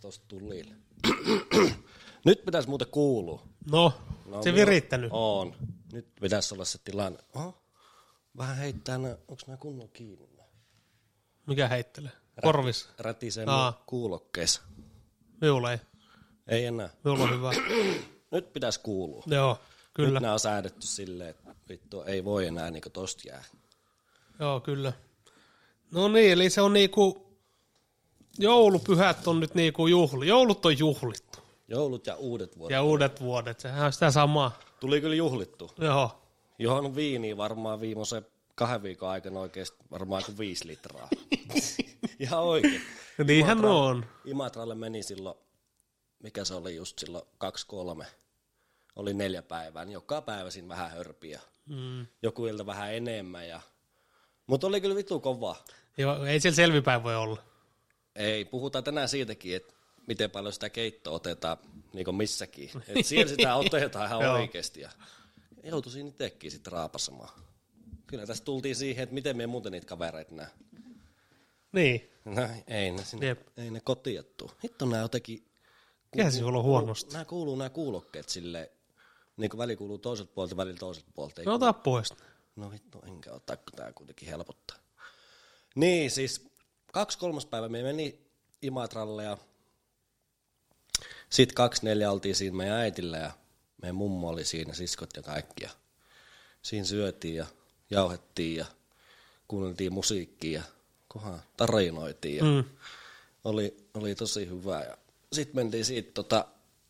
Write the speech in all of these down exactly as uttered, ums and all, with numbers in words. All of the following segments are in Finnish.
tosta tulille. Nyt pitäisi muuten kuulua. No, no se virittänyt. On. Nyt pitäisi olla se tilanne. Oho. Vähän heittää nää, onks nää kunnon kiinni? Mikä heittelee? Korvis? Rätisee kuulokkeessa. Minulla ei. Ei enää. Minulla on hyvä. Nyt pitäisi kuulua. Joo, kyllä. Nyt nää on säädetty silleen, että vittu ei voi enää niinku tosta jää. Joo, kyllä. No niin, eli se on niinku, joulupyhät on nyt niinku juhli. Joulut on juhlittu. Joulut ja uudet vuodet. Ja uudet vuodet, sehän on sitä samaa. Tuli kyllä juhlittu. Joo. Johon viiniä varmaan viimeisen kahden viikon aikana oikeasti varmaan kuin viisi litraa. Ihan oikein. Niinhän Imatra, on. Imatralle meni silloin, mikä se oli just silloin, kaksi kolme. Oli neljä päivää, niin joka päivä siinä vähän hörpiä. Mm. Joku ilta vähän enemmän. Ja... Mutta oli kyllä vittu kova. Joo, ei siellä selvipäin voi olla. Ei, puhutaan tänään siitäkin, että miten paljon sitä keittoa otetaan niin kuin missäkin. Että siellä sitä otetaan ihan oikeasti. Ja joutui siinä itsekin sitten raapasemaan. Kyllä tässä tultiin siihen, että miten me muuten niitä kavereita näe. Niin. No, ei ne sinne, ei ne kotiin tuu. Hitto nää jotenkin... Eihän se olla huonosti. Nää kuuluu nää kuulokkeet silleen, niin kuin väli kuuluu toiselta puolelta, välillä toiselta puolelta. No ota pois. No vittu, enkä ota, kun tää kuitenkin helpottaa. Niin, siis kaksi kolmas päivä me meni Imatralle ja sit kaksi neljä oltiin siinä meidän äitillä ja meidän mummo oli siinä, siskot ja kaikki. Ja siinä syötiin ja jauhettiin ja kuunneltiin musiikkia ja kohan tarinoitiin ja mm. oli, oli tosi hyvää. Ja sitten mentiin siitä, tota,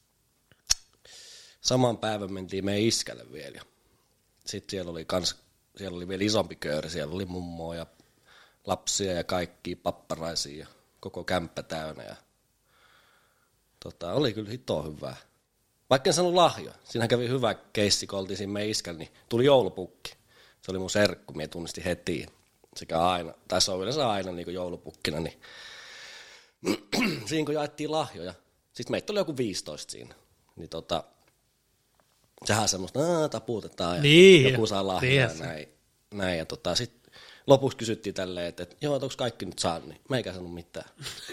saman päivän mentiin meidän iskälle vielä. Ja sitten siellä oli, kans, siellä oli vielä isompi köyri, siellä oli mummoa ja lapsia ja kaikkia papparaisia ja koko kämppä täynnä. Ja, tota, oli kyllä hito hyvää. Vaikka en sanonut lahjoa. Siinähän kävi hyvä keissi, kun oltiin siinä meidän iskällä, niin tuli joulupukki. Se oli mun serkku, minä tunnistin heti. Sekä aina, tai se on yleensä aina niin kuin joulupukkina, niin siinä kun jaettiin lahjoja, sitten meitä oli joku viisitoista siinä, niin tota, sehän semmoista, aah, taputetaan ja niin, joku saa lahjoja ja näin, näin. Ja tota, sitten lopuksi kysyttiin tälleen, että, että joo, että onko kaikki nyt saanut, niin meikä sanonut mitään.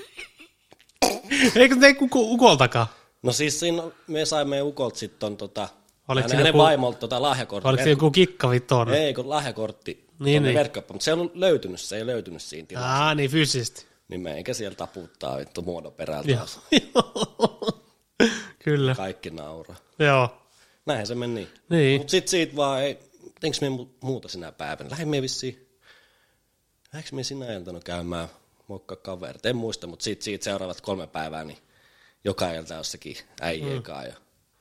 Eikö ne ukoltakaan? No siis siinä me saimme ukolta sitten tota, hänen, hänen joku, vaimolta tota lahjakortti. Oliko se joku kikkavitoon? Ei, kun lahjakortti. Niin, niin. Verkkauppa, mutta se on löytynyt, se ei löytynyt siinä tilassa. Aa, niin fyysisesti. Niin meikä siellä taputtaa vittu muodon perältä. Kyllä. Kaikki nauraa. Joo. Näinhän se meni. Niin. Mut sit siitä vaan, ei, teinkö me muuta sinä päivänä? Lähdin me vissiin, lähdekö me sinä iltana käymään mokka kaverit? En muista, mutta sit siitä seuraavat kolme päivää, niin joka ilta jossakin äijiekaan. Mm. Ja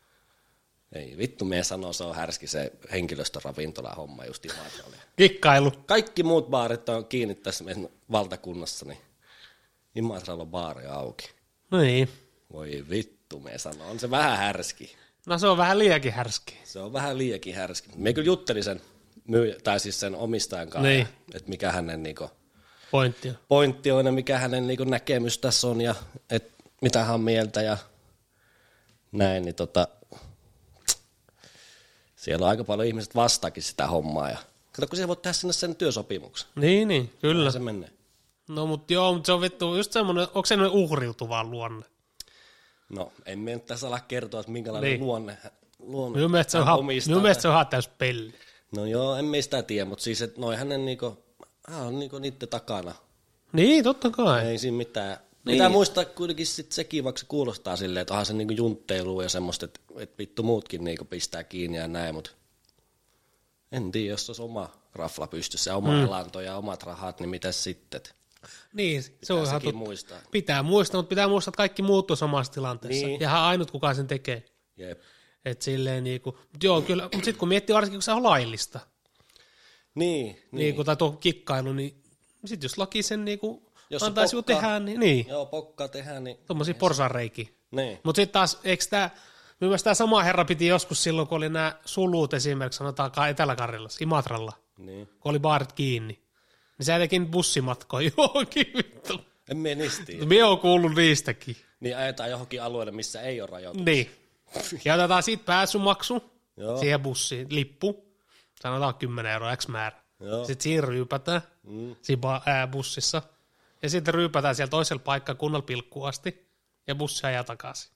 ei vittu, me sanoo, se on härski se henkilöstöravintola homma just Imatralle. Kikkailu. Kaikki muut baarit on kiinni tässä meidän valtakunnassa, niin Imatralla on baari auki. Niin. Voi vittu, me sanoo, on se vähän härski. No se on vähän liiakin härski. Se on vähän liiakin härski. Me kyllä juttelin sen, myy- tai siis sen omistajan kanssa, niin. Että mikä hänen niinku pointti on. pointti on ja mikä hänen niinku näkemys tässä on ja et mitä hän on mieltä ja näin, niin tota, siellä on aika paljon ihmiset vastaakin sitä hommaa ja kato, kun siellä voit tehdä sinne sen työsopimuksen. Niin, niin, kyllä. Se menee. No mut joo, mutta se on vittu just semmoinen, onko se uhriutuva luonne? No, en minä nyt tässä ala kertoa, että minkälainen niin. luonne, luonne minun mielestä hän ha- omistaa. Minun mielestä se on ihan täys pelli. No joo, en sitä tiedä, mutta siis, että noi hänen niinku, hän on niinku niiden takana. Niin, totta kai. Ei siinä mitään. Niin. Pitää muistaa kuitenkin sit sekin, vaikka se kuulostaa silleen, että onhan se niinku juntteilua ja semmoista, että, että vittu muutkin niinku pistää kiinni ja näin, mutta en tiedä, jos olisi oma rafla pystyssä ja oma mm. elanto ja omat rahat, niin mitäs sitten? Niin, se on ihan totta. Muistaa. Pitää muistaa, mutta pitää muistaa, että kaikki muuttuu samassa tilanteessa. Niin. Ja hän ainut, kuka sen tekee. Jep. Että silleen niinku, joo kyllä, mutta sitten kun miettii varsinkin, kun se on laillista. Niin, niin. Niin kun tai tuo kikkailu, niin sitten jos laki sen niinku jos antaisi pokkaa, tehdä, niin niin. Joo, pokkaa tehdään, niin. Tuommoisia porsareikiä. Niin. Mutta sitten taas, eikö tämä, myös tämä sama herra piti joskus silloin, kun oli nämä sulut esimerkiksi, sanotaan Etelä-Karjalassa, Imatralla, niin. Kun oli baarit kiinni. Niin sä tekin bussimatkoja johonkin vittu. En mene niistä tiedä. Mie oon kuullut niistäkin. Niin ajetaan johonkin alueelle, missä ei ole rajoituksia. Niin. Ja otetaan siitä pääsymaksu, Joo. siihen bussiin, lippu, sanotaan kymmenen euroa, X määrä. Joo. Sitten siinä ryypätään, mm. siinä ää, bussissa. Ja sitten ryypätään siellä toisella paikkaa kunnolla pilkkuun asti. ja bussi ajaa takaisin.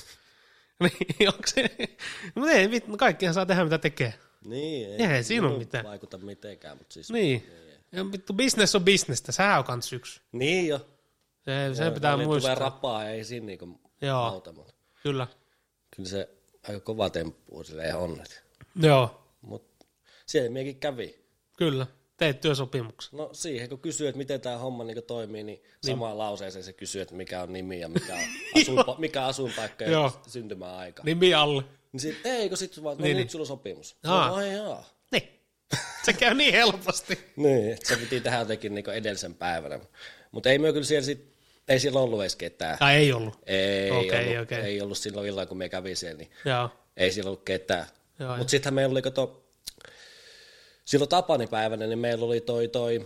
Niin, onko se? Mutta ei, vittu, kaikkihan saa tehdä mitä tekee. Niin, ei, ei siinä ole mitään. vaikuta mitenkään, mutta siis... Niin, ja vittu, business on businessta, sehän on kans yksi. Niin jo. Se, se pitää muistaa. Tulee rapaa, ei siinä niinku Joo, auta, mutta kyllä. kyllä se aika kova temppu silleen on. Joo. Mutta siellä miekin kävi. Kyllä, teit työsopimuksen. No siihen, kun kysyy, että miten tämä homma niinku toimii, niin, niin samaan lauseeseen se kysyy, että mikä on nimi ja mikä on asuinpa- mikä asuinpaikka ja syntymäaika. Nimi alle. Niin sit, ei, kun sit vaan, no niin, nyt niin. sulla on sopimus. Aa. No, ai jaa. Niin, se käy niin helposti. Niin, että se piti tehdä jotenkin niinku edellisen päivänä. Mutta ei myö kyllä siellä sit, ei siellä ollut edes ketään. Ai ei ollut? Ei, okay, ollut, okay. ei ollut silloin illalla, kun me kävi siellä, niin Joo. ei siellä ollut ketään. Joo, mutta sittenhän meillä oli, kato, silloin Tapanipäivänä, niin meillä oli toi, toi,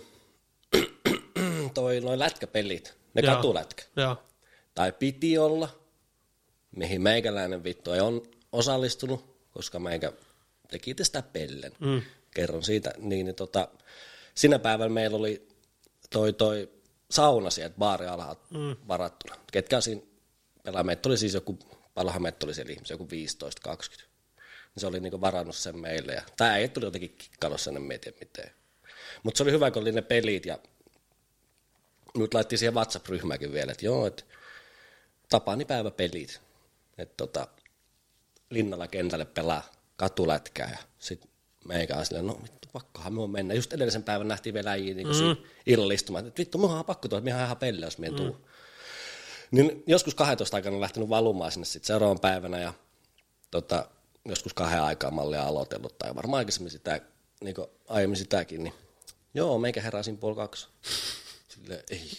toi noin lätkäpelit, ne Joo. katulätkä. Joo. Tai piti olla, mihin meikäläinen vittu ei on osallistunut, koska meikä teki tästä pellen. Mm. Kerron siitä. Niin, niin tota, sinä päivänä meillä oli toi, toi sauna sieltä baarialhaalta mm. varattuna. Ketkä siinä pelaa? Meitä oli siis joku, paljonhan meitä oli siellä ihmisiä, joku viisitoista kaksikymmentä. Se oli niinku varannut sen meille. Ja tää ei tuli jotenkin kikkailu sen, en tiedä miten. Mutta se oli hyvä, kun oli ne pelit ja nyt laittiin siihen WhatsApp-ryhmäänkin vielä, että joo, että Tapanipäiväpelit. Että tota, linnalla kentälle pelaa katulätkää ja sitten meikä on silleen, no vittu, pakkohan me on mennä. Just edellisen päivän nähtiin vielä äijiä niin mm. illalla istumaan, että vittu, minua on pakko tuoda, että minä ihan pelle, jos minä mm. tuu. Niin joskus kaksitoista aikana on lähtenyt valumaan sinne sitten seuraavan päivänä ja tota, joskus kahden aikaa mallia aloitellut, tai varmaan aikaisemmin sitä, niin kuin aiemmin sitäkin, niin joo, meikä heräsin puoli kaksi. Silleen, ei.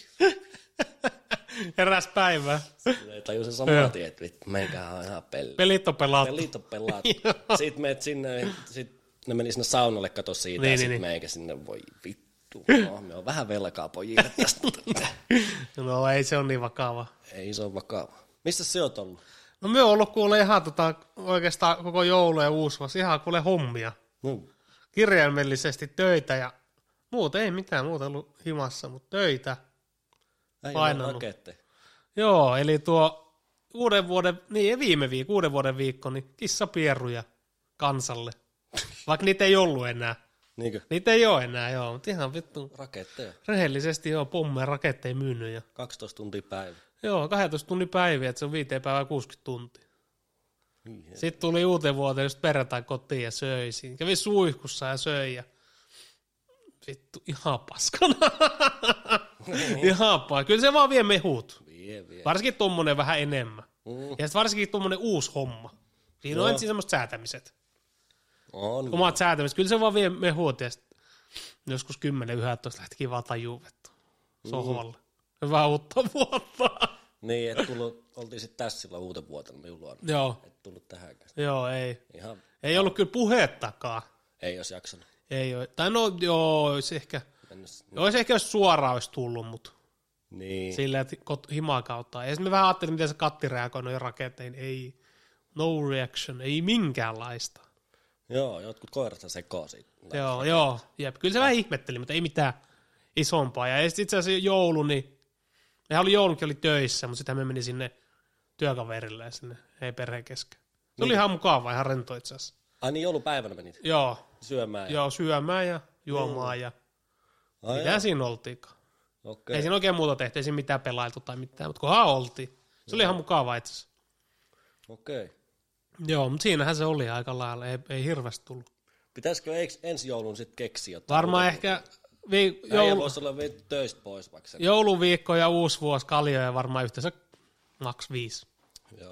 Heräs päivää. Silleen tajusin samaa tien, että vittu, meikä on ihan pelle. Pelit on pelattu. Pelit on pelattu. Sitten menet sinne, sit ne meni sinne saunalle, kato siitä, niin, ja sitten niin. Meikä sinne, voi vittu, no, me on vähän velkaa pojille tästä. No ei se ole niin vakava. Ei se ole vakava. Missä se oot ollut? No me on ollut kuule ihan tota, oikeastaan koko joulu ja uusi vuosi, ihan kuule hommia. Mm. Kirjaimellisesti töitä ja muuta ei mitään, muuta ollut himassa, mutta töitä. Ei ole rakette. Joo, eli tuo uuden vuoden, niin viime viikko, uuden vuoden viikko, niin kissapierruja kansalle. Vaikka niitä ei ollut enää. Niinkö? Niitä ei ole enää, joo, mutta ihan vittu. Raketteja. Rehellisesti joo, pommeja raketteja myynyt. Ja kaksitoista tuntia päivä. Joo, kaksitoista tunnin päiviä, että se on viiteen päivää kuusikymmentä tuntia. Niin, sitten tuli uuteen vuoteen just perjantai kotiin ja söi siinä. Kävi suihkussa ja söi ja vittu ihan paskana. Ihan paskana. Kyllä se vaan vie mehut. Vie, vie. Varsinkin tommonen vähän enemmän. Mm. Ja sitten varsinkin tommonen uusi homma. Siinä no. on ensin semmoiset säätämiset. On. Omat säätämiset. Kyllä se vaan vie mehut ja sitten joskus kymmenen yksitoista lähtikin vaan tajuu vettä sohvalle. Mm. Hyvää uutta vuotta. Niin, että tullut, oltiin sitten tässä silloin uuden vuotena minulla. Joo. Et tullut tähänkään. Joo, ei. Ihan. Ei ollut kyllä puhettakaan. Ei olisi jaksanut. Ei ole. Tai no joo, olisi ehkä, Mennäs, niin. olisi ehkä jos suoraan olisi tullut, mutta niin. Silleen, että himaa kautta. Ja sitten me vähän ajattelin, miten se katti reagoi noihin raketteihin. Ei, no reaction, ei minkäänlaista. Joo, jotkut koirat sekoo siitä. Joo, joo, jep. Kyllä se vähän ihmetteli, mutta ei mitään isompaa. Ja itse asiassa joulu, niin mehän oli joulunkin oli töissä, mutta sitten me meni sinne työkaverille ja sinne ei perheen kesken. Se niin. oli ihan mukava, ihan rento itse asiassa. Ai niin, joulupäivänä menit? Joo. Syömään? Ja... Joo, syömään ja juomaan mm. ja Ai mitä siinä oltiinkaan. Okay. Ei siinä oikein muuta tehty, ei siinä mitään pelailtu tai mitään, mutta kunhan oltiin. Se oli ihan mukava itse asiassa. Okei. Okay. Joo, mutta siinähän se oli aika lailla, ei, ei hirveästi tullut. Pitäisikö ensi joulun sitten keksiä? Varmaan ehkä vi- joulu... voisi olla vielä töistä pois vaikka. Jouluviikko ja uusi vuosi kaljoja varmaan yhteensä maks viisi. Joo.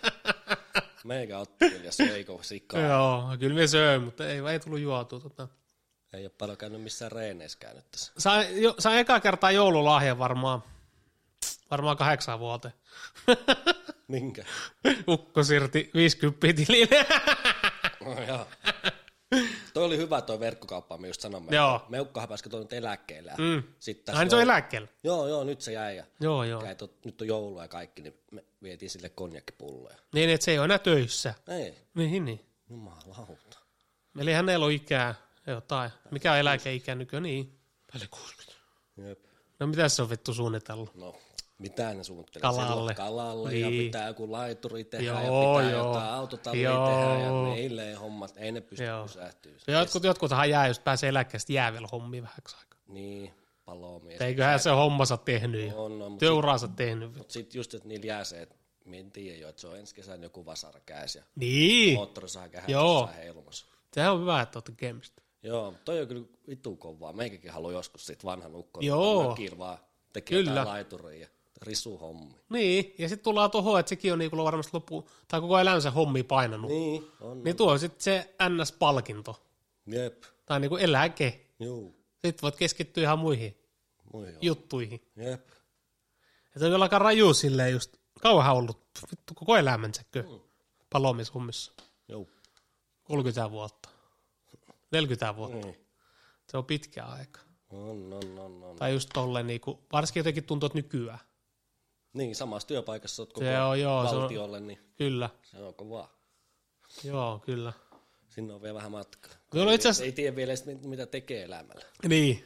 Meikä otti kyllä ja söikö sikaa. Joo, kyllä me söin, mutta ei, ei tullut juotua. Tota. Ei ole paljon käynyt missään reeneissä käynyt tässä. Sain, jo, sain eka kertaa joululahjan varmaan, varmaan kahdeksan vuoteen. Minkä? Ukko siirti viisikymmentä tilille. No joo. Toi oli hyvä toi verkkokauppa, me just sanomme. Joo. Meukkahan pääsikö toi nyt eläkkeellä. Mm. Aina se on eläkkeellä. Joo, joo, nyt se jäi. Ja joo, joo. Tot, nyt on joulua ja kaikki, niin me vietiin sille konjakkipulloja. Niin, että se ei ole enää töissä. Ei. Niin, niin. Jumalauta. Eli hänellä on ikää jotain. Mikä on eläkeikä nykyään? Niin. Päälle kuusikymmentä. Jep. No mitä se on vittu suunnitellut? No, Mitä ne suunnittelee? Kalalle. Kalalle niin. ja pitää joku laituri tehdä joo, ja pitää joo. jotain autotallia joo. tehdä ja meille ei hommat, ei ne pysty pysähtyä. Jotkut, jotkuthan jää, jos pääsee eläkkeestä jää vielä hommia vähäksi aikaa. Niin, palomies. Eiköhän se hommansa tehnyt on, no, työuraansa tehnyt. Mutta sitten just, että niillä jää se, että minä en tiedä jo, että se on ensi kesän joku vasara käs ja niin. moottori saa kähätyssä heilumassa. Sehän on hyvä, että olette tekemistä. Joo, toi on kyllä vittu kovaa. Meikäkin haluaa joskus sit vanhan ukkon mökillä vaan tekee jotain laituria ja risuhommi. Niin, ja sitten tullaan tuohon, että sekin on niinku varmasti loppu, tai koko elämänsä hommia painanut. Niin, on. Niin tuo on sitten se N S-palkinto. Jep. Tai niinku eläke. Joo. Sitten voit keskittyä ihan muihin, muihin juttuihin. Jep. Ja se on kyllä aika raju silleen just, kauanhan ollut vittu koko elämänsäkö mm. palomishommissa. Joo. kolmekymmentä vuotta. neljäkymmentä vuotta. Niin. Se on pitkä aika. On, on, on, on. Tai just tolleen, niinku, varsinkin jotenkin tuntuu, että nykyään. Niin, samassa työpaikassa olet koko se on, joo, valtiolle, se on, niin kyllä. Se on kovaa. Joo, kyllä. Sinne on vielä vähän matkaa. Ei, itse asiassa... ei tiedä vielä, mitä tekee elämällä. Niin.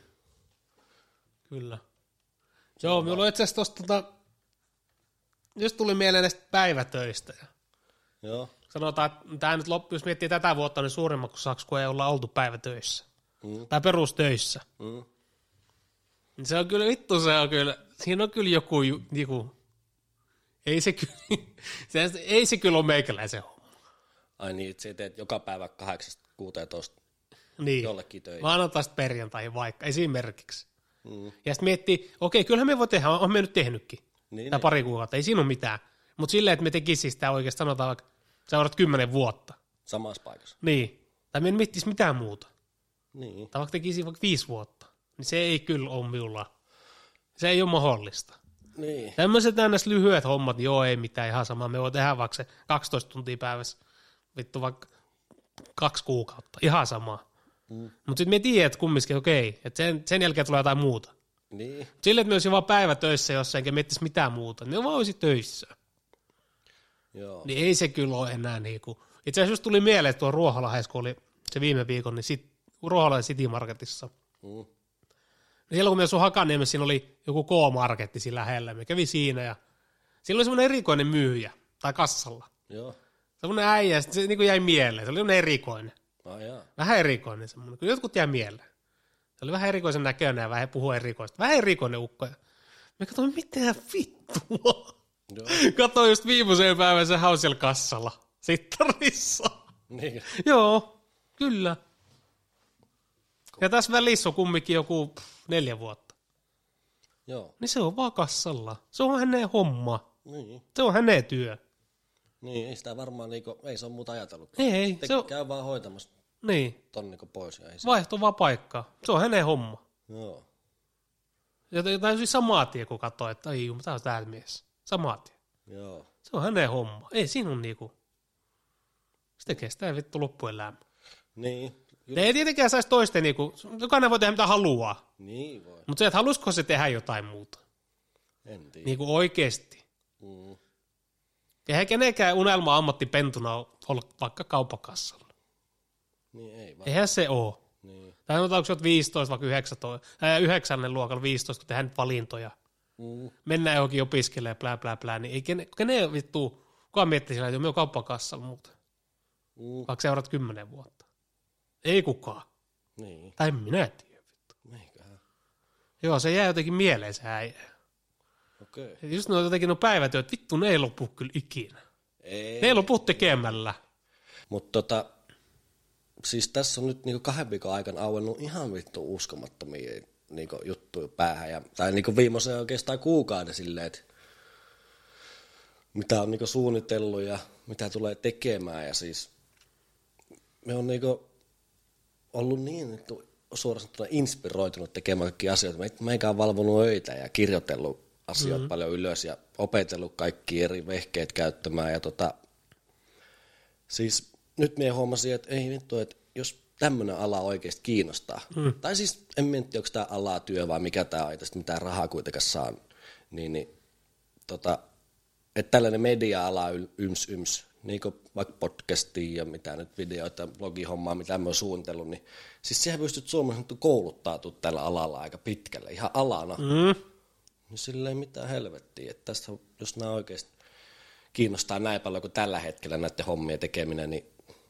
Kyllä. Se joo, minulla on itse asiassa tosta, tota, just tuli mieleen näistä päivätöistä. Ja joo. sanotaan, että tämä nyt loppu, jos miettii tätä vuotta, niin suurimmaksi kun ei olla oltu päivätöissä. Mm. Tai perustöissä. Mm. Se on kyllä, vittu se on kyllä, siinä on kyllä joku, joku ei se kyllä, se, ei se kyllä ole meikäläisen homma. Ai niin, että sä teet joka päivä kahdeksasta kuuteentoista niin. jollekin töihin. Maanantaista perjantaihin vaikka, esimerkiksi. Mm. Ja sitten miettii, okei, kyllähän me voi tehdä, on me nyt tehnytkin. Niin, tai niin. pari kuukautta, ei siinä ole mitään. Mutta silleen, että me tekisi sitä oikeasti, sanotaan vaikka, sä olet kymmenen vuotta. Samassa paikassa. Niin. Tai me en miettisi mitään muuta. Niin. Tai vaikka tekisi vaikka viisi vuotta. Niin se ei kyllä ole minulla. Se ei ole mahdollista. Niin. Tämmöiset ns. Lyhyet hommat, joo ei mitään, ihan sama. Me voi tehdä vaikka se kaksitoista tuntia päivässä, vittu vaikka kaksi kuukautta, ihan sama. Mm. Mutta sitten me tiedät, että kumminkin, okei, että sen, sen jälkeen tulee jotain muuta. Niin. Silleen, että me olisi vaan päivä töissä jossain, enkä miettisi mitään muuta, niin vaan olisi töissä. Joo. Niin ei se kyllä ole enää niinku. Itse asiassa just tuli mieleen, että tuo Ruoholahdessa, kun oli se viime viikon, niin sit, Ruoholahden City Marketissa. Mm. Niin silloin kun me asuin Hakaniemessä, siinä oli joku K-marketti siinä lähellä. Me kävi siinä ja siinä oli semmoinen erikoinen myyjä, tai kassalla. Joo. Semmoinen äijä, se niin kuin jäi mieleen. Se oli semmoinen erikoinen. Ah, jaa. Vähän erikoinen semmoinen, kun jotkut jäi mieleen. Se oli vähän erikoisen näköinen ja vähän puhuu erikoista. Vähän erikoinen ukko. Me katsoin, mitä vittua. Joo. Katsoin just viimeiseen päivän se haus siellä kassalla. Sittarissa. Niin. Joo, kyllä. Ja tässä välissä on kumminkin joku pff, neljä vuotta. Joo. Niin se on vaan kassalla. Se on hänen homma. Niin. Se on hänen työ. Niin, ei sitä varmaan niinku, ei se on muuta ajatellut. Ei, Te, se on... käy vaan hoitamassa Niin. ton niinku pois. Ja ei se... Vaihto vaan paikkaa. Se on hänen homma. Joo. Ja täysin samaa tie, kun katsoo, että ei juu, tää on täällä mies. Samaa tie. Joo. Se on hänen homma. Ei siinä on niinku... Se tekee sitä vittu loppuelämä. Niin. Ne ei tietenkään saisi toisten niinku... Jokainen voi tehdä mitä haluaa. Niin voi. Mutta se, että haluaisiko se tehdä jotain muuta. En tiedä. Niinku oikeesti. Mm. Eihän kenenkään unelma ammattipentuna olla vaikka kaupakassalla. Niin ei vaan. Eihän se oo. Niin. Tai sanotaan, onko se viisitoista vaikka yhdeksäntoista, ää, yhdeksännen luokalla viisitoista, kun tehdään nyt valintoja. Mm. Mennään johonkin opiskelemaan, plää, plää, plää, niin ei kene, kene vittu, kukaan miettii sillä, että me on kauppakassalla muuten. Mm. Vaikka seurat kymmenen vuotta. Ei kukaan. Niin. Tai en minä tiedä, vittu. Meiköhän. Joo, se jää jotenkin mieleen se äijä. Okei. Okay. Just no jotenkin no päivätyöt, vittu ne ei lopu kyllä ikinä. Ei. Ne ei lopu tekemällä. Mutta tota, siis tässä on nyt niinku kahden viikon aikana auennut ihan vittu uskomattomia niinku juttuja päähän. Ja, tai niinku viimeisen oikeastaan kuukauden silleen, että mitä on niinku suunnitellut ja mitä tulee tekemään. Ja siis me on niinku ollut niin vittu suorastaan inspiroitunut tekemään kaikkia asioita. Meikä on valvonut öitä ja kirjoitellut asioita mm-hmm. paljon ylös ja opetellut kaikki eri vehkeet käyttämään. Ja tota, siis nyt minä huomasin, että ei vittu, että jos tämmöinen ala oikeasti kiinnostaa, mm. tai siis en miettiä, onko tämä ala työ vai mikä tämä on, ei tästä mitään rahaa kuitenkaan saa, niin, niin tota, että tällainen media-ala yms yms, niin kuin vaikka podcastia ja mitä nyt videoita, blogihommaa, mitä mä oon suunnitellut, niin siis sehän pystyt Suomessa kouluttautumaan tällä alalla aika pitkälle, ihan alana. Mm. niin silleen mitään helvettiä, että tässä, jos nämä oikeasti kiinnostaa näin paljon kuin tällä hetkellä näiden hommien tekeminen, niin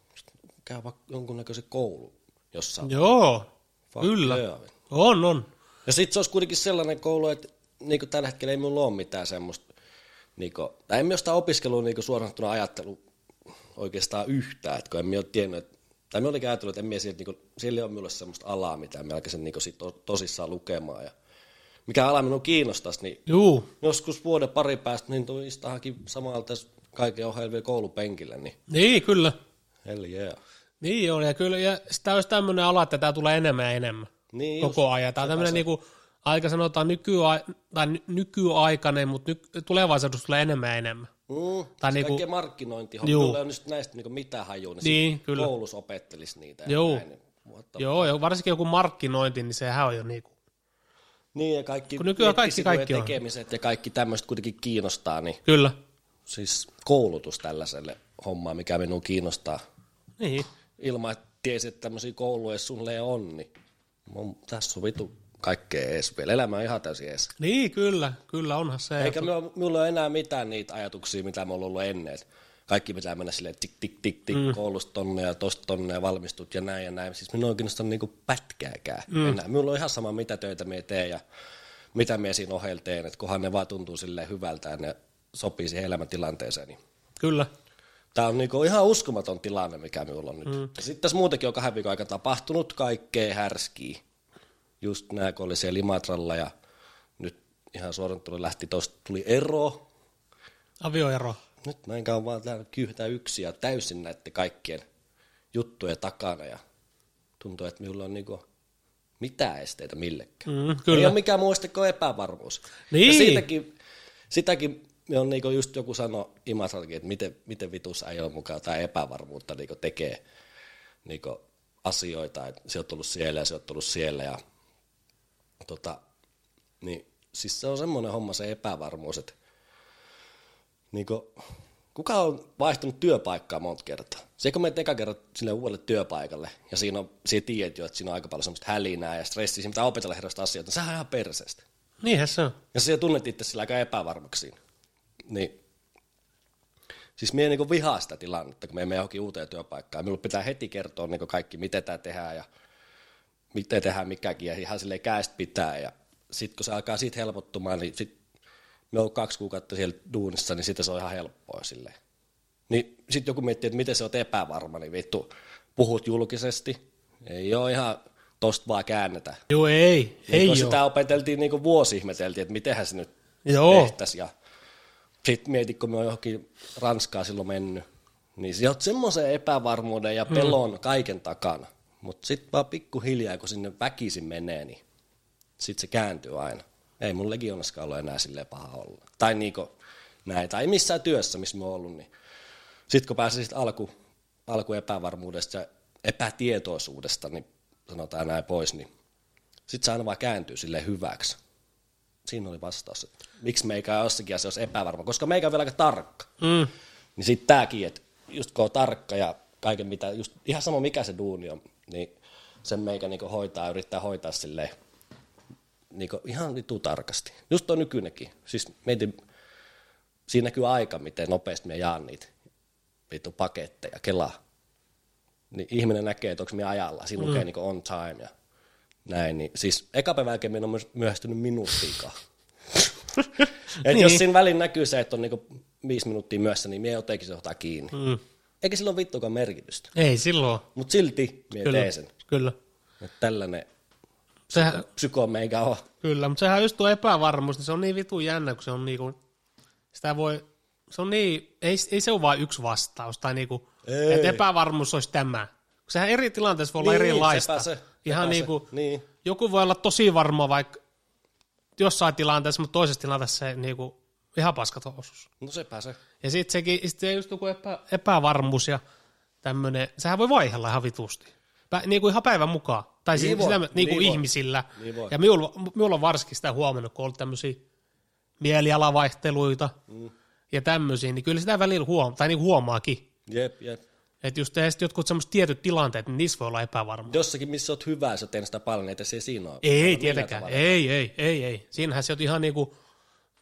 käy vaikka jonkunnäköisen koulu jossain. Joo, Fuck kyllä. Yeah. On, on. Ja sitten se olisi kuitenkin sellainen koulu, että niin tällä hetkellä ei minulla ole mitään semmoista, niin kuin, tai en minä ole sitä opiskelua niin suoranattuna ajattelu oikeastaan yhtään, että kun en minä ole tiennyt, että, tai minä olikin ajatellut, että en minä sieltä, niin kuin, siellä ei ole minulle semmoista alaa, mitä minä alkaisin niin sit tosissaan lukemaan. Ja mikä ala minun kiinnostaisi, niin Juu. joskus vuoden pari päästä, niin tuo istahankin samalta kaiken ohjaa vielä koulupenkille, niin Niin, kyllä. hell yeah. Niin on, ja kyllä, ja sitä olisi tämmöinen ala, että tämä tulee enemmän ja enemmän Niin koko just, ajan. Tämä on tämmöinen niinku, aika sanotaan nykya- tai ny- nykyaikainen, mutta ny- tulevaisuudessa tulee enemmän ja enemmän. Mm, Tai se niinku- kaikkea markkinointi, minulla on nyt näistä niinku mitään hajua, niin, Niin, kyllä. koulussa opettelisi niitä. Joo. Näin, niin, Joo, ja varsinkin joku markkinointi, niin sehän on jo niinku. niin, ja kaikki, Kun nykyään kaikki- nettisivujen kaikki on. tekemiset ja kaikki tämmöiset kuitenkin kiinnostaa, niin Kyllä. siis koulutus tällaiselle hommaan, mikä minua kiinnostaa. Niin. Ilman, että tiesi, että tämmöisiä kouluja sulle on, niin mun, tässä on vitu kaikkea ees vielä. Elämä on ihan täysin ees. Niin, kyllä. Kyllä, onhan se. Eikä minulla, minulla ole enää mitään niitä ajatuksia, mitä minulla on ollut ennen. Että kaikki pitää mennä silleen tik, tik, tik, tik, mm. koulusta tonne ja tosta tonne ja valmistut ja näin ja näin. Siis minua ei kiinnosta niinku pätkääkään mm. enää. Minulla on ihan sama, mitä töitä minä teen ja mitä minä siinä ohella teen. Että kunhan ne vaan tuntuu silleen hyvältä ja ne sopii siihen elämäntilanteeseen. Niin Kyllä. tämä on niinku ihan uskomaton tilanne, mikä minulla on nyt. Mm. Ja sitten tässä muutenkin on kahden viikon aikana tapahtunut kaikkea härskiä. Just nämä, kun oli siellä Imatralla ja nyt ihan suoraan tuli, lähti tuosta, tuli ero. Avioero. Nyt mä enkä ole vaan täällä kyyhtää yksi ja täysin näiden kaikkien juttujen takana ja tuntuu, että minulla on niinku mitään esteitä millekään. Mm, kyllä. Ei ole mikään muu este kuin epävarmuus. Niin. Ja siitäkin, sitäkin on niinku just joku sanoi Imatrallakin, että miten, miten vitussa ei ole mukaan tai epävarmuutta niinku tekee niinku asioita, että se on tullut siellä ja se on tullut siellä ja tota, niin siis se on semmoinen homma se epävarmuus, että niinku, kuka on vaihtunut työpaikkaa monta kertaa? Se kun menet eka kerran sille uudelle työpaikalle ja siinä on, siinä tiedät jo, että siinä on aika paljon semmoista hälinää ja stressiä, siinä pitää opetella herrasta asioita, niin sehän on ihan perseestä. Niinhän se on. Ja sä tunnet itse sillä aika epävarmaksi. Niin, siis minä niin vihaa sitä tilannetta, kun me menemme johonkin uuteen työpaikkaan. Minulle pitää heti kertoa niin kaikki, miten tämä tehdään ja miten tehdään mikäkin, ja ihan silleen käestä pitää. Ja sitten kun se alkaa siitä helpottumaan, niin sitten me on kaksi kuukautta siellä duunissa, niin sitten se on ihan helppoa silleen. Niin sitten joku miettii, että miten se on epävarma, niin vittu, puhut julkisesti, ei ole ihan tosta vaan käännetä. Joo, ei, Niin ei kun ole. sitä opeteltiin niin kuin vuosi ihmeteltiin, että mitenhän se nyt Joo. tehtäisiin. Ja sitten mietit, kun me on johonkin Ranskaa silloin mennyt, niin sä oot semmoisen epävarmuuden ja pelon mm. kaiken takana. Mutta sitten vaan pikkuhiljaa, kun sinne väkisin menee, niin sitten se kääntyy aina. Ei mun legionaskaan ole enää silleen paha olla. Tai niinku näin, tai missään työssä, missä mä oon ollut. Niin. Sitten kun pääsee sitten alku, alku epävarmuudesta ja epätietoisuudesta, niin sanotaan näin pois, niin sitten se aina vaan kääntyy silleen hyväksi. Siinä oli vastaus, että miksi meikä jossakin asioissa epävarma, koska meikä on vielä aika tarkka. Mm. Niin sitten tämäkin, että just kun on tarkka ja kaiken mitä, just ihan sama mikä se duuni on, niin sen meikä niinku hoitaa, yrittää hoitaa silleen niinku ihan vitu tarkasti. Just tuo nykyinenkin. Siis mietin, siinä näkyy aika, miten nopeasti me jaan niitä vitu paketteja, kelaa. Niin ihminen näkee, että onko me ajalla. Siinä mm. lukee niinku on time ja näin. Niin, siis eka päivän jälkeen minä on myöhästynyt minuuttiikaan. Et niin. Jos siinä välin näkyy se, että on niinku viisi minuuttia myöhässä, niin minä jotenkin se ottaa kiinni. Mm. Eikä sillä ole vittuakaan merkitystä. Ei silloin. Mutta silti minä teen sen. Kyllä. Että tällainen Sehän, psyko meikä on. kyllä, mutta sehän just tuo epävarmuus, niin se on niin vitun jännä, kun se on niinku, sitä voi, se on niin, ei, ei se ole vain yksi vastaus, tai niinku, että epävarmuus olisi tämä. Sehän eri tilanteessa voi olla niin, erilaista. Se, ihan niinku, niin. joku voi olla tosi varma vaikka jossain tilanteessa, mutta toisessa tilanteessa se niinku, ihan paskat osuus. No sepä se. Ja sitten sekin, sit se just joku epä, epävarmuus ja tämmöinen, sehän voi vaihella ihan vitusti. Pä, niin kuin ihan päivän mukaan. Tai niin sitä, niin niin kuin niin ihmisillä. Niin ja minulla, minulla on varsinkin sitä huomannut, kun on ollut tämmöisiä mielialavaihteluita mm. ja tämmöisiä, niin kyllä sitä välillä huomaa, tai niin huomaakin. Jep, jep. Että just jotkut semmoiset tietyt tilanteet, niin niissä voi olla epävarmaa. Jossakin, missä olet hyvä, sä teet sitä paljon, että se siinä on. Ei, tietenkään. Ei, ei, ei, ei. Siinähän se on ihan niin kuin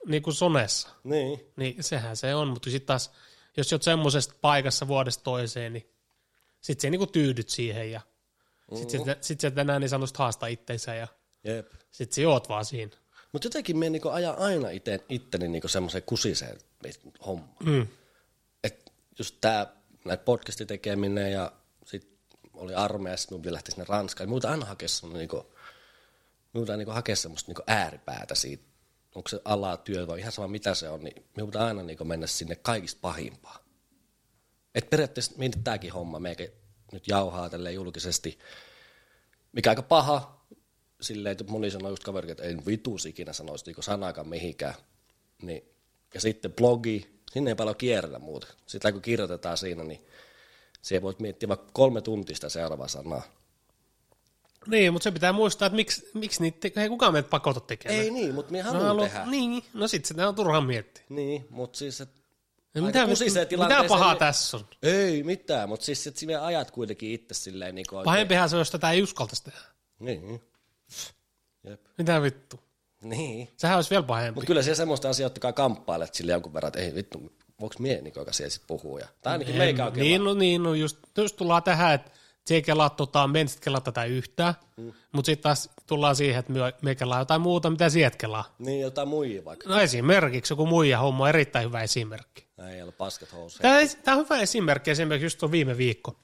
niin kuin sonessa. Niin. Niin sehän se on, mutta sitten taas, jos oot semmoisesta paikassa vuodesta toiseen, niin sitten sä niinku tyydyt siihen ja sitten mm. sit, sit sä et enää niin sanotusti haasta itteensä ja Jep. sitten sä oot vaan siinä. Mutta jotenkin me niinku ajan aina ite, itteni niinku semmoiseen kusiseen hommaan. Mm. Että just tää näitä podcastin tekeminen ja sit oli armeija, sit mun lähti sinne Ranskaan. Muuta aina hakea semmoinen niinku, muuta niinku hakea semmoista niinku ääripäätä siitä. Onko se ala, työ vai ihan sama mitä se on, niin minun pitää aina niinku mennä sinne kaikista pahimpaan. Et periaatteessa mietit tääkin homma, meikä nyt jauhaa tälleen julkisesti, mikä aika paha, silleen, että moni sanoo just kaveri, että ei vitus ikinä sanoisi niinku sanaakaan mihinkään. Niin, ja sitten blogi, sinne ei paljon kierrellä muuta. Sitten kun kirjoitetaan siinä, niin siihen voit miettiä vaikka kolme tuntia sitä seuraavaa sanaa. Niin, mutta se pitää muistaa, että miksi, miksi niitä, ei kukaan meitä pakota tekemään. Ei niin, mutta minä haluan no, halu, tehdä. Niin, no sit sitä on turhaan miettiä. Niin, mutta siis, että no, mitä, mitä pahaa niin, tässä on? Ei mitään, mutta siis että sinä ajat kuitenkin itse silleen niin kuin pahempihan se on, jos tätä ei uskaltaisi tehdä. Niin. Jep. Mitä vittu? Niin. Sehän olisi vielä pahempi. Mutta kyllä siellä semmoista asiaa, jotka kampailet sille jonkun verran, että ei vittu, voiko mie niin joka siellä sitten puhua. Ja, tai ainakin meikä on kelaa. Niin, no, niin, no just, just tullaan tähän, että se ei kelaa, tota, me en sitten kelaa tätä yhtään, mm. mutta sitten taas tullaan siihen, että me, me kelaa jotain muuta, mitä sieltä kelaa. Niin, jotain muijia vaikka. No esimerkiksi joku muija homma on erittäin hyvä esimerkki. Ei ole paskat housuja. Tämä on hyvä esimerkki, esimerkiksi just tuon viime viikko.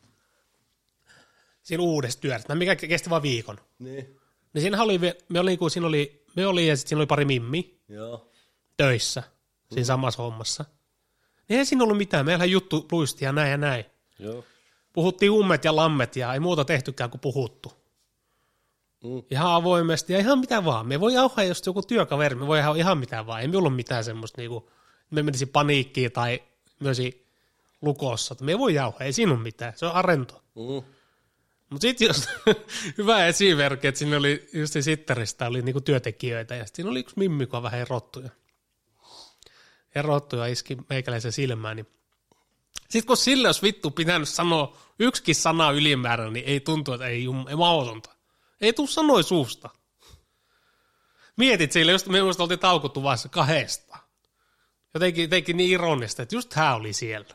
Siinä uudessa työssä, mikä kesti vain viikon. Niin. Niin siinä oli, me oli, kun siinä oli, me oli ja sitten siinä oli pari mimmi Joo. töissä, siinä mm. samassa hommassa. Niin ei siinä ollut mitään, meillähän juttu luisti ja näin ja näin. Joo. Puhuttiin ummet ja lammet ja ei muuta tehtykään kuin puhuttu. Mm. Ihan avoimesti ja ihan mitä vaan. Me voi jauhaa, jos joku työkaveri, me voi jauhaa ihan mitä vaan. Ei me ollut mitään semmoista, niinku, me menisi paniikkiin tai myös lukossa. Me voi jauhaa, ei siinä ole mitään, se on arento. Mm. Mutta sitten just hyvä esimerkki, että siinä oli just sitteristä oli niinku työntekijöitä ja siinä oli yksi mimmi, kun on vähän erottuja. Erottuja iski meikäläisen silmään, niin sitten kun sille olisi vittu pitänyt sanoa yksikin sana ylimääräinen, niin ei tuntu, että ei, ei mautonta. Ei tuu sanoi suusta. Mietit sille, just me just oltiin taukotuvassa kahdesta. Jotenkin, jotenkin niin ironista, että just hän oli siellä.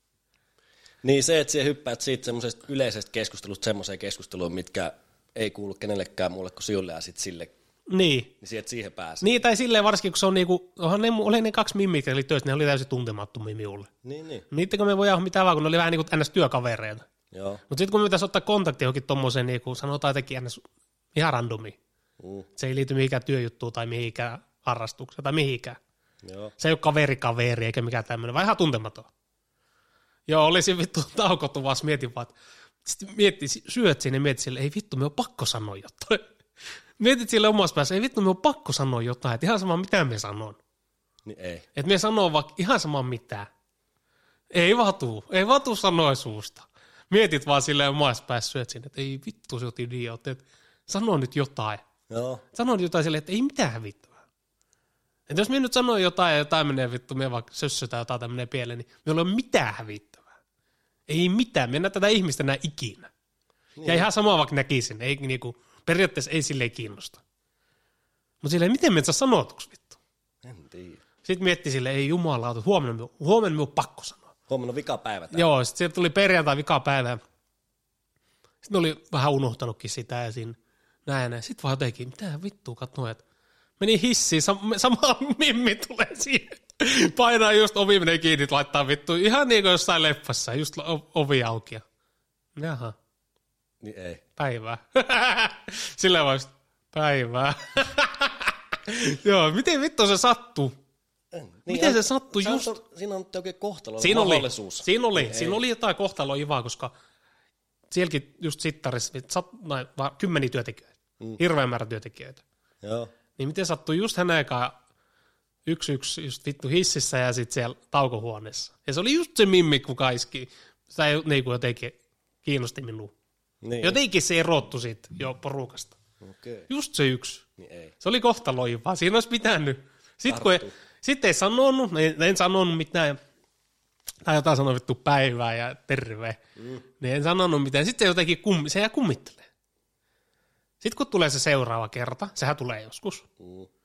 Niin se, että siellä hyppäät siitä semmoisesta yleisestä keskustelusta semmoiseen keskusteluun, mitkä ei kuulu kenellekään muulle kuin sinulle ja sitten sille. Niin. Niin sieltä siihen pääsee. Niin, tai silleen varsinkin, kun se on niinku, onhan ne, oli ne kaksi mimmiä, jotka oli töissä, ne oli täysin tuntemattomia minulle. Niin, niin. Niittekö me voidaan mitään vaan, kun ne oli vähän niin kuin ns. Työkavereita. Joo. Mutta sitten kun me pitäisi ottaa kontakti johonkin tommoseen, niin kuin sanotaan jotenkin ns. Ihan randomi. Mm. Se ei liity mihinkään työjuttuun tai mihinkään harrastukseen tai mihinkään. Joo. Se ei ole kaveri kaveri eikä mikään tämmöinen, vaan ihan tuntematon. Joo, olisin vittu taukotuvassa, mietin vaan, sitten mietti, syöt sinne ja mietit sille, ei vittu, me on pakko sanoa jotain. Mietit sille omassa päässä, ei vittu, me on pakko sanoa jotain, että ihan sama mitä me sanon. Niin ei. Että me sanoo vaikka ihan sama mitään. Ei vaan tuu, ei vaan tuu sanoa suusta. Mietit vaan silleen omassa päässä syöt sinne, että ei vittu, se oot idiootti, että sano nyt jotain. Joo. Sano nyt jotain silleen, että ei mitään vittua. Että jos me nyt sanoo jotain ja jotain menee vittu, me vaikka sössötään jotain tai menee pieleen, niin me ei ole mitään hävittävää. Ei mitään, me en näe tätä ihmistä näe ikinä. Niin. Ja ihan sama vaikka näkisin, ei, niinku, periaatteessa ei silleen kiinnosta. Mutta silleen, miten me saa sanotuksi vittu? En tiedä. Sitten mietti silleen, ei jumalauta, huomenna, huomenna me on pakko sanoa. Huomenna on vikapäivä täällä. Joo, sitten sieltä tuli perjantai vikapäivä. Sitten oli vähän unohtanutkin sitä ja siinä näin näin. Sitten vaan jotenkin, mitä vittua katsoin, että meni hissiin, sam- sama mimmi tulee siihen. Painaa just ovi menee kiinni, laittaa vittu ihan niin kuin jossain leffassa, just ovi auki. Jaha. Niin ei. Päivää. Silleen vaan päivää. Joo, miten vittu se sattuu? En. Niin, miten se sattuu just? On, siinä on oikein kohtalo siinä mahdollisuus. Oli, siinä oli, niin siinä oli jotain kohtaloa ivaa, koska sielläkin just sittarissa, sat, noin, vaan kymmeniä työntekijöitä, mm. hirveän määrä työntekijöitä. Joo. Niin miten sattui just hänen aikaan yksi yksi just vittu hississä ja sitten siellä taukohuoneessa. Ja se oli just se mimmi, kuka iski. Sitä ei niin kuin jotenkin kiinnosti minua. Niin. Jotenkin se erottu siitä jo porukasta. Okay. Just se yksi. Niin ei. Se oli kohtaloivaa. Siinä olisi pitänyt. Sitten kun ei, sit ei sanonut, en, en sanonut mitään, tai jotain sanoi vittu päivää ja terve, mm. niin en sanonut mitään. Sitten se jotenkin kum, se jää kummittelee. Sitten kun tulee se seuraava kerta, sehän tulee joskus. Mm.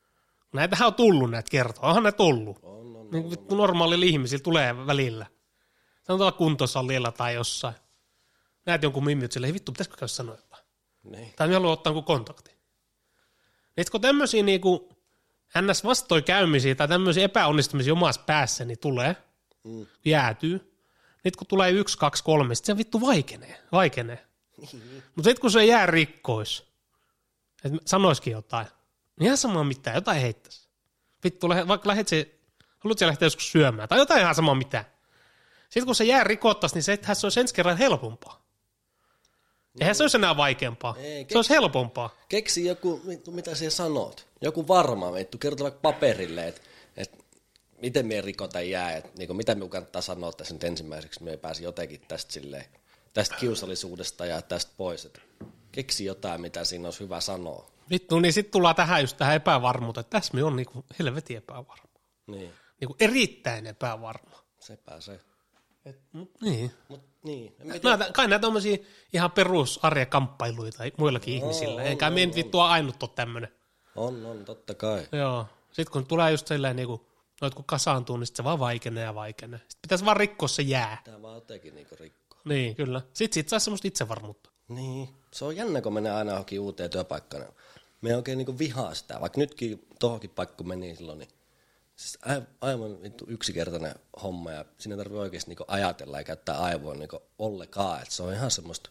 Näitähän on tullut näitä kertoa, onhan ne tullut. On, on, niin on, vittu normaalilla ihmisillä tulee välillä. Sanotaan kuntosalilla tai jossain. Näet jonkun mimmiut silleen, vittu, pitäisikö käydä sanoa jotain? Niin. Tai me haluaa ottaa jonkun kontakti. Niin kun tämmöisiä niinku ns. Vastoinkäymisiä tai tämmöisiä epäonnistumisia omassa päässä, niin tulee, mm. jäätyy. Nyt kun tulee yksi, kaksi, kolme, sitten se vittu vaikenee, vaikenee. Mutta sitten kun se jää rikkois, että sanoisikin jotain, niin ihan samaa mitään, jotain heittäisi. Vittu, vaikka lähdet se, haluat lähteä joskus syömään, tai jotain ihan samaa mitään. Sitten kun se jää rikottaisi, niin se, se olisi ensi kerran helpompaa. Eihän se olisi enää vaikeampaa. Ei, keks, se olisi helpompaa. Keksi joku, mitä siellä sanot. Joku varma, vittu, kertoo vaikka paperille, että et, miten me rikota jää, että niinku, mitä me kannattaa sanoa tässä nyt ensimmäiseksi, me pääsi jotenkin tästä silleen, tästä kiusallisuudesta ja tästä pois. Et keksi jotain, mitä siinä olisi hyvä sanoa. Vittu, niin sitten tullaan tähän just tähän epävarmuuteen, että tässä me on niinku helvetin epävarma. Niin. Niinku erittäin epävarma. Sepä se. Et, mut, niin. Mut, niin. Näitä, kai näitä tommosia ihan perusarjekamppailuita muillakin no, ihmisillä. Eikä me nyt vittua ainut ole tämmönen. On, on, totta kai. Joo. Sitten kun tulee just silleen niinku, noit kun kasaantuu, niin sit se vaan vaikenee ja vaikenee. Sitten pitäisi vaan rikkoa se jää. Tää vaan jotenkin niinku rikkoa. Niin, kyllä. Sitten siitä saa semmoista itsevarmuutta. Niin. Se on jännä, kun menee aina johonkin uuteen työpaikkaan. Me oikein niinku vihaa sitä. Vaikka nytkin tohonkin paikkaan meni silloin, niin siis aivan vittu yksinkertainen homma ja siinä ei tarvitse oikeasti niinku ajatella ja käyttää aivoa niinku ollenkaan. Et se on ihan semmoista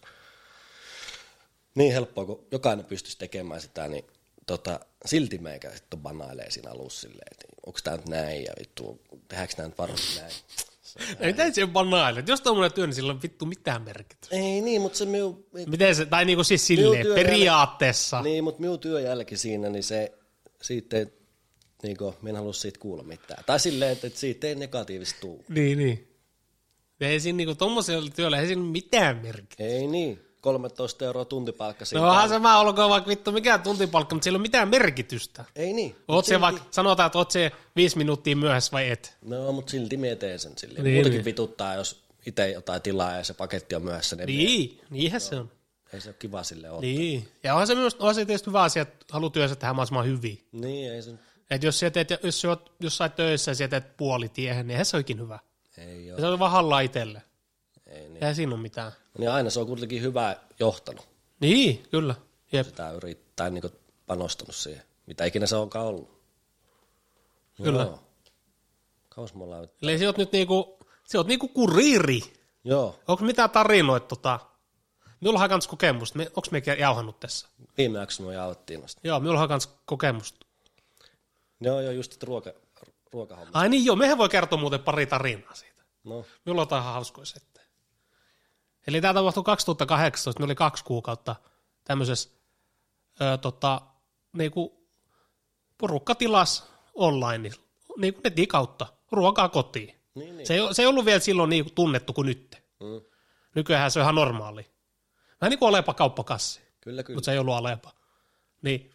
niin helppoa, kun jokainen pystyisi tekemään sitä, niin tota, silti meikä sitten banailee siinä alussa silleen, että onko tämä nyt näin ja vittu, tehdäänkö tämä nyt varmasti näin. Ei miten se on banaali? Jos tuommoinen työ, niin sillä on vittu mitään merkitystä. Ei niin, mutta se minun... Miten se, tai niinku siis silleen, periaatteessa. Niin, mutta minun työjälki siinä, niin se siitä ei, niinku, minä en halua siitä kuulla mitään. Tai silleen, että, että siitä ei negatiivista tule. Niin, niin. Ei siinä niinku tuommoisella työllä, ei siinä mitään merkitystä. Ei niin. kolmetoista euroa tuntipalkka siitä. No onhan sama olkoon vaikka vittu mikään tuntipalkka, mutta sillä ei ole mitään merkitystä. Ei niin. Oot se vaikka, sanotaan, että oot se viisi minuuttia myöhässä vai et? No, mutta silti mie teen sen silleen. Niin, Muutenkin niin. Vituttaa, jos itse jotain tilaa ja se paketti on myöhässä. Niin, niin niinhän se on. Ei se ole kiva silleen ottaa. Niin, ja onhan se myös on se tietysti hyvä asia, että haluaa työssä tehdä mahdollisimman hyvin. Niin, ei se... Että jos, teet, jos sä oot jossain töissä ja sä teet puolitiehen, niin eihän se oikein hyvä. Ei ole. Se on vaan hallaa itselle. Ei niin. Eihän siinä ole mitään. Niin aina se on kuitenkin hyvä johtanut. Niin, kyllä. Jep. Sitä yrittää niin panostanut siihen, mitä ikinä se onkaan ollut. Kyllä. Joo. Kauas me ollaan... Eli sä oot nyt niinku, sä oot niinku kuriiri. Joo. Onko mitään tarinoita tota? Minulla on kans kokemusta. Onko me jauhannut tässä? Viime jaksossa me jauhattiin noista. Joo, minulla on kans kokemusta. Joo, joo, just ruoka, ruokahomma. Ai niin joo, mehän voi kertoa muuten pari tarinaa siitä. No. Minulla on tähän hauskoja settä. Eli tämä tapahtui kaksituhattakahdeksantoista, me oli kaksi kuukautta tämmöisessä öö, tota, niinku, porukka tilas online, niinku netin kautta, ruokaa kotiin. Niin, niin. Se, ei, se ei ollut vielä silloin niin tunnettu kuin nyt. Mm. Nykyään se on ihan normaali. Vähän niin kuin Alepa kauppakassi. Kyllä, kyllä. Mutta se ei ollut Alepa. Niin,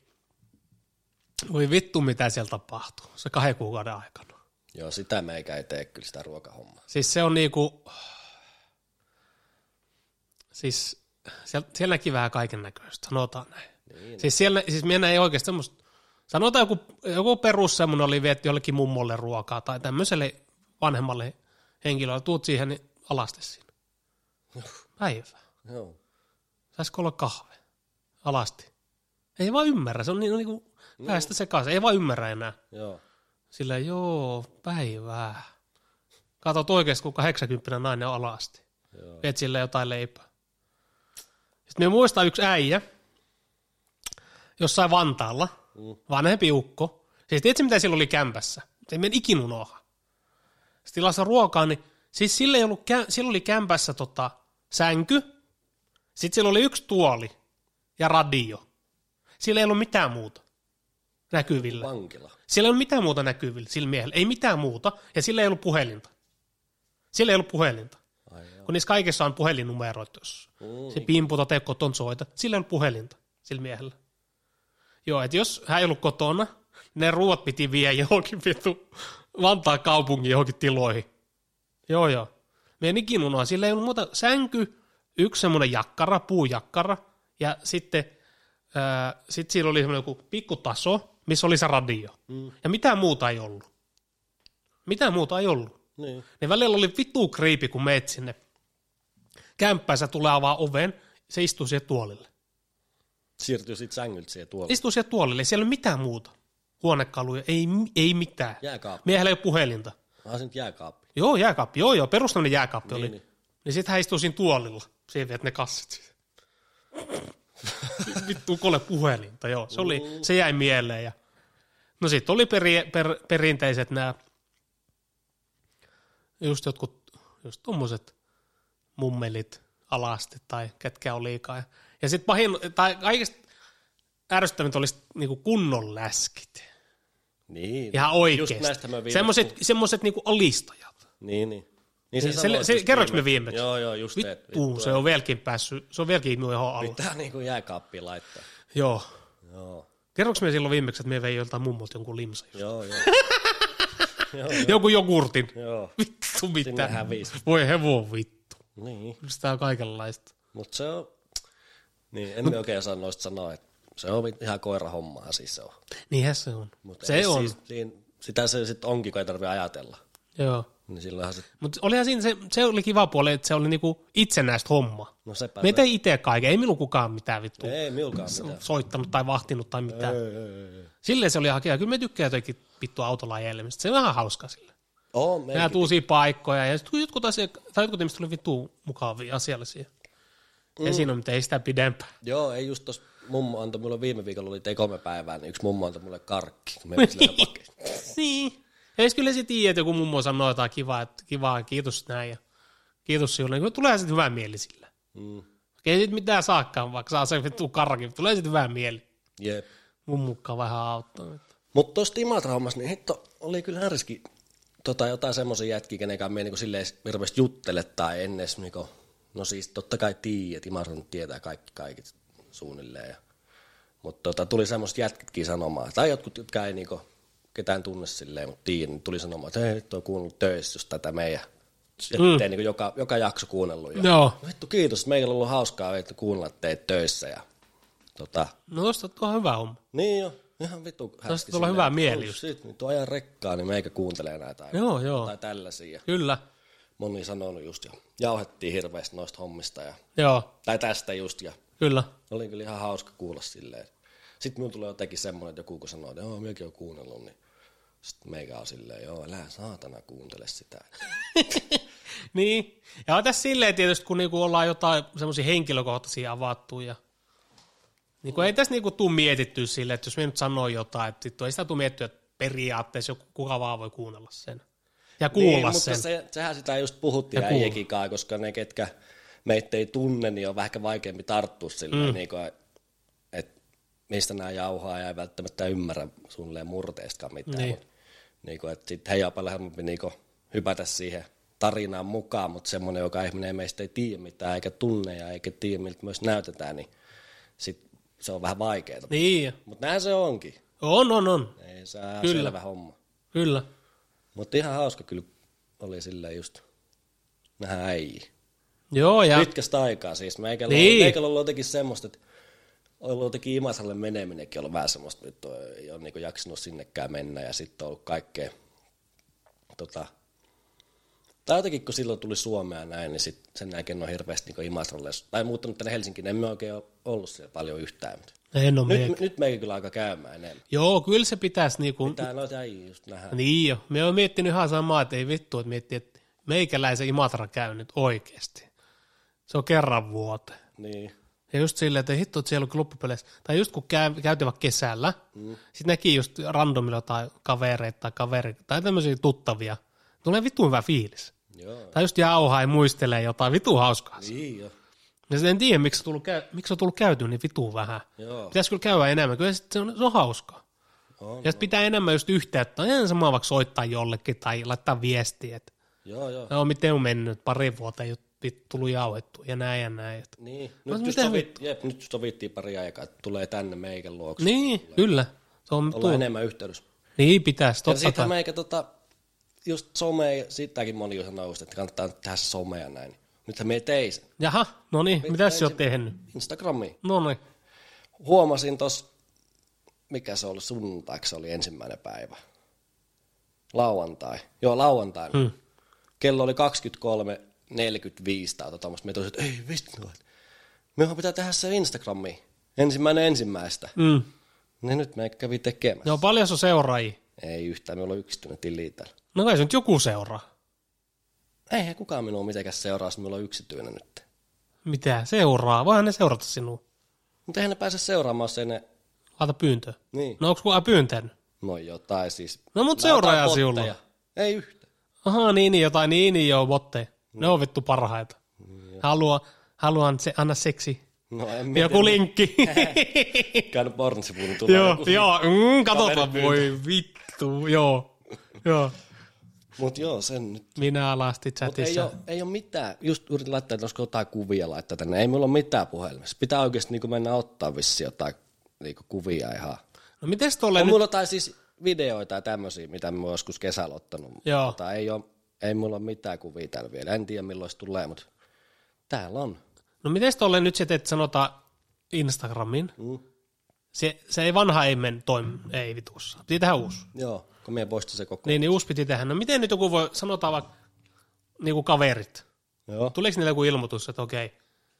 voi vittu mitä siellä tapahtuu, se kahden kuukauden aikana. Joo, sitä meikä ei tee kyllä sitä ruokahommaa. Siis se on niinku, siis siellä, siellä näki vähän kaiken näköistä, sanotaan näin. Niin, siis siellä, siis minä ei oikeasti semmoista, sanotaan joku, joku perus semmoinen oli vietty jollekin mummolle ruokaa tai tämmöiselle vanhemmalle henkilölle, tuut siihen niin alasti siinä. Päivä. Joo. Saisiko olla kahve? Alasti. Ei vaan ymmärrä, se on niin, niin kuin päästä sekaisin, ei vaan ymmärrä enää. Joo. Silleen, joo, päivää. Katot oikeasti, kun kahdeksankymppinen nainen on alasti. Viet silleen jotain leipää. Sitten me muistaa yksi äijä, jossain Vantaalla, mm. vanhempi ukko. Siis tiedätkö, mitä sillä oli kämpässä? Se ei mene ikin unoha. Sitten tilassa ruokaa, niin siis sillä, ei ollut, sillä oli kämpässä tota, sänky, sitten sillä oli yksi tuoli ja radio. Sillä ei ollut mitään muuta näkyvillä. Vankila. Sillä ei ollut mitään muuta näkyvillä sillä miehellä. Ei mitään muuta. Ja sillä ei ollut puhelinta. Sillä ei ollut puhelinta. Ai kun niissä kaikissa on puhelinnumeroita, jos mm. se pimputa tee koton soita. Sillä ei ollut puhelinta sillä miehellä. Joo, että jos hän ei ollut kotona, ne ruuat piti viedä johonkin vittu Vantaan kaupungin johonkin tiloihin. Joo, joo. Meidän ikin unoa. Sillä ei ollut muuta sänky, yksi semmoinen jakkara, puujakkara, ja sitten ää, sit siinä oli semmoinen joku pikkutaso, missä oli se radio. Mm. Ja mitään muuta ei ollut. Mitään muuta ei ollut. Niin. Ne välillä oli vittu kriipi, kun meet sinne kämppään, sä tulee avaa oven, se istuu siihen tuolille. Siirtyy sitten sängyltä siihen tuolille. Istuu siihen tuolille, siellä ei ole mitään muuta. Huonekaluja, ei, ei mitään. Jääkaappi. Miehellä ei ole puhelinta. Onhan se nyt jääkaappi. Joo, jääkaappi, joo, joo, perustaminen jääkaappi niin, oli. Niin, niin sitten hän istuu siinä tuolilla, siihen viet ne kassit. Vittu kole puhelinta, joo, se, oli, se jäi mieleen. Ja... No sitten oli peri, per, perinteiset nämä, just jotkut, just tommoset mummelit alasti tai ketkä olikaan. Ja sitten pahin, tai kaikista ärsyttävintä olisi niinku kunnon läskit. Niin. Ihan oikeesti. Semmoiset, semmoiset niinku alistajat. Niin, niin. Niin se, se, se, kerroks me viimeksi? Joo, joo, just vittu, teet. Vittu, se on vieläkin päässyt, se on vieläkin minun ihan alla. Pitää niinku jääkaappiin laittaa. Joo. Joo. Kerroks me silloin viimeksi, että me vei joltain mummolta jonkun limsa? Joo, joo. joo, joku jogurtin. Joo. Vittu mitään. Sinne hävisi. Voi hevon vittu. Niin. Sitä on kaikenlaista. Mutta se on, niin en Mut... me oikein osaa noista sanoa, että se on ihan koira hommaa siis se on. Niinhän se on. Mut se on. Siis, siinä, sitä se sitten onkin, kun ei tarvitse ajatella. Joo. Niin silloinhan se... Mutta olihan siinä se, se oli kiva puoli, että se oli niinku itsenäistä homma. No sepä. Me ei itse kaiken, ei minulla kukaan mitään vittu. Ei minullakaan mitään. Soittanut tai vahtinut tai mitään. Ei, ei, ei. Silleen se oli ihan kiva. Kyllä me tykkää jotenkin vittu autolla ajelemista. Se on vähän hauska sille. Oh, näet uusia paikkoja ja sitten jotkut asiat, tai jotkut ihmiset oli vittu mukavia asiallisia. Mm. Ei siinä ole mitään, ei sitä pidempää. Joo, ei just tossa mummo antoi mulle viime viikolla, oli tei kolme päivää, niin yksi mummo antoi mulle karkki. Niin. Ja jos kyllä se tiedät, että joku mummo sanoo jotain kivaa, että kivaa, kiitos näin ja kiitos sinulle, niin tulee sitten hyvä mieli sillä. Mm. Ei sitten mitään saakkaan, vaikka saa se vittu karkin, tulee sitten hyvä mieli. Jep. Mummukka vähän auttaa. Mutta tuossa Imatra-hommassa, niin hitto, oli kyllä härski tota, jotain semmoisen jätkiä, kenenkään me niinku silleen hirveästi juttele tai ennen niinku, no siis totta kai tiedät, että Imatra nyt tietää kaikki kaikit suunnilleen. Ja, mutta tota, tuli semmoiset jätkitkin sanomaan, tai jotkut, jotka ei niinku ketään tunne silleen, mutta tiedän, niin tuli sanomaan, että hei, nyt on kuunnellut töissä just tätä meidän, ettei mm. niin joka, joka jakso kuunnellut. Ja, joo. Vittu kiitos, meillä on ollut hauskaa että kuunnella teitä töissä. Ja, tota. No tosta on hyvä homma. Niin jo, ihan vittu. Tosta tulee hyvä mieli just. Sitten nyt ajan rekkaa, niin meikä kuuntelee näitä joo, joo. tai tällaisia. Kyllä. Moni sanonut just jo, jauhettiin hirveästi noista hommista. Ja, joo. Tai tästä just. Ja kyllä. Oli kyllä ihan hauska kuulla silleen. Sitten minun tulee jotenkin semmoinen, että joku kun sanoo, että joo, minäkin olen kuunnellut, niin sitten meikä on silleen, joo, älä saatana kuuntele sitä. Niin, ja on tässä silleen tietysti, kun niinku ollaan jotain semmoisia henkilökohtaisia avattu, ja niinku ei tässä niinku tule mietittyä silleen, että jos me nyt sanoo jotain, että vittu, ei sitä tule miettiä, että periaatteessa joku, kuka vaan voi kuunnella sen. Ja kuulla niin, sen. Mutta se, sehän sitä just puhuttiin äijäkikaan, koska ne, ketkä meitä ei tunne, niin on vähän vaikeampi tarttua silleen, mm. niin kuin, että mistä nämä jauhaa ja ei välttämättä ymmärrä suunnilleen murteestakaan mitään. Niin. Mutta niin sitten heidän on paljon helpompi niin hypätä siihen tarinaan mukaan, mutta semmoinen, joka ihminen meistä ei tiedä mitään, eikä tunne ja eikä tiedä, miltä myös näytetään, niin sit se on vähän vaikeaa. Niin. Mutta näin se onkin. On, on, on. Ei se on selvä homma. Kyllä. Mutta ihan hauska kyllä oli silleen just nähdä äijä. Joo, ja... Pitkästä aikaa siis. Meikällä niin. on ollut jotenkin semmoista, että on ollut jotenkin Imatralle meneminenkin ollut vähän semmoista, että ei ole niin jaksanut sinnekään mennä ja sitten on ollut kaikkea tota, tai jotenkin kun silloin tuli Suomea näin, niin sitten sen jälkeen on hirveästi niin Imatralle, tai muuttanut tänne Helsinkiin, emme oikein ole ollut siellä paljon yhtään. En ole nyt, nyt meikin kyllä aika käymään enemmän. Joo, kyllä se pitäisi niinku... Pitää noita äijä just nähdä. Niin jo, me oon miettinyt ihan samaa, että ei vittu, että miettii, että meikäläisen Imatra käy nyt oikeasti. Se on kerran vuoteen. Niin. Ja just silleen, että hitto, että siellä on loppupeleissä, tai just kun käy, käytiin vaikka kesällä, mm. sitten näki just randomilla jotain kavereita tai kavereita, tai tämmöisiä tuttavia. Tulee vittu hyvä fiilis. Joo. Tai just jauhaa ja muistelee jotain vittu hauskaa. Niin jo. Ja sitten en tiedä, miksi on tullut, käy, miksi on tullut käyty niin vittu vähän. Joo. Pitäisi kyllä käydä enemmän, kyllä se on, se on hauskaa. On, ja sitten pitää enemmän just yhteyttä, ihan samaa vaikka soittaa jollekin tai laittaa viestiä, että joo, joo. No, miten on mennyt, pari vuotta ei ole tullut jauhettua ja näin ja näin. Että... Niin, nyt just, sovit, jep, nyt just sovittiin pari aikaa, että tulee tänne meikän luokse. Niin, tulee. Kyllä. Se on ollaan tuu... enemmän yhteydessä. Niin, pitäisi, totta kai. Ja sitten meikä tota, just some, sitäkin moni sanoo, että kannattaa tehdä somea näin. Nythän me ei tei sen. Jaha, no niin, mitä sä oot tehnyt? Instagramiin. No niin. Huomasin tossa mikä se oli, sunnuntaiksi se oli ensimmäinen päivä. Lauantai. Joo, lauantai. Hmm. Kello oli kaksikymmentäkolme neljäkymmentäviisi tai tuommoista. Me tosiaan, että ei vittu, mehän pitää tehdä se Instagramiin. Ensimmäinen ensimmäistä. Hmm. Niin nyt me kävi tekemässä. Joo, paljon se on seuraajia? Ei yhtään, me ollaan yksityinen tili täällä. No kai se nyt joku seuraa. Eihän kukaan minua mitenkään seuraa, jos minulla on yksityinen nyt. Mitä? Seuraa? Voihan ne seurata sinua. Mutta eihän ne pääse seuraamaan, jos ei ne... Laita pyyntö. Niin. No onko kukaan pyyntänyt? No jotain siis. No mut seuraajaa sinulla. Ei yhtään. Ahaa, niin, niin jotain, niin, niin joo, botteja. Ne on vittu parhaita. Mm, Halua, haluan se, anna seksi. No en joku linkki. Käynyt pornosivuun, tulee joo, joku. Joo, mm, katsotaan, voi vittu, joo. joo. Mut joo, sen nyt. Minä alasti chatissa. Ei ole, ei ole mitään. Just yritin laittaa, että olisiko jotain kuvia laittaa tänne. Ei mulla ole mitään puhelimessa. Pitää oikeasti niin mennä ottaa vissiin jotain niin kuvia ihan. No mites tolle on nyt? Mulla jotain siis videoita ja tämmöisiä, mitä mä oon joskus kesällä ottanut. Joo. Mutta ei, ole, ei mulla ole mitään kuvia täällä vielä. En tiedä milloin se tulee, mutta täällä on. No mites tolle nyt sitten, että sanotaan Instagramin? Mm. Se, se ei vanha ei men toimi, ei vitussa. Piti tehdä uusi. Joo, kun minä poistin se koko. Niin, niin uusi piti tehdä. No miten nyt joku voi, sanotaan vaikka niinku kaverit. Joo. Tuleeko niille joku ilmoitus, että okei,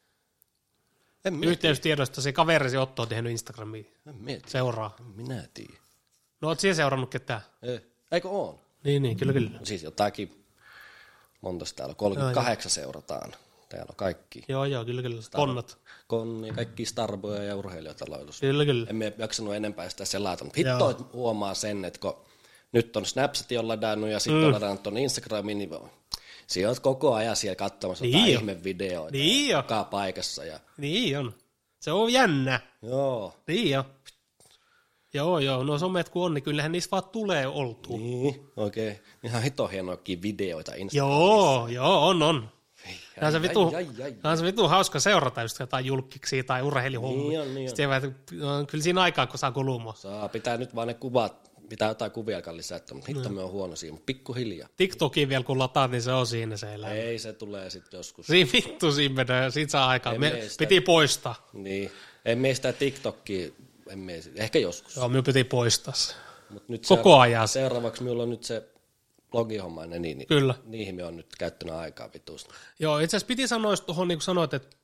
yhteystiedosta se kaverisi Otto on tehnyt Instagramiin. Seuraa. En minä tiedä. No oot siellä seurannut ketään? Ei. Eikö oon? Niin, niin, kyllä, kyllä. No siis jotakin, montas täällä, kolmekymmentäkahdeksan joo, seurataan. Täällä on kaikki. Joo, joo, kyllä, kyllä. Star- Konnat. Konni, kaikki starboja ja urheilijoita laitus. Kyllä, kyllä. En me jaksanut enempää sitä selata. Mutta hitto, että huomaa sen, että kun nyt on Snapchat on ladannut ja sitten mm. on ladannut tuon Instagramiin, niin siellä olet koko ajan siellä katsomassa niin jotain ihmevideoita niin joka paikassa. Ja... Niin on. Se on jännä. Joo. Niin on. Joo, joo. No somet kun on, niin kyllähän niissä vaan tulee oltua. Niin, oikein. Okay. Ihan hito hienoakin videoita Instagramissa. Joo, joo, on, on. Tämä on se vitu, on se vitu hauska seurata just jotain julkkiksi tai urheiluhommia. Niin on, niin on. Sitten on kyllä siinä aikaa, kun saa kulumaan. Saa, pitää nyt vaan ne kuvat, pitää jotain kuvia alkaa lisätä, mutta hitto no. me on huono siinä, mutta pikkuhiljaa. TikTokin vielä kun lataat, niin se on siinä se elämä. Ei, se tulee sitten joskus. Siinä vittu siinä menee, siitä saa aikaa. Me sitä... Piti poistaa. Niin, en mene sitä TikTokia, en mene, ehkä joskus. Joo, me piti poistaa se. Mut nyt koko seura- ajan. Seuraavaksi minulla on nyt se blogihomma, niin, niin kyllä. Niihin me on nyt käyttänyt aikaa vitusta. Joo, itse asiassa piti sanoa tuohon, niin kuin sanoit, että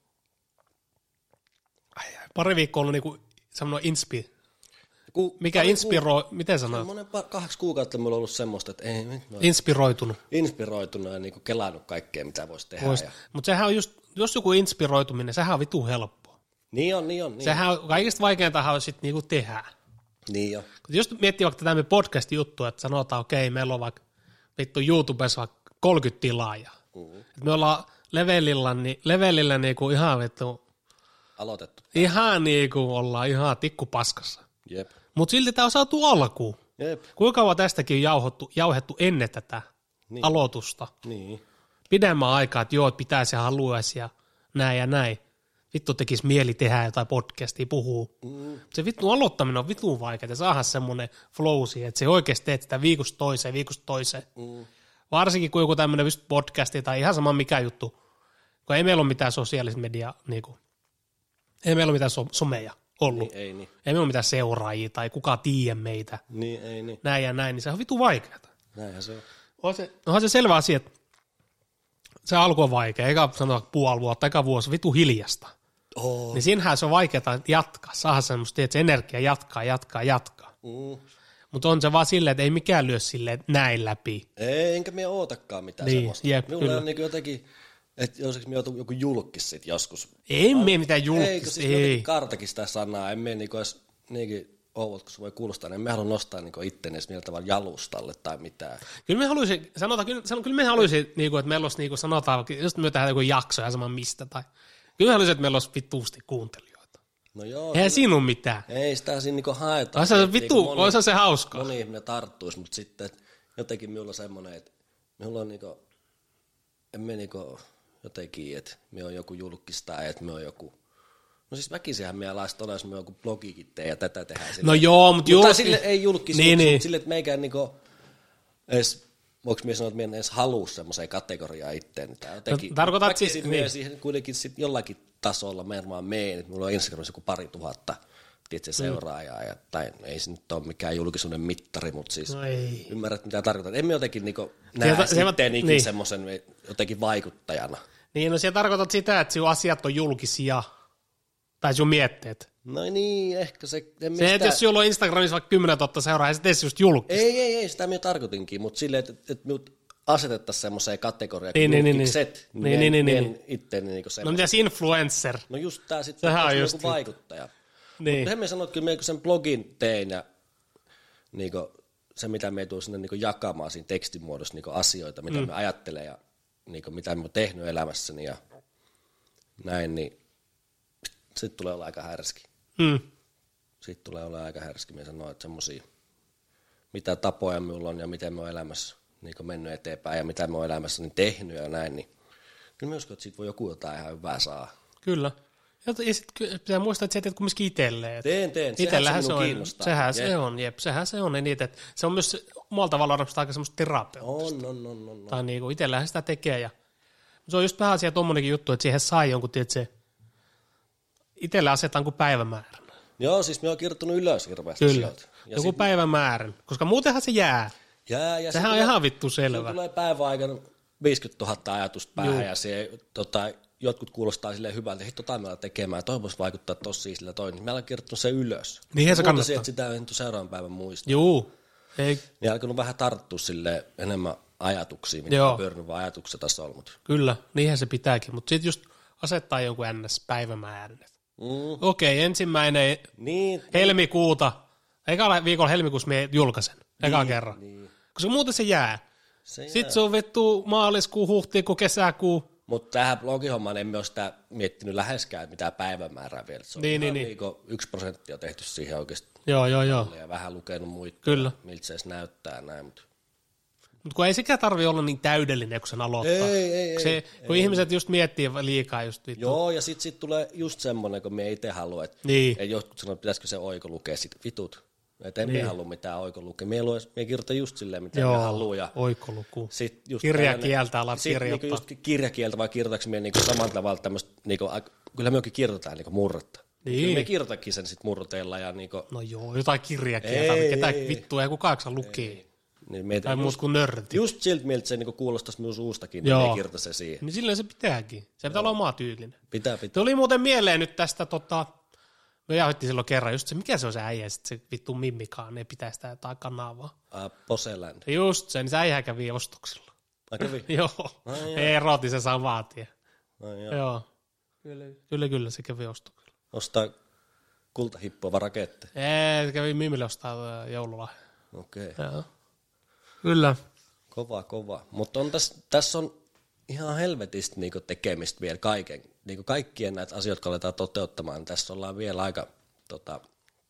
ai, ai, pari viikkoa on niin kuin semmoinen inspi. Ku, Mikä inspiroi, ku, miten sanoit? Semmoinen kahdeksan kuukautta minulla on ollut semmoista, että ei... No, inspiroitunut. Inspiroitunut ja niin kuin kelannut kaikkea, mitä voisi tehdä. Ja... Mutta sehän on just, jos joku inspiroituminen, sehän on vitu helppoa. Niin on, niin on. Niin sehän on. on, kaikista vaikeintahan on sitten niinku tehdä. Niin on. Jos miettii vaikka tätä podcast-juttua, että sanotaan, okei, okay, meillä on vaikka vittu YouTubessa vaikka kolmekymmentä tilaajaa. Mm-hmm. Me ollaan levelillä, niin, levelillä niinku ihan vittu... Aloitettu. Ihan niinku ollaan ihan tikkupaskassa. Jep. Mutta silti tämä on saatu alkuun. Jep. Kuinka kauan tästäkin on jauhettu, jauhettu ennen tätä niin. aloitusta? Niin. Pidemmän aikaa, että joo, pitäisi ja haluaisi ja näin ja näin. Vittu tekisi mieli tehdä jotain podcastia, puhuu. Mm. Se vittu aloittaminen on vitun vaikeaa, saada semmoinen flowsi, että se oikeasti teet sitä viikosta toiseen, viikosta toiseen. Mm. Varsinkin kun joku tämmöinen podcasti tai ihan sama mikä juttu, kun ei meillä ole mitään sosiaalista mediaa, niin kuin, ei meillä ole mitään so- someja ollut. Niin, ei, niin. Ei meillä ole mitään seuraajia tai kukaan tiedä meitä. Niin, ei, niin. Näin ja näin, niin se on vitun vaikeaa. Näinhän se on. On se, onhan se selvä asia, että se alku on vaikea, eikä sanoa puoli vuotta, eikä vuosi, vitu hiljasta. Oh. Niin siinähän se on vaikeaa jatkaa, saada semmoista, että se energia jatkaa, jatkaa, jatkaa. Mm. Mutta on se vaan silleen, että ei mikään lyö silleen näin läpi. Ei, enkä me ootakaan mitään niin, semmoista. Jep, Minulla on niin jotenkin, että joskus me joutuu joku julkis sit joskus. Ei mene mitään julkis. Ei, kun siis ei. Kartakin sitä sanaa, en mene niin edes niinkin ouvot, kun se voi kuulostaa, niin en me halua nostaa niin itteni edes millä tavalla jalustalle tai mitään. Kyllä me haluaisin, sanotaan, kyllä, kyllä me haluaisin, niin kuin, että meillä olisi, niin kuin sanotaan, just me tehdään joku jakso ja sama mistä, tai kyllä me haluaisin, että meillä olisi vittuusti kuuntelijoita. No joo. Eihän siinä ole mitään. Ei sitä siinä niin haetaan. Olisi se vittu, niin olisi se hauskaa. Moni ihminen tarttuisi, mutta sitten jotenkin minulla on semmoinen, että minulla on niin kuin, en me niin kuin, jotenkin, että me on joku julkis tai että me on joku, no siis väkisinhän me laista olla, jos me joku blogikin tee ja tätä tehdään. Sille. No joo, mutta julkis. Sille ei julkis, niin, niin. Sille, että meikään niinku edes, voiko minä sanoa, että minä en edes halua semmoiseen kategoriaan itteen. Tämä jotenkin, no, tarkoitat siis, niin. Siihen kuitenkin sit jollakin tasolla, mä en vaan meen, että minulla on Instagramissa joku pari tuhatta tiedätkö, seuraajaa, ja, tai ei se nyt ole mikään julkisuuden mittari, mutta siis no ei. ymmärrät mitä tarkoitan. Emme jotenkin niinku näe sitten ikin niin. semmoisen jotenkin vaikuttajana. Niin, no siellä tarkoitat sitä, että sinun asiat on julkisia, tai sinun mietteet. No niin, ehkä se... Se, sitä... että jos sinulla on Instagramissa vaikka kymmenen tuhatta seuraajaa, se teisi just julkista. Ei, ei, ei, sitä minä tarkoitinkin, mutta silleen, että, että minut asetettaisiin semmoiseen kategoriaan niin, kuin niin, julkikset, niin, niin, niin, niin, niin, niin itteeni niin no mitäs influencer? No just tämä sitten on joku vaikuttaja. Niin. Mutta he sanoo, että kyllä minä sen blogin tein ja niin kuin, se, mitä me tuon sinne niin jakamaan siinä tekstimuodossa niin asioita, mitä mm. me ajattelen ja niin kuin, mitä me olen tehnyt elämässäni ja näin, niin sitten tulee olla aika härski. Mm. Sitten tulee olla aika härski. Minä sanoin, että semmoisia, mitä tapoja minulla on ja miten me on elämässä niin mennyt eteenpäin ja mitä me on elämässä niin tehnyt ja näin, niin kyllä minä uskon, että siitä voi joku jotain ihan hyvää saa. Kyllä. Ja sitten pitää muistaa, että sä teet kumminkin itselleen. Teen, teen. Sehän se, on, sehän se on, jep, sehän se on. Niin, että se on myös omalta tavallaan aika semmoista terapeuttista. On, on, on, on. Tai niin kuin itsellähän sitä tekee. Ja se on just vähän asia tommonenkin juttu, että siihen sai jonkun, tiedät se, itsellä asetaan kuin päivämäärän. Joo, siis me on kirjoittanut ylös hirveästi. Kyllä, joku sit... päivämäärän, koska muutenhan se jää. Jää ja sehän on ihan vittu selvä. Se tulee päivän aikana viisikymmentätuhatta ajatusta päähän ja se, tota, jotkut kuulostaa silleen hyvältä, että tota meillä tekemään, toi voisi vaikuttaa tossa sillä toi, niin me ollaan kirjoittanut sen ylös. Niinhän se kannattaa. Että sitä ei seuraavan päivän muista. Juu. Ei. Niin alkanut vähän tarttua sille enemmän ajatuksia, mitä on pyörinyt vaan ajatuksen tasolla. Mutta... Kyllä, niinhän se pitääkin, mutta sitten just asettaa jonkun ns-päivämäärän. Mm. Okei, okay, ensimmäinen niin, helmikuuta, eka viikolla helmikuussa me julkaisen, eka niin, kerran. Niin. Koska muuten se jää. Se sitten jää. se on vettu maaliskuu, huhtikuu, kesäkuu. Mutta tähän blogihommaan emme ole sitä miettinyt läheskään mitään päivämäärää vielä. Se on niin, niin, niin, niin. yksi prosentti on tehty siihen oikeasti. Joo, joo, joo. Ja vähän lukenut muita, Kyllä. miltä se edes näyttää näin. Mutta Mut kun ei sekään tarvi olla niin täydellinen, kun sen aloittaa. Ei, ei, se, ei. Kun ei. ihmiset just miettii liikaa just vittu. Joo, ja sitten sit tulee just semmoinen, kun me itse halua, että niin. ei jotkut sanoo, että pitäisikö se oiko lukea sitten vitut. Että en niin. me halua mitään oikolukea. Me, me kirjoitan just silleen, mitä Joo, me haluaa. Ja oikoluku. Sit just kirjakieltä alat kirjoittaa. Sitten niinku just kirjakieltä, vai kirjoitaanko me niinku samalla tavalla tämmöistä, niinku, kyllä me oikein kirjoitetaan niinku murretta. Niin. Kyllä me kirjoitakin sen sitten murroteella. Ja niinku... No joo, jotain kirjakieltä, ei, ketä ei, vittua ei kukaan jaksa lukea. Niin meitä, tai muut kuin nörti. Just siltä, miltä se niinku kuulostaisi minun suustakin, niin me kirjoita se siihen. Niin silleen se pitääkin. Se pitää olla oma tyylinen. Pitää, pitää. Tuli muuten mieleen nyt tästä, tota, me jauhettiin silloin kerran just se, mikä se on se äijä, sit se vittu mimmikaan, ne pitää sitä jotain kanavaa. Uh, Poseland. Just se, niin se äijä kävi ostoksilla. Ai kävi? Joo, ei erotti se samaa tie. Ai joo. Joo. Kyllä, kyllä, kyllä se kävi ostoksilla. Ostaa kultahippova raketteja? Ei, se kävi Mimille ostaa joululahja. Okei. Okay. Joo. Kyllä. Kova, kova. Mutta tässä täs on ihan helvetistä niinku tekemistä vielä kaiken. Niinku kaikkien näitä asioita, jotka aletaan toteuttamaan, niin tässä ollaan vielä aika tota,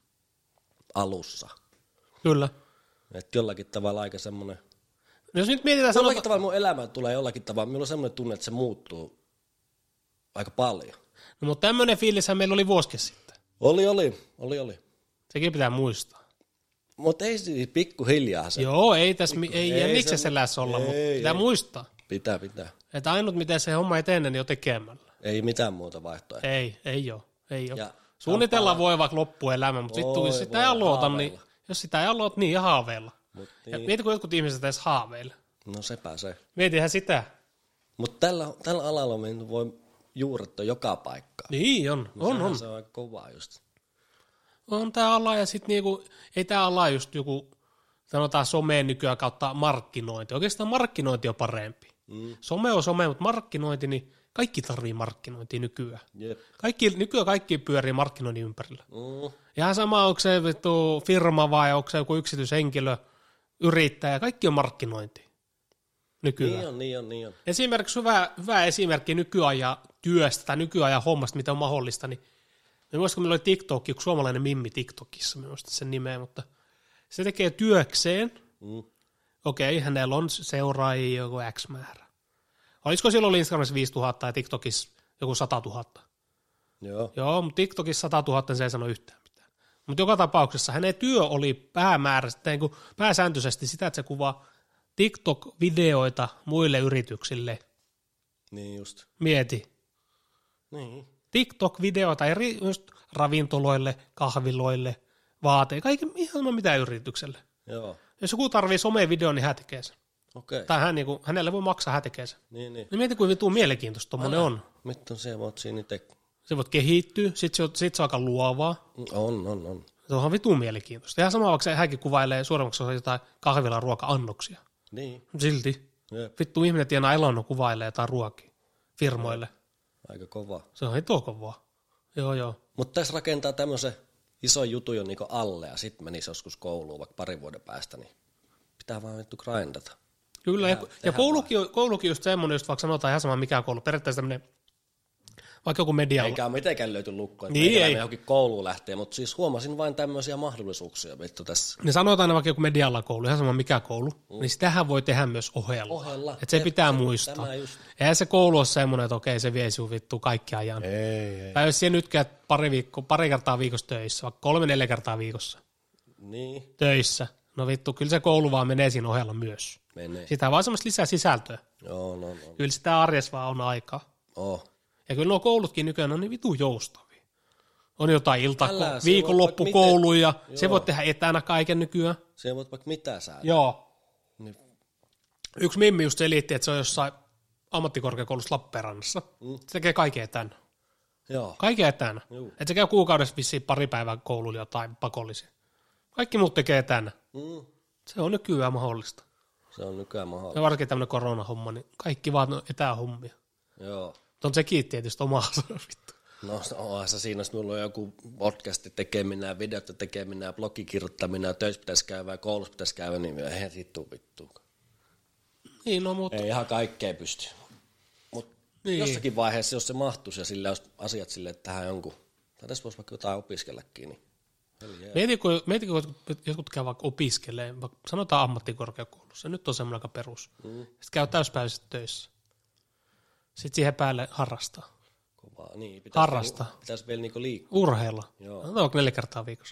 alussa. Kyllä. Että jollakin tavalla aika semmoinen... Jos nyt mietitään... Jollakin sanota... tavalla mun elämä tulee jollakin tavalla, minulla on semmoinen tunne, että se muuttuu aika paljon. No, mutta tämmöinen fiilishän meillä oli vuosikin sitten. Oli, oli, oli, oli. Sekin pitää muistaa. Mutta ei siis pikkuhiljaa se. Joo, ei tässä, Pikku, ei, ei, ei miksi se läs olla, ei, mutta ei, pitää ei. muistaa. Pitää, pitää. Että ainut, miten se homma etene, niin on tekemällä. Ei mitään muuta vaihtoehtoa. Ei, ei ole. Ei ole. Ja suunnitella kampaa... voi vaikka loppuelämä, mutta sitten jos sitä ei aloita, niin, jos sitä ei aloita, niin ja haaveilla. Mut niin. niin. Mieti, kun jotkut ihmiset edes haaveilla. No sepä se. Mietihän sitä. Mutta tällä, tällä alalla me voi juurettaa joka paikkaan. Niin on, no, on, on. Se on aika kovaa just. On tää ala ja sitten niinku, ei tää ala just joku, sanotaan someen nykyään kautta markkinointi. Oikeastaan markkinointi on parempi. Mm. Some on some, mutta markkinointi, niin kaikki tarvii markkinointia nykyään. Yep. Kaikki, nykyään kaikki pyörii markkinoinnin ympärillä. Mm. Ihan sama, onko se vittu firma vai onko se joku yksityishenkilö, yrittäjä, kaikki on markkinointi nykyään. Niin on, niin on, niin on. Esimerkiksi hyvä, hyvä esimerkki nykyajan työstä tai nykyajan hommasta, mitä on mahdollista, niin me muistan, kun meillä oli TikTok, joku suomalainen mimmi TikTokissa, me muistan sen nimeä, mutta se tekee työkseen. Mm. Okei, okay, hänellä on seuraajia joku X määrä. Olisiko silloin Instagramissa viisituhatta ja TikTokissa joku sata tuhatta? Joo. Joo, mutta TikTokissa sata tuhatta, se ei sano yhtään mitään. Mutta joka tapauksessa hänen työ oli päämääräisesti, niin kuin pääsääntöisesti sitä, että se kuvaa TikTok-videoita muille yrityksille. Niin just. Mieti. Niin. TikTok-videoita eri just ravintoloille, kahviloille, vaateille, kaiken ihan mitä yritykselle. Joo. Jos joku tarvii somevideon, niin hän tekee sen. Okei. Tai hän, niin kuin, hänelle voi maksaa, hän tekee sen. Niin, niin. Niin mieti, kuin vituu mielenkiintoista tommonen on. Mitä se voit siinä tekee? Se voit kehittyä, sit se, on, sit se on aika luovaa. On, on, on. Se onhan vitun mielenkiintoista. Ihan sama, vaikka se hänkin kuvailee suuremmaksi osa jotain kahvilan ruoka-annoksia. Niin. Silti. Jep. Vittu ihminen tienaa elannon kuvailee jotain ruokia firmoille. Aika kova. Se on hito kovaa. Joo, joo. Mutta tässä rakentaa tämmöisen ison jutun jo niinku alle ja sitten menisi joskus kouluun vaikka parin vuoden päästä, niin pitää vaan vittu grindata. Kyllä, Tehdään, ja, tehdään ja koulukin, on, koulukin just semmoinen, just vaikka sanotaan ihan sama mikä koulu, periaatteessa tämmöinen, vaikka joku media. Eikä ole mitenkään löyty lukkoa, että niin, ei. johonkin kouluun lähtee, mutta siis huomasin vain tämmöisiä mahdollisuuksia vittu tässä. Ne sanotaan aina vaikka joku media koulu, ihan sama mikä koulu, mm. niin sitähän voi tehdä myös ohella. Ohella. Että se Te, pitää se, muistaa. Just. Eihän se koulu ole semmoinen, että okei se vie sinun vittu kaikki ajan. Ei, ei. Tai jos siellä nyt käyt pari, viikko, pari kertaa viikossa töissä, vaikka kolme neljä kertaa viikossa Niin. töissä, no vittu, kyllä se koulu vaan menee siinä ohella myös. Menee. Sitä vaan semmoista lisää sisältöä. Joo, no, no. Kyllä sitä arjessa vaan on aikaa. Oh. Ja kyllä nuo koulutkin nykyään on niin vitu joustavia. On jotain ilta, Älä, viikonloppukouluja, miten... se voit tehdä etänä kaiken nykyään. Se voit vaikka mitä säädä. Joo. Niin. Yksi mimmi just selitti, että se on jossain ammattikorkeakoulussa Lappeenrannassa. Mm. Se tekee kaiken etänä. Joo. Kaiken etänä. Juu. Että se käy kuukaudessa vissiin pari päivää koululla jotain pakollisia. Kaikki muut tekee etänä. Mm. Se on nykyään mahdollista. Se on nykyään mahdollista. Ja varsinkin tämmöinen koronahomma, niin kaikki vaan on etähommia. Joo. On sekin tietysti omaa vittu. No onhan se siinä, jos minulla on joku podcasti tekeminen, videoita tekeminen, blogikirjoittaminen, töissä pitäisi käydä ja koulussa pitäisi käydä, niin eihän siitä tule vittua. Niin, no mutta... Ei ihan kaikkea pysty. Mutta Niin. jossakin vaiheessa, jos se mahtuisi ja sillä olisi asiat silleen, että tähän jonkun, tai tässä voisi vaikka jotain opiskellakin, niin Mietitkö, mietitkö, kun jotkut käy vaikka opiskelee, vaikka sanotaan ammattikorkeakoulussa, nyt on semmoinen aika perus. Mm. Sitten käy täyspäiväisesti töissä. Sitten siihen päälle harrastaa. kovaa. Niin, pitäisi Harrastaa. Vielä, pitäisi vielä niinku liikkua. Urheilla. Joo. No, on neljä kertaa viikossa.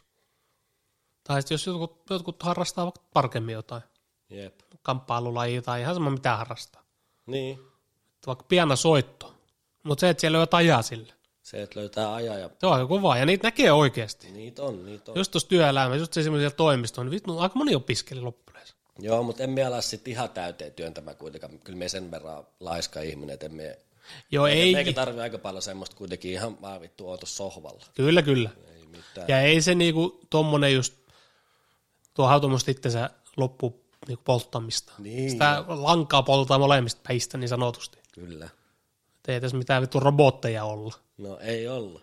Tai sitten jos jotkut, jotkut harrastaa vaikka tarkemmin jotain, Jep. kamppailulajia tai ihan sama mitä harrastaa. Niin. Vaikka piana soitto. Mutta se, että siellä on jotain ajaa sille. Se, että löytää ajaa ja... Se on aika kovaa, ja niitä näkee oikeasti. Niitä on, niitä on. Just tuossa työelämässä, just semmoisella toimistolla, niin vittu, aika moni opiskeli loppuleessa. Joo, mutta emme ala sitten ihan täyteen työntämään kuitenkaan. Kyllä me sen verran laiska ihminen, että emme... Joo, ei. Meikä tarvii aika paljon semmoista kuitenkin ihan vaan vittu ootu sohvalla. Kyllä, kyllä. Ei mitään. Ja ei se niinku tommonen just, tuo hautumus itsensä loppu niinku polttamista. Niin, Sitä lankaa poltaa molemmista päistä niin sanotusti. Kyllä. Et ei tässä mitään vittu robotteja olla. No ei olla.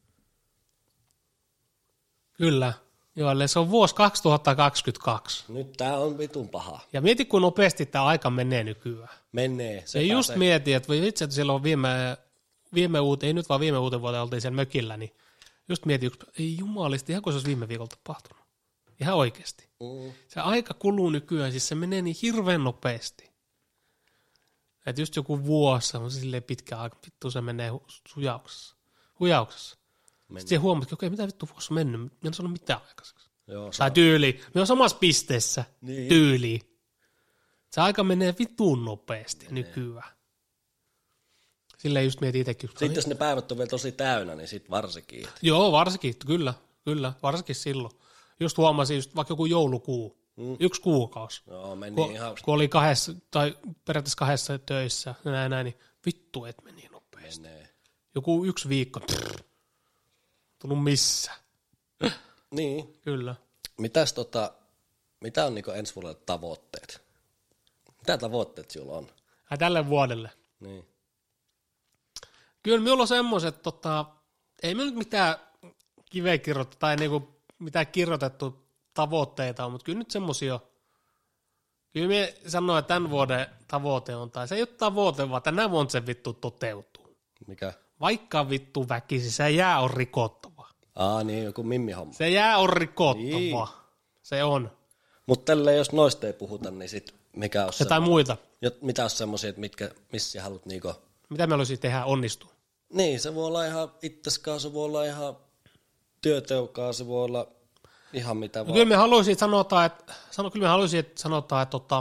Kyllä. Joo, eli se on vuosi kaksituhattakaksikymmentäkaksi. Nyt tää on vitun paha. Ja mieti, kun nopeasti tämä aika menee nykyään. Menee. Se Ja just pääsee. mietin, että voi vitsi, että silloin viime, viime uute, ei nyt vaan viime uuden vuoteen oltiin siellä mökillä, niin just mietin, yksi, ei jumalisti, ihan kuin se olisi viime viikolla tapahtunut. Ihan oikeasti. Mm. Se aika kuluu nykyään, siis se menee niin hirveän nopeasti. Että just joku vuosi, on silleen pitkä aika, vittu se menee hu- sujauksessa. Huijauksessa. Menee. Sitten siihen huomaat, että okei, mitä vittu vuosi on mennyt, minä en sanonut mitään aikaiseksi. Joo, se Tai on. tyyli, me on samassa pisteessä, Niin. tyyli. Se aika menee vitun nopeasti menee. Nykyään. Silleen just mietin itsekin. Sitten jos ne päivät on vielä tosi täynnä, niin sit varsinkin. Joo, varsinkin, kyllä, kyllä, varsinkin silloin. Just huomasin, just vaikka joku joulukuu, mm. yksi kuukausi. Joo, meni Kun, ihan... kun oli kahdessa, tai periaatteessa kahdessa töissä, ja näin, näin, niin vittu, et meni nopeasti. Menee. Joku yksi viikko, pff, tullut missä. Niin. Kyllä. Mitäs tota, mitä on niinku ensi vuodelle tavoitteet? Mitä tavoitteet sulla on? Ja tälle vuodelle. Niin. Kyllä minulla on semmoiset, tota, ei minulla nyt mitään kiveä kirjoittu tai niinku mitään kirjoitettu tavoitteita on, mutta kyllä nyt semmoisia, kyllä minä sanoin, että tämän vuoden tavoite on, tai se ei ole tavoite, vaan tänä vuonna se vittu toteutuu. Mikä? Vaikka vittu väkisi, se jää on rikottava. Aa niin, joku mimmihomma. Se jää on rikottava. Niin. Se on. Mutta tälleen jos noista ei puhuta, niin sit mikä on Jotain muita. Jot, mitä on semmoisia, että mitkä, missä haluat niinku... Mitä me olisi tehdä onnistua? Niin, se voi olla ihan itseskaan, se voi olla ihan työteukaa, se voi olla ihan mitä No, vaan. kyllä me haluaisin, että sanotaan, että, sano, kyllä me haluaisin, että sanotaan, että tota,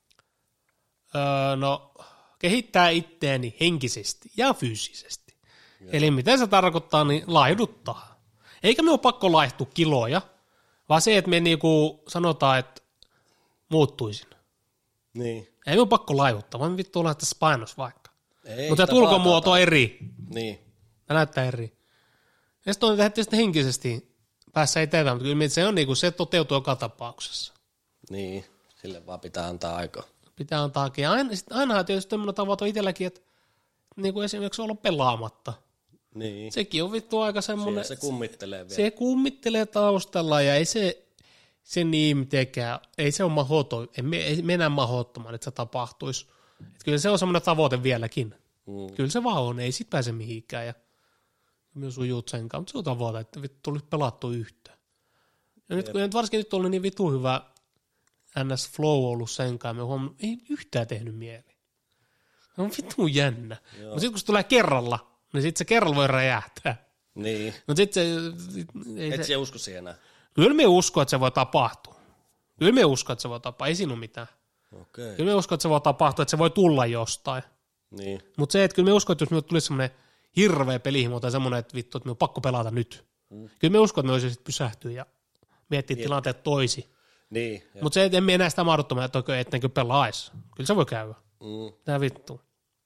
öö, no, kehittää itteeni henkisesti ja fyysisesti. Ja. Eli miten se tarkoittaa, niin laihduttaa. Eikä me ole pakko laihtua kiloja, vaan se, että me niinku sanotaan, että muuttuisin. Niin. Ei me ole pakko laihuttaa, vaan me vittu ollaan tässä painos vaikka. Ei, mutta ulkomuoto on eri. Niin. Ja näyttää eri. Ja sitten on tehty sitten henkisesti päässä eteenpäin, mutta kyllä se on niinku, se toteutuu joka tapauksessa. Niin, sille vaan pitää antaa aikaa. Pitää antaakin. Ja aina, ainahan tietysti tämmöinen tavoite on itselläkin, että niinku esimerkiksi olla pelaamatta. Niin. Sekin on vittu aika semmoinen. Se kummittelee vielä. Se kummittelee taustalla ja ei se, se niin mitenkään, ei se ole mahdoton, ei, ei mennä mahdottoman, että se tapahtuisi. Et kyllä se on semmoinen tavoite vieläkin. Mm. Kyllä se vaan on, ei sit pääse mihinkään ja myös sujut senkaan, mutta se on tavoite, että vittu tulisi pelattua yhtään. Ja nyt kun varsinkin nyt oli niin vitu hyvä N S Flow ollut senkaan, me huomannut, ei yhtään tehnyt mieli. Se on vittu jännä. Mutta sitten kun se tulee kerralla, niin sitten se kerralla voi räjähtää. Niin. Mutta sitten se... Ei Et se, se usko siihen enää. Kyllä me usko, että se voi tapahtua. Kyllä me usko, että se voi tapahtua. Ei siinä ole mitään. Okei. Kyllä me usko, että se voi tapahtua, että se voi tulla jostain. Niin. Mutta se, että kyllä me usko, että jos minulle tulisi semmoinen hirveä pelihimo tai semmoinen, että vittu, että me on pakko pelata nyt. Mm. Kyllä me usko, että me olisi sitten pysähtyä ja miettiä niin. tilanteet toisi. Niin. Mutta se, että emme enää sitä mahdottomaa, että oikein ettenkö pelaisi. Kyllä se voi käydä. Mm. Tää vittu.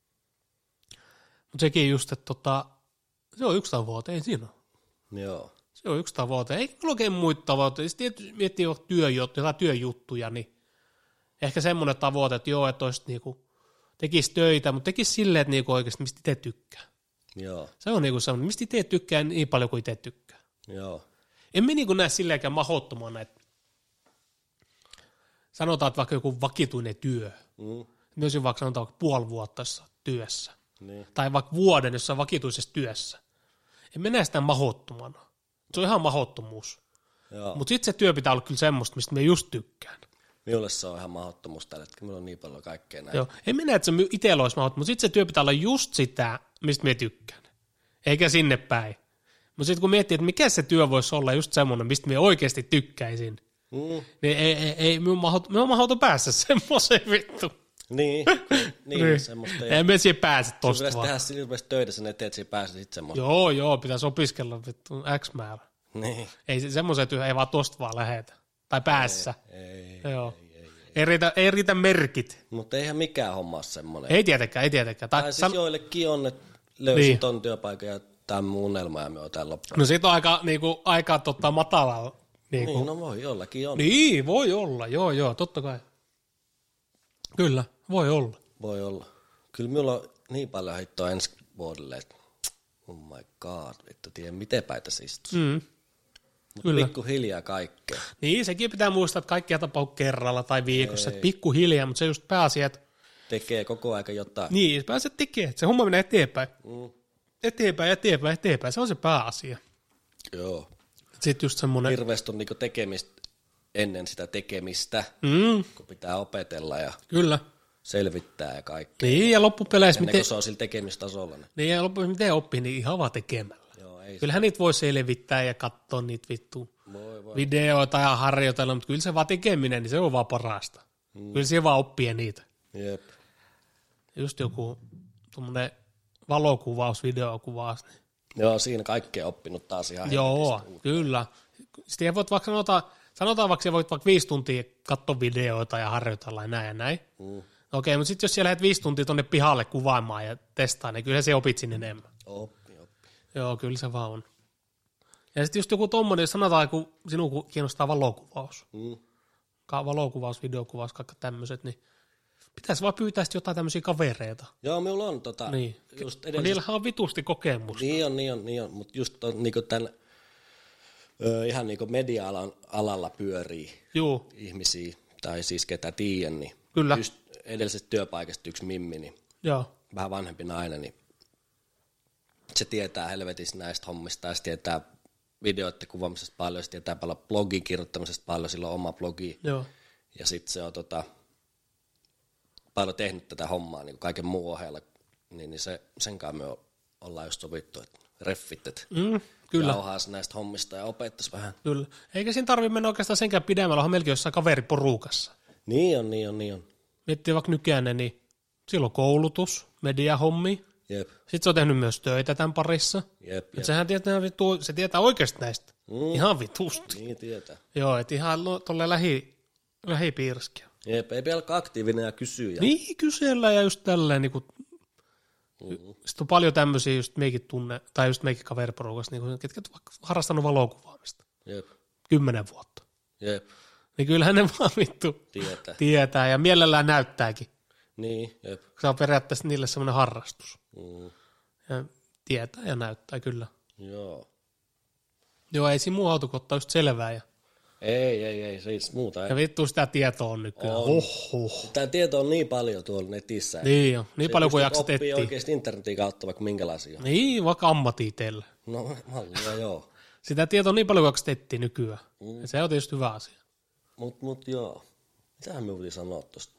Mutta sekin just, että tota, se on yksi tavoite, ei siinä ole. Joo. Se on yksi tavoite. Ei kyllä oikein muita tavoitteita. Sitten miettii jo työjut, jotain työjuttuja, niin ehkä semmoinen tavoite, että joo, että olisi niinku, tekisi töitä, mutta tekisi silleen, että niinku oikeasti mistä itse tykkää. Joo. Se on niinku semmoinen, mistä itse tykkää niin paljon kuin itse tykkää. Joo. En me niinku näe silleenkään mahdottomana, että sanotaan, että vaikka joku vakituinen työ, mm. myös vaikka sanotaan vaikka puoli vuotta työssä, niin. Tai vaikka vuoden jossain vakituisessa työssä. En me näe sitä mahdottomana. Se on ihan mahdottomuus. Mutta sitten se työ pitää olla kyllä semmoista, mistä me just tykkään. Minulle se on ihan mahdottomuus tällä hetkellä. Minulla on niin paljon kaikkea näin. Joo. En minä, että se itsellä olisi mahdottomuus, mutta sitten se työ pitää olla just sitä, mistä me tykkään. Eikä sinne päin. Mutta sitten kun miettii, että mikä se työ voisi olla just semmoinen, mistä me oikeasti tykkäisin, mm. niin ei, ei, ei minun mahdoton, mahdoton päässä semmoiseen vittu. Niin, niin, niin. Semmoista. Ei me siihen pääse tosta vaan. Tehdä silmästi töitä sen eteen, että siihen pääset sitten semmoista. Joo, joo, pitäisi opiskella vittu X määrä. Niin. Ei semmoisen työ, ei vaan tosta vaan lähetä. Tai päässä. Ei, joo. ei, ei, ei, ei, riitä, ei riitä merkit. Mutta eihän mikään homma ole semmoinen. Ei tietenkään, ei tietenkään. Tai, tai siis san... joillekin on, että löysin niin. ton työpaikan ja tämän mun unelma ja me oon täällä loppuun. No siitä on aika, niinku, aika totta, matalalla. Niinku. Niin, no voi jollakin on. Niin, voi olla, joo, joo, totta kai. Kyllä, voi olla. Voi olla. Kyllä minulla on niin paljon hittoa ensi vuodelle, että oh my god, vittu, tiedä miten päitä istuu. Mm. Mutta pikkuhiljaa kaikkea. Niin, sekin pitää muistaa, että kaikkia tapahtuu kerralla tai viikossa, että pikkuhiljaa, mutta se just pääasia, että tekee koko aika jotain. Niin, pääset tekemään, se homma menee eteenpäin. Mm. Eteenpäin, eteenpäin, eteenpäin, se on se pääasia. Joo. Sitten just semmoinen... Hirveästi on niinku tekemistä ennen sitä tekemistä, mm. kun pitää opetella ja Kyllä. selvittää ja kaikkea. Niin, ja loppupeleissä... Ennen miten... kuin se on sillä tekemistasolla. Niin, niin ja loppupeleissä miten oppii, niin ihan vaan tekemällä. Joo, ei Kyllähän se... niitä voi selvittää ja katsoa niitä vittu voi, voi. videoita ja harjoitella, mutta kyllä se vaan tekeminen, niin se on vaan parasta. Mm. Kyllä se vaan oppii niitä. Jep. Just joku tuommoinen valokuvaus, videokuvaus. Niin. Joo, siinä kaikkea oppinut taas ihan Joo, kyllä. Sitten voit vaikka sanotaan, sanotaan vaikka, voit vaikka viisi tuntia katsoa videoita ja harjoitella ja näin ja näin. Mm. Okei, mutta sitten jos siellä lähdet viisi tuntia tuonne pihalle kuvaamaan ja testaa, niin kyllä se opit sinne enemmän. Oppi, oppi. Joo, kyllä se vaan on. Ja sitten just joku tommoinen, jos sanotaan, kun sinun kiinnostaa valokuvaus. Mm. Valokuvaus, videokuvaus, kaikki tämmöiset, niin pitäisi vaan pyytää sitten jotain tämmöisiä kavereita. Joo, minulla on tota... Niin. Just edellis... Niillähän on vitusti kokemusta. Niin on, niin on, niin on. Mutta just on, niinku tämän, ö, ihan niin kuin media-alan alalla pyörii Juu. ihmisiä, tai siis ketä tiedän, niin Kyllä. just edellisestä työpaikasta yksi mimmi, niin Joo. vähän vanhempi nainen, niin se tietää helvetissä näistä hommista, ja se tietää videoiden kuvaamisesta paljon, se tietää paljon blogin kirjoittamisesta paljon, sillä on oma blogi, Joo. ja sitten se on tota, paljon tehnyt tätä hommaa niin kaiken muun ohella, niin, niin se, sen kanssa me ollaan just sovittu, että reffit, että mm, kyllä. jauhaisi näistä hommista ja opettaisi vähän. Kyllä. Eikä siinä tarvitse mennä oikeastaan senkään pidemmällä, on melkein jossain kaveriporukassa. Niin on, niin on, niin on. Miettii vaikka nykyään, niin silloin koulutus, mediahommi, Jep. Sitten se on tehnyt myös töitä tämän parissa. Jep, Et jep. sehän tietää, vitu, se tietää oikeasti näistä. Mm. Ihan vitusti. Niin tietää. Joo, että ihan tolleen lähi, lähipiiriskiä. Jep, ei pelkkä aktiivinen ja kysyjä. Niin, kysellä ja just tälleen. Niin kuin, mm-hmm. Sitten on paljon tämmöisiä just meikin tunne, tai just meikin kaveriporukassa, niin ketkä on vaikka harrastanut valokuvaamista. Jep. Kymmenen vuotta. Jep. Niin kyllähän ne vaan vittu Tietää. tietää ja mielellään näyttääkin. Niin, jep. Se on periaatteessa niille semmoinen harrastus. Mm. Ja tietää ja näyttää kyllä. Joo. Joo, ei siinä muu auto kun ottaa just selvää. Ja, Ei, ei, ei, siis muuta ei. ja vittu sitä tietoa on nykyään. On. Oho. Tämä tieto on niin paljon tuolla netissä. Niin jo, niin Se paljon kuin pystyt jaksat oppii etsiä. oikeasti internetin kautta vaikka minkälaisia. Niin, vaikka ammatitelle. No, mallia joo. Sitä tietoa on niin paljon kuin jaksat etsiä nykyään. Mm. Ja se on tietysti hyvä asia. Mut, mut joo. Mitähän me piti sanoa tosta?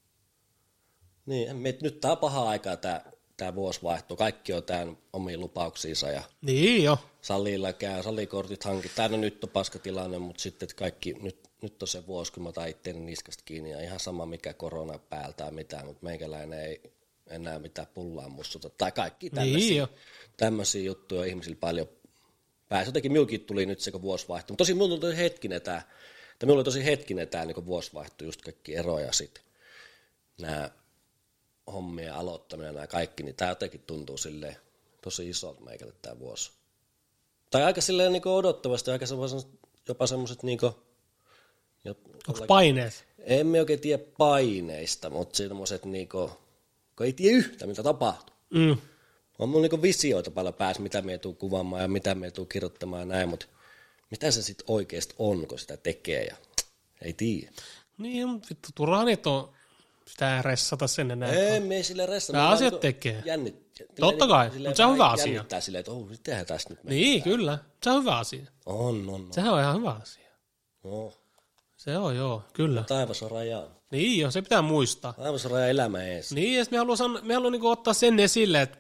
Niin, en, me, nyt tää on paha aikaa tää, tää vuosi vaihtuu. Kaikki on tään omiin lupauksiinsa ja Niin jo. salilla käy, salikortit hankitaan. No nyt on paska tilanne, mutta sitten että kaikki, nyt, nyt on se vuosi, kun mä otan itteeni niskasta kiinni ja ihan sama mikä korona päältä tai mitään, mutta meikäläinen ei enää mitään pullaa mussuta. Tai kaikki tämmöisiä, Niin jo. tämmöisiä juttuja on ihmisillä paljon päässä. Jotenkin minullakin tuli nyt se, kun vuosi vaihtui. Mutta tosi minulla oli hetkinen tämä, että minulla oli tosi hetkinen tämä, niin kun vuosi vaihtui, just kaikki eroja sitten. Nämä hommien aloittaminen ja nämä kaikki, niin tämä jotenkin tuntuu silleen tosi isolta meikälle tämä vuosi. Tai aika silleen niin odottavasti, aika jopa semmoiset niin kuin, Onko paineet? emme oikein tiedä paineista, mutta semmoiset niin kuin, kun ei tiedä yhtä, mitä tapahtuu. Mm. On mun niin visioita paljon päässä, mitä me tuu kuvaamaan ja mitä me tuu kirjoittamaan ja näin, mutta mitä se sitten oikeasti on, kun sitä tekee ja ei tiedä. Niin, mutta vittu, turhaan niitä on sitä ressata sen enää. Ei, me ei sille ressa. Nämä asiat niin tekee. Jännit. Totta kai, mutta se on hyvä asia. Jännittää silleen, että oh, tehdään tästä nyt. Niin, kyllä. Se on hyvä asia. On, on, on. Sehän on ihan hyvä asia. No. Se on, joo, kyllä. Taivas on raja. Niin jo, se pitää muistaa. Taivas on raja elämä ees. Niin, ja me haluan, me haluan niinku ottaa sen esille, että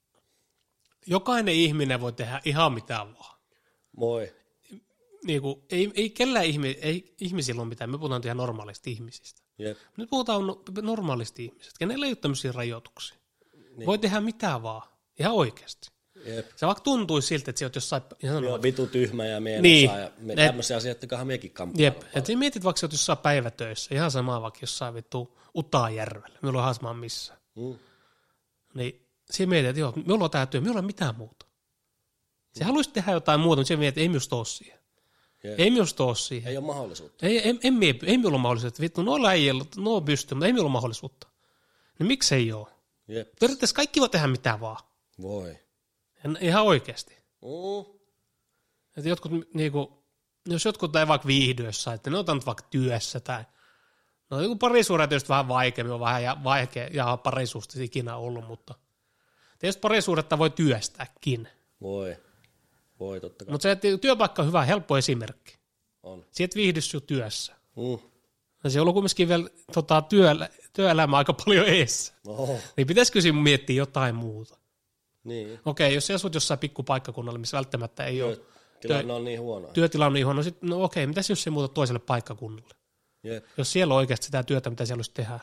jokainen ihminen voi tehdä ihan mitä vaan. Moi. Niinku, ei, ei kellään ihmi, ei, ihmisillä ole mitään, me puhutaan ihan normaalista ihmisistä. Jep. Nyt puhutaan no, normaalista ihmisistä, kenellä ei ole tämmöisiä rajoituksia. Niin. Voi tehdä mitä vaan, ihan oikeasti. Jep. Se vaikka tuntuisi siltä, että sä oot jossain... Me on vitu tyhmä ja me niin. ja me tämmöisiä asioita, jotka mekin kamppailu. Jep, että mietit vaikka sä oot jossain päivätöissä, ihan sama vaikka jossain vittu Utajärvellä, minulla on hasmaan missään. Mm. Niin siinä mietit, että joo, minulla on tää työ, minulla ei ole mitään muuta. Se mm. haluaisi tehdä jotain muuta, mutta se mietit, että ei minusta ole siihen. Jep. Ei minusta ole siihen. Ei ole mahdollisuutta. Ei, en, en, ei, ei minulla ole mahdollisuutta. Vittu, no läijillä, no pystyy, mutta ei minulla ole mahdollisuutta. Niin miksi ei ole? Jep. Periaatteessa kaikki voi tehdä mitä vaan. Voi. En, ihan oikeasti. Mm. Että jotkut, niinku, jos jotkut ei vaikka viihdy jossain, että ne on nyt vaikka työssä tai no joku parisuhde tietysti vähän vaikeammin, on vähän ja, vaikea, ja parisuhteessa ikinä ollut, mutta tietysti parisuhdetta voi työstääkin. Voi. Voi, totta kai. Mutta se, että työpaikka on hyvä, helppo esimerkki. On. Sieltä viihdy sun työssä. Mm. Ja se on ollut kumminkin vielä tota, työ, työelämä aika paljon eessä. Oho. Niin pitäisikö siinä miettiä jotain muuta? Niin. Okei, jos sä asut jossain pikkupaikkakunnalla, missä välttämättä ei ole Tilanne on niin huono. työtila on niin huono, sit, no okei, mitäs jos se muuta toiselle paikkakunnalle? Jep. Jos siellä on oikeasti sitä työtä, mitä siellä olisi tehdä.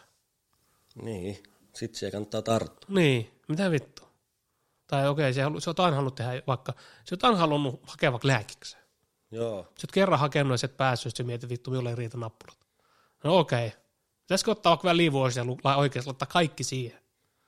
Niin. Sitten siellä kannattaa tarttua. Niin, mitä vittu? Tai okei, se, se on aina halunnut tehdä vaikka, se on aina halunnut hakea vaikka lääkikseen. Joo. Sä oot kerran hakenut ja sä et päässyt, jos sä mietit, vittu, minulle ei riitä nappulat. No okei. Pitäisikö ottaa vaikka vähän liivuosia ja oikeasti laittaa kaikki siihen?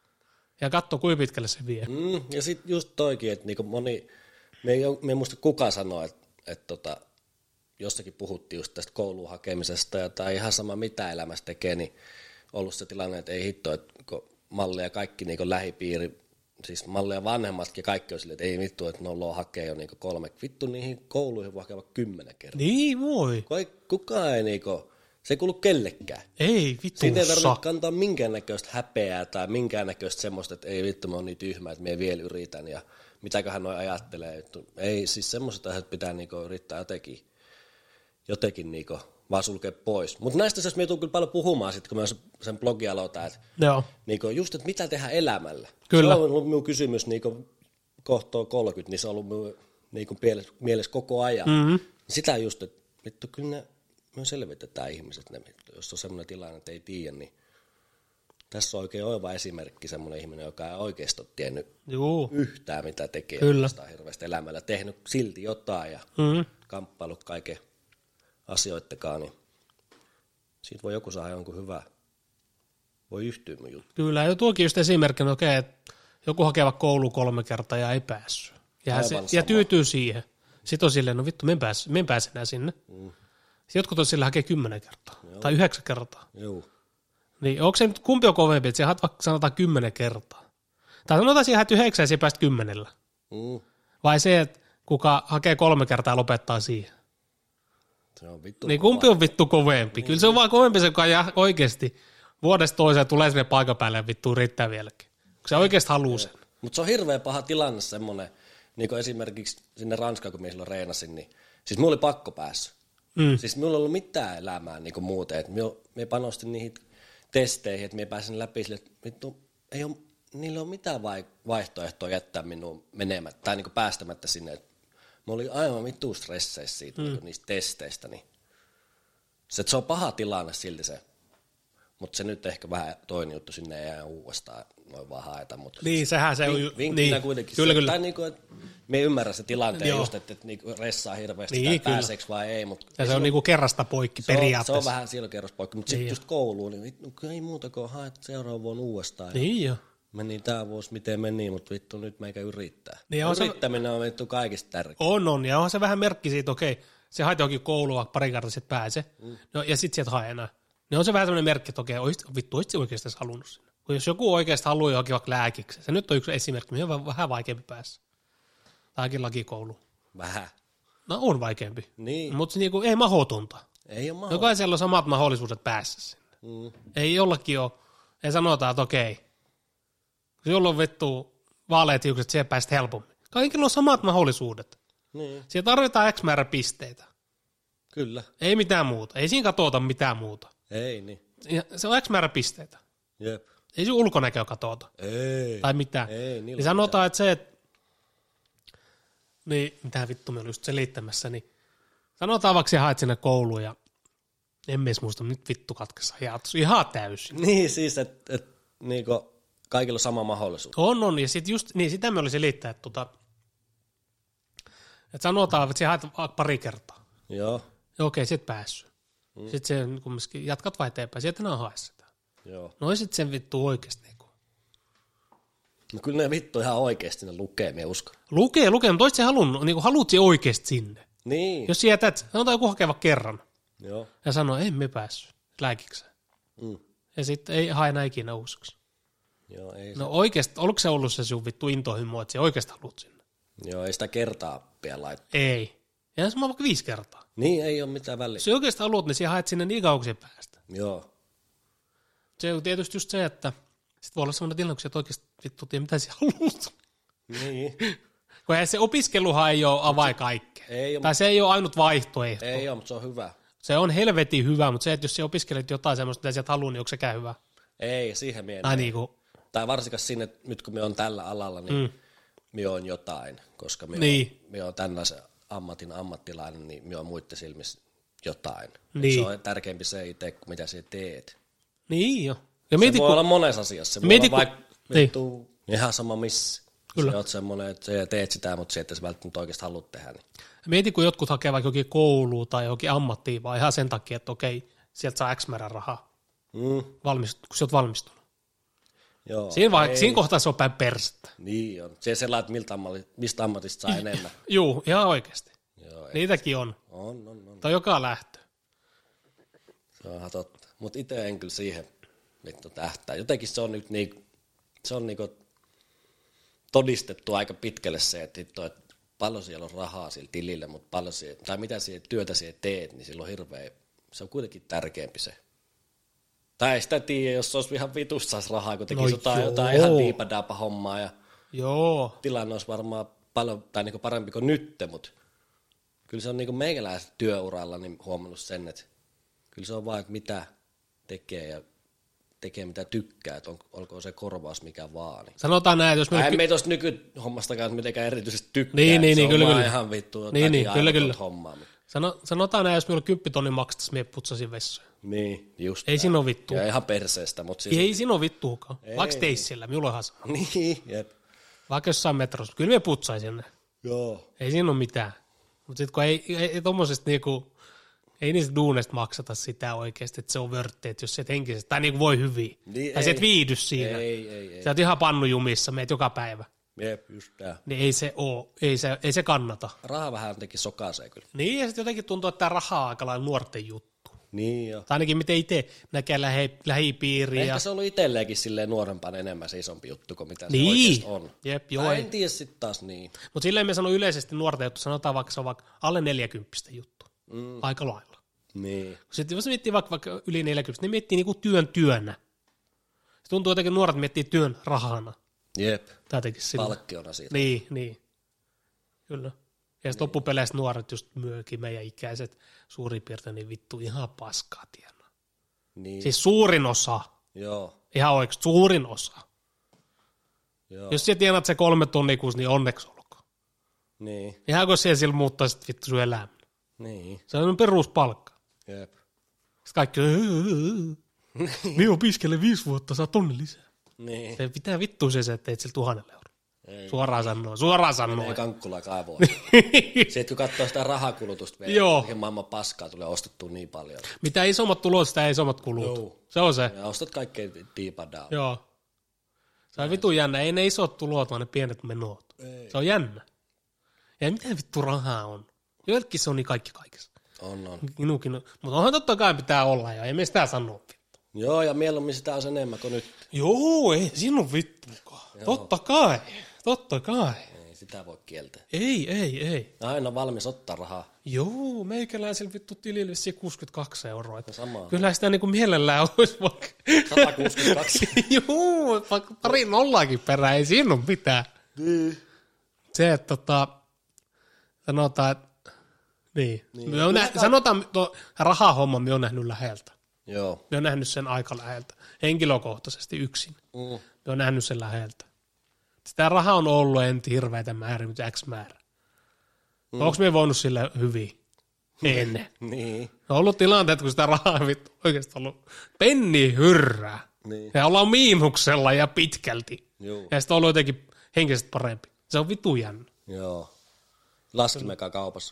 Ja katso, kuinka pitkälle se vie. Mm, ja sitten just toikin, että niinku moni, me ei, me ei muista kuka sanoi, että et tota, jossakin puhuttiin just tästä kouluun hakemisesta ja tai ihan sama mitä elämässä tekee, niin ollut se tilanne, että ei hitto, että Malli ja kaikki niinku lähipiiri, siis Malli ja vanhemmatkin ja kaikki on silleen, että ei vittu, että nolla hakee jo niinku kolme. Vittu niihin kouluihin voi hakea vaikka kymmenen kertaa. Niin voi. Kukaan ei niinku, se ei kuulu kellekään. Ei vittu. Siitä ei tarvitse kantaa minkäännäköistä häpeää tai minkäännäköistä semmoista, että ei vittu, mä oon niin tyhmä, että mä vielä yritän ja mitäköhän noi ajattelee. Ei, siis semmoiset asiat pitää niinku yrittää jotenkin, jotenkin niinku vaan sulkea pois. Mutta näistä jos me tuun kyllä paljon puhumaan sitten, kun mä sen blogi aloitan, että Joo. niinku just, että mitä tehdään elämällä. Kyllä. Se on ollut minun kysymys niinku kohtaa kolmekymmentä, niin se on ollut minun niinku mielessä koko ajan. Mm-hmm. Sitä just, että vittu kyllä ne, me selvitetään ihmiset, ne, jos on semmoinen tilanne, että ei tiedä, niin Tässä on oikein oiva esimerkki semmoinen ihminen, joka ei oikeasti ole tiennyt Juu. yhtään, mitä tekee. Kyllä. Hirveästi elämällä. Tehnyt silti jotain ja mm-hmm. kamppailut kaiken asioittekaan, niin siitä voi joku saada jonkun hyvää. Voi yhtyä mun juttu. Kyllä, ja tuokin just esimerkkinä, okei, okay, että joku hakeva koulu kolme kertaa ja ei päässyt. Ja, se, ja tyytyy siihen. Sitten on silleen, no vittu, me en pääse, me en pääse enää sinne. Mm. Sitten jotkut on sillä hakee kymmenen kertaa. Joo. Tai yhdeksän kertaa. Joo. Niin onko se nyt, kumpi on kovempi, että sä haet vaikka sanotaan kymmenen kertaa? Tai sanotaan siihen, että yhdeksän ja sä pääst kymmenellä. Mm. Vai se, että kuka hakee kolme kertaa ja lopettaa siihen? Se on vittu niin kumpi on vittu kovempi? Niin. Kyllä se on vaan kovempi se, joka oikeasti vuodesta toiseen tulee sinne paikan päälle ja vittu riittää vieläkin. Kun se oikeasti haluaa sen. Mutta se on hirveän paha tilanne semmoinen, niin kuin esimerkiksi sinne Ranskaan, kun minä silloin reenasin, niin siis minulla oli pakko päässä. Mm. Siis minulla ei ollut mitään elämää niin kuin muuten. Minä panostin niihin testeihin, että minä pääsin läpi sille, että vittu, ei ole, niillä ole mitään vaihtoehtoa jättää minua menemättä tai niin kuin päästämättä sinne. Mä olin aivan vittu stresseissä siitä, mm. niin niistä testeistä. Niin. Se, se on paha tilanne silti se. Mutta se nyt ehkä vähän toinen juttu, sinne ei jää uudestaan noin vaan haeta. Mutta niin, sehän se on. Vinkkinä niin, kuitenkin. Kyllä, se, kyllä. Tai niinku, että me ymmärrä se tilanteen Joo. just, että, että niinku ressaa hirveästi niin, tai pääseekö vai ei. Mutta ja se on niinku kerrasta poikki se periaatteessa. On, se on vähän silloin kerrasta poikki, mutta niin sitten just kouluun, niin vittu, ei muuta kuin haet seuraavan vuonna uudestaan. Niin jo. Meni tää vuosi miten meni, mutta vittu nyt meikä yrittää. Niin Yrittäminen on vittu kaikista tärkeää. On, on. Ja onhan se vähän merkki siitä, okei, se haet johonkin koulua pari kertaa, sit pääse. Mm. No, ja sit sieltä hae enää. Niin on se vähän sellainen merkki, että okei, oisit, vittu, olisit oikeasti halunnut sinne. Kun jos joku oikeasti haluaa johonkin vaikka lääkiksi, se nyt on yksi esimerkki, mihin on vähän vaikeampi päässä. Lääkin lakikoulu. Vähän. No on vaikeampi. Niin. Mutta niinku, ei mahdotonta. Ei ole mahdotonta. Jokaisella on samat mahdollisuudet päässä sinne. Mm. Ei jollakin ole, ei sanotaan, että okei, kun jolla on vittu vaaleat hiukset, siihen päästä helpommin. Kaikilla on samat mahdollisuudet. Niin. Siellä tarvitaan X määrä pisteitä. Kyllä. Ei mitään muuta. Ei siinä katsota mitään muuta. Ei niin. Ja se on X määrä pisteitä. Jep. Ei sun ulkonäköä katsota. Ei. Tai mitään. Ei, niin sanotaan, mitään. Että se, että niin, mitä vittu me oli just selittämässä, niin sanotaan vaikka sä haet sinne kouluun ja en edes muista, nyt vittu katkessa jaatsu ihan täysin. Niin siis, että et, niinku kaikilla on sama mahdollisuus. On, on. Ja sit just, niin sitä me oli selittää, että tota, että sanotaan, että sä haet pari kertaa. Joo. Ja okei, sit päässyt. Mm. Sitten se kumminkin jatkat vai eteenpäin, sieltä enää hae sitä. Joo. No sit sen vittu oikeesti. No kyllä ne vittu ihan oikeesti ne lukee, minä uskon. Lukee, lukee, mutta oisit se halunnut, niin haluut se oikeesti sinne. Niin. Jos jätät, sanotaan joku hakeva kerran. Joo. Ja sanoo, en me päässyt lääkikseen. Mm. Ja sitten ei hae enää ikinä uusiksi. Joo, ei no oikeesti, oliko se ollut se sun vittu intohimo, että sä oikeesti haluut sinne? Joo, ei sitä kertaa pidä laittaa. Ei. Ja se on vaikka viisi kertaa. Niin, ei ole mitään väliä. Jos sä oikeesti haluat, niin sä haet sinne niin kauan päästä. Joo. Se on tietysti just se, että sit voi olla sellainen tilanne, että oikeasti vittu tiedä, mitä sä haluat. Niin. Kun se opiskeluhan ei ole avain kaikkea. Ei ole, tai se ei ole ainut vaihtoehto. Ei ole, mutta se on hyvä. Se on helvetin hyvä, mutta se, että jos sä opiskelet jotain semmoista, mitä sieltä haluaa, niin onko sekään hyvä? Ei, siihen mie niin kuin... Tai varsinkaan sinne, nyt kun me on tällä alalla, niin mm. me on jotain, koska me niin. on, me on tällaisen ammatin ammattilainen, niin me on muiden silmissä jotain. Niin. Se on tärkeämpi se itse, kuin mitä sä teet. Niin jo. Ja mieti, se voi kun... olla monessa asiassa. Se voi mieti, olla vaikka niin. vittu, ihan sama missä. Kyllä. Sä oot semmoinen, että sä teet sitä, mutta sä et edes välttämättä oikeasti halua tehdä. Niin. Mieti, kun jotkut hakee vaikka jokin kouluun tai jokin ammattiin, vaan ihan sen takia, että okei, sieltä saa X määrän rahaa, mm. Valmist, kun sä oot valmistunut. Joo, siinä, vai, siinä kohtaa se on päin persettä. Niin on. Se sellainen, miltä ammatti, mistä ammatista saa enemmän. Juu, ihan oikeasti. Joo, niitäkin on. On, on, on. Tai joka lähtö. Se on ihan totta. Mutta itse en kyllä siihen vittu tähtää. Jotenkin se on nyt niin, se on niinku todistettu aika pitkälle se, että, hitto, että paljon siellä on rahaa sillä tilillä, mutta paljon siellä, tai mitä siellä työtä siellä teet, niin sillä on hirveä, se on kuitenkin tärkeämpi se. Tai ei sitä tiedä, jos se olisi ihan vitusta saisi rahaa, kun tekisi no jotain, jotain ihan diipadaapa hommaa ja joo. Tilanne olisi varmaan paljon, tai niinku parempi kuin nyt, mutta kyllä se on niinku meikäläisen työuralla niin huomannut sen, että kyllä se on vaan, että mitä tekee ja tekee mitä tykkää, että on, olkoon se korvaus mikä vaan. Niin. Sanotaan näin, jos... Me... En me tuosta nykyhommastakaan mitenkään erityisesti tykkää, niin, niin, se niin, on kyllä, vaan kyllä. ihan vittu niin, niin, kyllä, kyllä. hommaa. Sano, sanotaan näin, jos meillä kymppitonnin maksattaisiin, me putsasin vessoja. Niin, just. Ei siinä ole vittua. Ja ihan perseestä, mutta siis... Ei siinä ole vittuakaan. Vaikka Stacella, minulla on ihan sama. Niin, jep. Vaikka jossain metrossa. Kyllä me putsaisin ne. Joo. Ei siinä ole mitään. Mutta sitten kun ei, ei, ei tommosesta niinku, ei niistä duunesta maksata sitä oikeasti, että se on vörtteet, jos se et henkisesti, tai niinku voi hyvin. Niin, tai se et viihdy siinä. Ei, ei, ei. Sä oot ihan pannujumissa, meet joka päivä. Jep, just tää. Niin ei se oo, ei se, ei se kannata. Raha vähän jotenkin sokaisee kyllä. Niin, ja sitten jotenkin tuntuu, että tämä raha on aika lailla nuorten juttu. Niin jo. Tai ainakin miten itse näkee lähi, lähipiiriä. Ehkä se on ollut itselleenkin silleen nuorempana enemmän se isompi juttu kuin mitä niin. se oikeasti on. Jep, joo. Tai en tiedä sitten taas niin. Mutta silleen me sanon yleisesti nuorten juttu, sanotaan vaikka se on vaikka alle neljäkymppistä juttu. Mm. Aika lailla. Niin. Sitten jos miettii vaikka, vaikka yli neljäkymmentä, niin miettii niinku työn työnä. Se tuntuu jotenkin, nuoret miettii työn rahana. Jep. Palkkiona siitä. Niin, niin. Kyllä. Ja sitten loppupeleistä nuoret just myökin meidän ikäiset suurin piirtein niin vittu ihan paskaa tienaa. Niin. Siis suurin osa. Joo. Ihan oikeasti suurin osa. Joo. Jos sä tienaat se kolme tonnia kuusi, niin onneksi olkoon. Niin. Ihan kun siellä sillä muuttaa sit vittu sun elämän. Niin. Se on peruspalkka. Jep. Sitten kaikki, minä opiskelen viisi vuotta, saa tonni lisää. Niin. Se pitää vittua se, että teet sillä tuhannella euroa. Ei. Suoraan sanoo, suoraan sanoo. Menee kankkula kaivoon. Sitten kun katsoo sitä rahakulutusta vielä, joo. niin maailman paskaa tulee ostettua niin paljon. Mitä isommat tulot, sitä isommat kulut. Joo. Se on se. Ja ostat kaikkein diipadaa. Joo. Se on vitun jännä. Ei ne isot tulot, vaan ne pienet menot. Ei. Se on jännä. Ja mitä vittu rahaa on? Joillekin se on niin kaikki kaikessa. On, on. Minukin. Mutta onhan totta kai pitää olla, ja ei me sitä sanoa vittu. Joo, ja mieluummin sitä on enemmän kuin nyt. Joo, ei siinä on vittuakaan. Totta kai. Totta kai. Ei sitä voi kieltää. Ei, ei, ei. Aina valmis ottaa rahaa. Joo, meikäläisellä vittu tilille se kuusikymmentäkaksi euroa. Samaa. Kyllä sitä niinku mielellään olisi vaikka... sata kuusikymmentäkaksi. Joo, vaikka pari nollaakin perään, ei siinä ole mitään. Niin. Se, että tota, sanotaan, että niin. niin. Me on nä- sanotaan, tuo rahahomma me on nähnyt läheltä. Joo. Me on nähnyt sen aika läheltä. Henkilökohtaisesti yksin. Mm. Me on nähnyt sen läheltä. Sitä rahaa on ollut en hirveätä määrä, mutta X määrä. Mm. Onko me voinut sille hyvin? Ennen. Niin. On ollut tilanteet, kun sitä rahaa vittu oikeasti ollut penni hyrrää. Niin. Ja ollaan miinuksella ja pitkälti. Joo. Ja sitten on ollut jotenkin henkisesti parempi. Se on vitu jännä. Joo. Laskimmekaan kaupassa.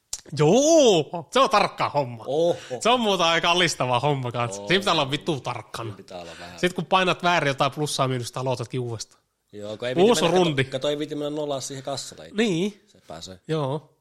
Joo, se on tarkka homma. Oho. Se on muuta aika allistava homma kanssa. Siinä pitää olla vittu tarkkana. Pitää olla vähän. Sitten kun painat väärin jotain plussaa miinusta, aloitatkin uudestaan. Joo, kun ei Uusi mennä, rundi. Kato, kato ei viiti mennä nollaa siihen kassalle. Niin. Se pääsee. Joo.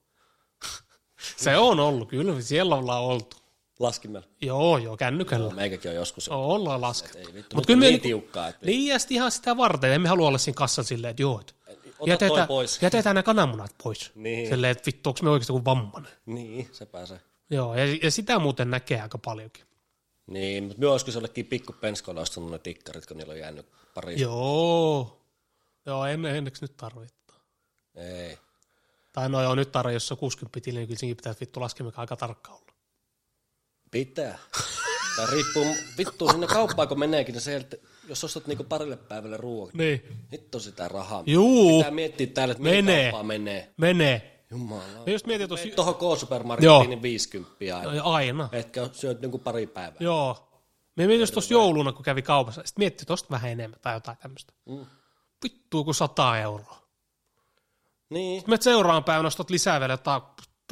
Se on ollut, kyllä. Siellä ollaan oltu. Laskimella. Joo, joo, kännykällä. Joo, meikäkin on joskus. Oo, ollaan laskettu. Ei vittu, Mut nyt on niin niinku- tiukkaa. Että... Niin, ja sitten ihan sitä varten. Emme halua olla siinä kassan silleen, että joo, että Ota jätetään, toi pois. jätetään ne kananmunat pois. Niin. Silleen, että vittu, onko me oikeasti kuin vammainen. Niin, se pääsee. Joo, ja, ja sitä muuten näkee aika paljonkin. Niin, mutta myös olisiko jollekin pikku penskoilla ostanut ne tikkarit, kun niillä on jäänyt pari. Joo. Joo, en, enneksi nyt tarvittaa. Ei. Tai no joo, nyt tarvitse, jos on kuusikymmentä tili, niin kyllä siinkin pitää vittu laskemmekaan aika tarkka olla. Pitää. Tai riippuu, vittu sinne kauppaan kun meneekin, niin se, että jos ostat niinku parille päivälle ruokaa, Niin. hitto sitä rahaa. Juu. Pitää miettiä täällä, että mihin Menee. kauppaan menee. Menee. Jumala. Me just mietin tuossa... Tuohon Joo. K-supermarkettiin niin viisikymppiä aina. No, aina. Etkä syöt niinku pari päivää. Joo. Me mietin just tuossa jouluna, kun kävi kaupassa. Sitten miettii tosta vähän enemmän tai jotain tämmöistä. Mm. Vittu, kun sata euroa. Niin. Me seuraavan päivänä ostat lisää vielä jotain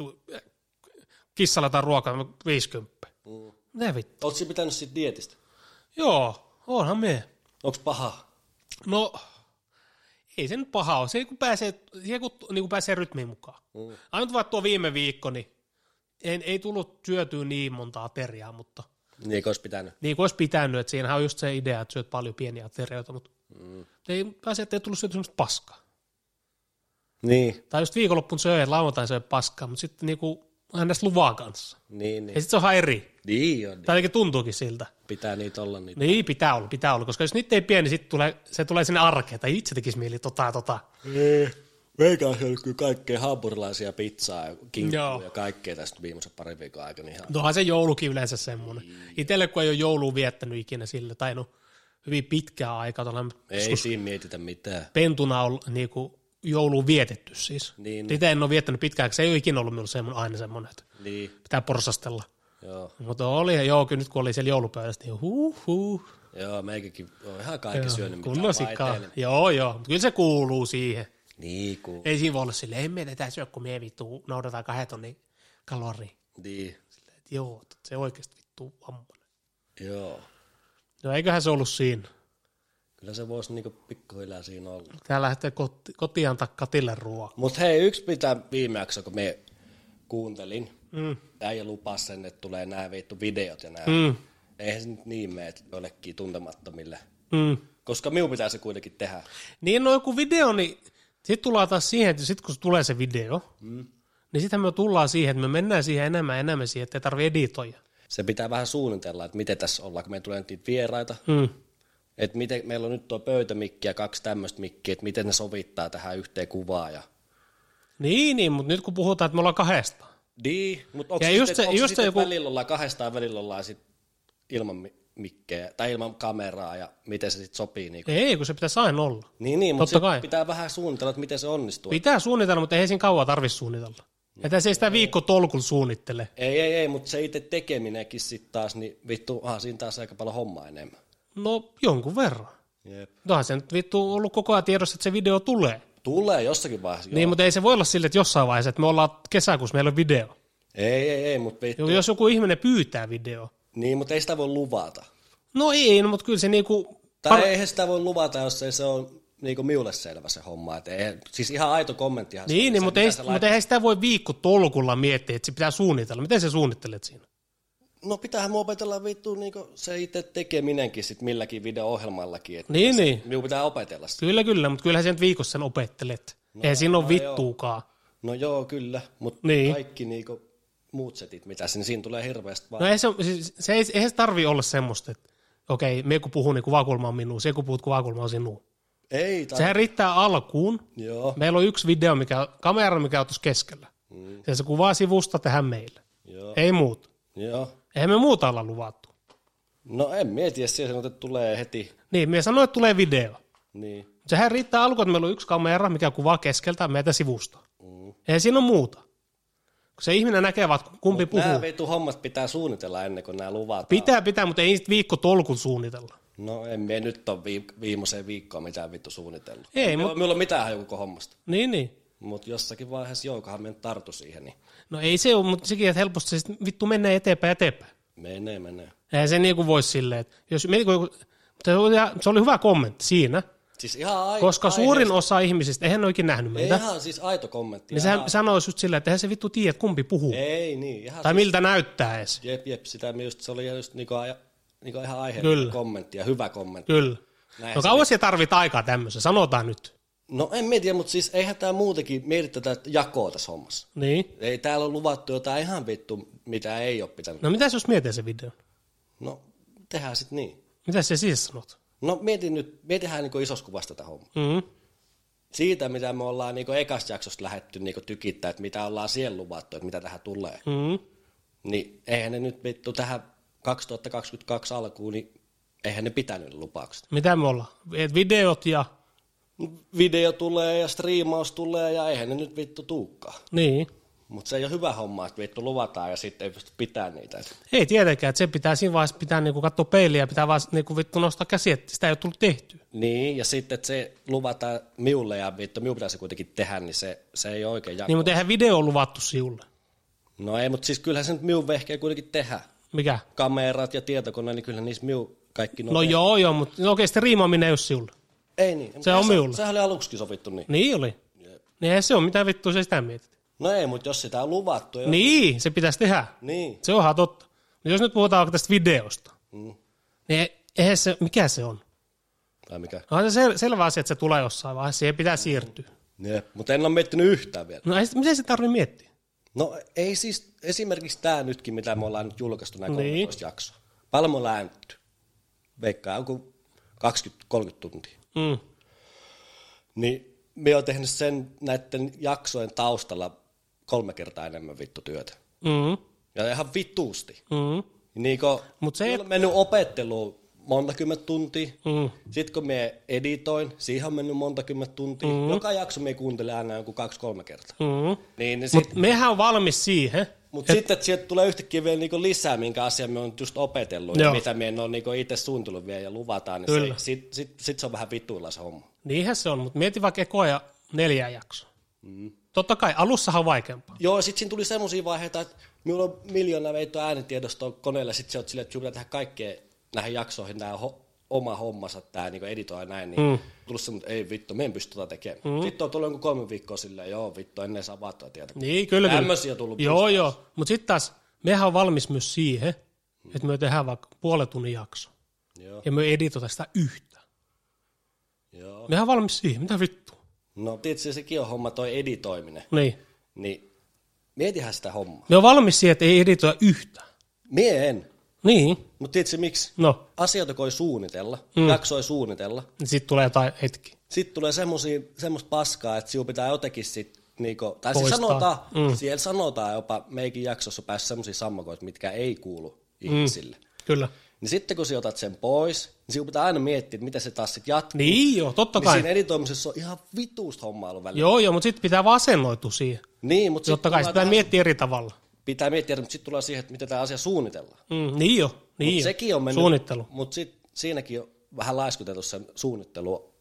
kissalle tai ruokaa, viisikymmentä. Mm. Ne vittu. Oletko pitänyt siitä dietistä? Joo, onhan me. Onko paha? No, ei se nyt paha ole. Se kun pääsee, se, kun, niin kun pääsee rytmiin mukaan. Mm. Ainut vaan tuo viime viikko, niin ei, ei tullut syötyä niin monta ateriaa, mutta Niin kuin olisi pitänyt. niin kuin olisi pitänyt, että siinähän on just se idea, että syöt paljon pieniä aterioita, mutta Mm. ei pääse, että ei tullut syötyä semmoista paskaa. Niin. Tai just viikonloppuun söi, että lauantain söi paskaa, mutta sitten niinku hänestä luvaa kanssa. Niin, Ja niin. sitten se on ihan eri. Niin on. Niin. Tai ainakin tuntuukin siltä. Pitää niitä olla niitä. Niin, pitää olla, pitää olla, koska jos niitä ei pieni, niin sitten tulee, se tulee sinne arkeen, tai itse tekisi mieli tota ja tota. Meikä on syönyt kyllä kaikkea hampurilaisia, pizzaa ja kinkkua Joo. ja kaikkea tästä viimeisen parin viikon aikana. Ihan. Tuohan se joulukin yleensä semmoinen. Itselle kun ei ole joulua viettänyt ikinä sille, tai no hyvin pitkää aikaa, tuolla Ei siinä mietitä mitään. pentuna on niinku jouluun vietetty siis. Niin. Itse en ole viettänyt pitkään, se ei ole ikinä ollut minulla semmoinen, aina semmoinen, että Niin. pitää porsastella. Joo. Mutta oli, joo, kyllä nyt kun oli siellä joulupöydässä, niin huh huh. Joo, meikäkin on ihan kaikki joo, syönyt, mitä kunnon sikkaa. Joo, joo, kyllä se kuuluu siihen. Niin, kuuluu. Ei siinä voi olla silleen, ei meidän tätä syö, kun me vittu noudataan kahden tonnin kaloria. Niin. Silleen, että joo, se oikeasti vittu ammonen. Joo. No eiköhän se ollut siinä. Kyllä se voisi niinku pikkuhiljaa siinä olla. Tää lähtee koti, kotiin antaa Katille ruokaa. Mut hei, yksi mitä viime jakso, kun me kuuntelin, Mm. äijä lupasi sen, että tulee nämä vittu videot ja nämä. Mm. Eihän se nyt niin mene jollekin tuntemattomille. Mm. Koska minun pitää se kuitenkin tehdä. Niin no joku video, niin sitten tullaan taas siihen, että sit kun tulee se video, Mm. niin sitten me tullaan siihen, että me mennään siihen enemmän ja enemmän siihen, että ei tarvitse editoida. Se pitää vähän suunnitella, että miten tässä ollaan, kun me tulee niitä vieraita. Mm. Että miten, meillä on nyt tuo pöytämikki ja kaksi tämmöistä mikkiä, että miten ne sovittaa tähän yhteen kuvaan. Ja... Niin, niin, mutta nyt kun puhutaan, että me ollaan kahdesta. Niin, mutta onko Ja se just sitten, se- onko se just se sitten joku- välillä ollaan kahdestaan välillä ollaan sit ilman mi- mikkejä tai ilman kameraa ja miten se sitten sopii. Niin, Ei, kun se pitäisi aina olla. niin, niin mutta Totta kai. pitää vähän suunnitella, että miten se onnistuu. Pitää suunnitella, mutta ei siinä kauan tarvitse suunnitella. Että se ei sitä viikko tolkulla suunnittele. Ei, ei, ei, mutta se itse tekeminenkin sitten taas, niin vittu, aha, siinä taas aika paljon hommaa enemmän. No jonkun verran. Jep. Onhan se nyt vittu ollut koko ajan tiedossa, että se video tulee. Tulee jossakin vaiheessa, Niin, joo. mutta ei se voi olla sille, että jossain vaiheessa, että me ollaan kesäkuussa, meillä on video. Ei, ei, ei, mutta vittu. Jos joku ihminen pyytää video. Niin, mutta ei sitä voi luvata. No ei, no, mutta kyllä se niinku... Tai eihän sitä voi luvata, jos ei se ole niinku miulle selvä se homma. Et ei, siis ihan aito kommenttihan se Niin, oli niin se, mutta, mitä ei, se mutta laittoi. eihän sitä voi viikko tolkulla miettiä, että se pitää suunnitella. Miten sä suunnittelet siinä? No pitäähän mua opetella vittu niinku se itse tekeminenkin sit milläkin video-ohjelmallakin. Et Niin, se, niin. minun pitää opetella sitä. Kyllä, kyllä, mutta kyllähän sen nyt viikossa sen opettelet. No, eihän siinä ole no vittuukaan. No joo, kyllä, mutta Niin. kaikki niinku muut setit, mitä siinä, siinä tulee hirveästi vaan. No ei se, siis, se ei, eihän se tarvii olla semmoista, että okei, me kun puhun, niin kuvakulma on minun, se kun puhut, kuvakulma on sinun. Ei, tai... Sehän riittää alkuun. Joo, Meillä on yksi video, mikä, kamera, mikä on tuossa keskellä. Mm. Ja se kuvaa sivusta tehdään meille. joo, Ei muuta. joo. Eihän me muuta olla luvattu. No en mieti, jos siellä että tulee heti. Niin, me sanoin, että tulee video. Niin, Sehän riittää alkuun, että meillä on yksi kamera, mikä kuvaa keskeltä meitä sivusta. mm. Eihän siinä ole muuta. Kun se ihminen näkee vaan, kumpi Mut puhuu. nämä vittu hommat pitää suunnitella ennen kuin nämä luvataan. Pitää, pitää, mutta ei niistä viikko tolkun suunnitella. No en mie nyt ole viim- viimeiseen viikkoon mitään vittu suunnitellut. Ei, Minulla mut- mut... on mitään hajuko hommasta. Niin, niin. Mutta jossakin vaiheessa joukohan me tartu siihen, niin No ei se ole, mutta sekin, että helposti se sit vittu menee eteenpäin eteenpäin. menee, menee. Eihän se niinku voi silleen, että jos, se oli, se oli hyvä kommentti siinä, Siis ihan ai- koska aiheesta- suurin osa ihmisistä, eihän ne oikein nähnyt Ei meitä, ihan siis aito kommentti. niin ihan... sehän sanoisi just silleen, että eihän se vittu tiedä, kumpi puhuu. Ei niin, ihan Tai siis... miltä näyttää edes. Jep, jep, sitä me just, se oli just niinku, aja, niinku ihan aiheellinen Kyllä. kommentti ja hyvä kommentti. Kyllä. Näin No se kauan siellä tarvit aikaa tämmöisen, sanotaan nyt. No en mietiä, mutta siis eihän tämä muutenkin mieti tätä jakoa tässä hommassa. Niin. Ei täällä ole luvattu jotain ihan vittu, mitä ei ole pitänyt. No mitäs jos mietin se videon? No tehdään sitten niin. Mitä sä siis sanot? No mietin nyt, mietitään niinku isossa kuvassa tätä hommaa. Mm. Siitä, mitä me ollaan niinku ekasta jaksosta lähdetty niinku tykittää, että mitä ollaan siellä luvattu, että mitä tähän tulee. Mm. Niin eihän ne nyt vittu tähän kaksituhattakaksikymmentäkaksi alkuun, niin eihän ne pitänyt lupaukset. Mitä me ollaan? Et videot ja... Video tulee ja striimaus tulee ja eihän ne nyt vittu tuukkaa. Niin. Mutta se ei ole hyvä homma, että vittu luvataan ja sitten ei pysty pitämään niitä. Ei tietenkään, että se pitää siinä vaiheessa pitää niinku katsoa peiliä ja pitää vaan niinku vittu nostaa käsiä, että sitä ei ole tullut tehtyä. Niin, ja sitten, että se luvataan miulle ja vittu miu pitäisi kuitenkin tehdä, niin se, se ei oikein jako. Niin, mutta eihän video ole luvattu siulle. No ei, mutta siis kyllähän se nyt miun vehkeä kuitenkin tehdä. Mikä? Kamerat ja tietokone, niin kyllä niissä miu kaikki No joo, joo, mutta no oikeasti riimaaminen ei ole siulle. Ei niin. Se on miulle. Sehän oli aluksikin sovittu niin. Niin oli. Niin eihän se ole, mitä vittua se sitä mietit. No ei, mutta jos sitä on luvattu. Jo. Niin, se pitäisi tehdä. Niin. Se onhan totta. Mutta jos nyt puhutaan vaikka tästä videosta, Mm. niin eihän se, mikä se on? Tai mikä? Onhan se sel- selvä asia, että se tulee jossain vaiheessa, siihen pitää siirtyä. Jep, mutta en ole miettinyt yhtään vielä. No ei, sit- miten se tarvitsee miettiä? No ei siis, esimerkiksi tämä nytkin, mitä me ollaan nyt julkaistu, nämä Niin. kolmetoista jaksoa. Paljon me ollaan äännetty. Veikkaa joku kaksikymmentä kolmekymmentä tuntia. Mm. Niin me oon tehnyt sen näiden jaksojen taustalla kolme kertaa enemmän vittu työtä. Mm. Ja ihan vittuusti. Mm. Niin kun Mut se me et- on mennyt opetteluun monta kymmentä tuntia. Mm. Sitten kun me editoin, siihen on mennyt monta kymmentä tuntia. Mm. Joka jakso me kuuntelen aina joku kaksi-kolme kertaa. Mm. Niin, niin sit, Mutta mehän on valmis siihen, Mutta sitten, että sieltä tulee yhtäkkiä vielä niinku lisää, minkä asian me on just opetellut, ja mitä me en ole niinku itse suunnitellut vielä ja luvataan, niin sitten sit, sit se on vähän vituilla se homma. Niinhän se on, mutta mieti vaikka ekoja neljä jaksoa. Mm. Totta kai, alussahan on vaikeampaa. Joo, sitten siinä tuli semmoisia vaiheita, että minulla on miljoona veittoa äänentiedostoa koneella, sitten se on silleen, että sinun pitää tehdä kaikkea näihin jaksoihin, nämä ho- oma hommansa, tämä niin editoi ja näin, niin mm. tullut semmoinen, että ei vittu, me en pysty tota tekemään. Mm. Sitten on tullut jonkun kolme viikkoa silleen, joo vittu, ennen saa vaattoa tietä. Niin, kyllä. Tämmöisiä tullut. Joo, joo, mutta sitten taas, mehän on valmis myös siihen, mm. että me tehdään vaikka puolen tunnin jakso. Joo. Ja me editoita sitä yhtä. Joo. Mehän on valmis siihen, mitä vittu? No tietysti sekin on homma, toi editoiminen. Niin. Niin mietihän sitä hommaa. Me on valmis siihen, että ei editoida yhtä. Mie en. Niin. Mutta tiedätkö miksi? No. Asioita voi suunnitella, mm. jaksoi suunnitella. Sitten tulee jotain hetki. Sitten tulee semmoista paskaa, että sinun pitää jotenkin sitten, niinku, tai siis sanotaan, mm. siellä sanotaan jopa, meikin jaksossa päässä semmoisia sammakoita, mitkä ei kuulu ihmisille. Mm. Kyllä. Niin sitten kun sinä otat sen pois, niin sinun pitää aina miettiä, että miten se taas sitten jatkuu. Niin joo, totta kai. Niin siinä editoimisessa on ihan vituusta hommaa ollut välillä. Joo, joo, mutta sitten pitää vaan asennoitua siihen. Niin, mutta totta kai, pitää miettiä eri tavalla. Pitää miettiä, mutta sitten tulee siihen, että miten tämä asia suunnitellaan. Mm, niin jo, niin mut sekin on mennyt, suunnittelu. Mutta sitten siinäkin on vähän laiskutettu sen suunnittelu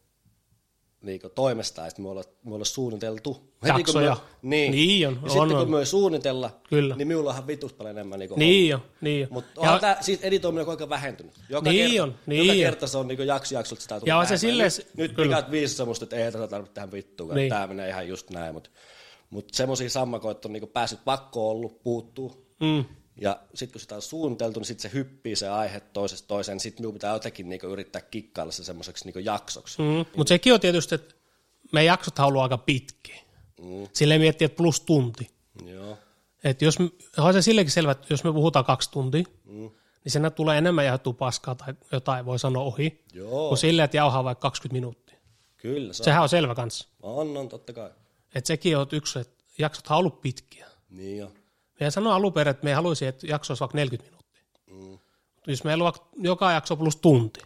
niin toimesta, että me ollaan, me ollaan suunniteltu. Jaksoja. Me, niin. niin on. Ja on, sitten on. kun me suunnitella, Kyllä. niin minulla on vitus paljon enemmän. Niin, niin jo, niin jo. Mutta onhan tämä siis editoiminen koko ajan vähentynyt. Joka niin kerta, on, niin joka on. kerta se on niin jakso jaksolta sitä tullut ja vähemmän. Se silleen, nyt nyt pikät viisi semmoista, että ei tätä tarvitse tähän vittuun, niin. Tämä menee ihan just näin. Mutta mut semmoisia sammakoita on niin päässyt pakko ollut, puuttuu. Mm. Ja sitten kun sitä on suunniteltu, niin sitten se hyppii se aihe toisesta toiseen, niin sitten minun pitää jotenkin niinku yrittää kikkailla se semmoiseksi niinku jaksoksi. Mm. Mutta sekin on tietysti, että meidän jaksot on ollut aika pitkiä. Mm. Silleen miettii, että plus tunti. Joo. Että jos, on se sillekin selvä, että jos me puhutaan kaksi tuntia, mm. niin sen tulee enemmän jauhettua paskaa tai jotain voi sanoa ohi, Joo. kuin silleen, että jauhaa vaikka kaksikymmentä minuuttia. Kyllä. Se Sehän on selvä kanssa. On, on, totta kai. Että sekin on yksi, että jaksot on ollut pitkiä. Niin jo. Meidän sanoo alun perin, että me haluaisi, että jakso olisi vaikka neljäkymmentä minuuttia. Mm. Jos meillä on joka jakso plus tunti,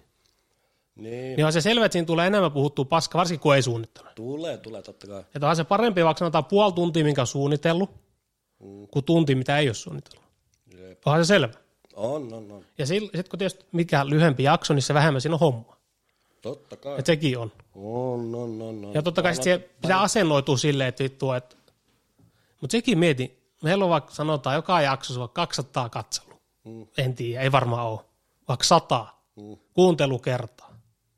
niin. niin on se selvä, että siinä tulee enemmän puhuttua paskaa, varsinkin kun ei suunnittele. Tulee, tulee totta kai. Että on se parempi, vaikka sanotaan puoli tuntia, minkä on suunnitellut, mm. kuin tunti, mitä ei ole suunnitellut. Jep. Onhan se selvä. On, on, on. Ja sitten kun tietysti mikä lyhyempi jakso, niin se vähemmän siinä on homma. Totta kai. Että sekin on. On, on, on. on. Ja totta kai sitten pitää asennoitua silleen, että vittu, että... Mutta sekin mietin, meillä on vaikka sanotaan joka jaksossa vaikka kaksisataa katselua. Mm. En tiedä, ei varmaan ole. Vaikka sata mm. kuuntelukertaa.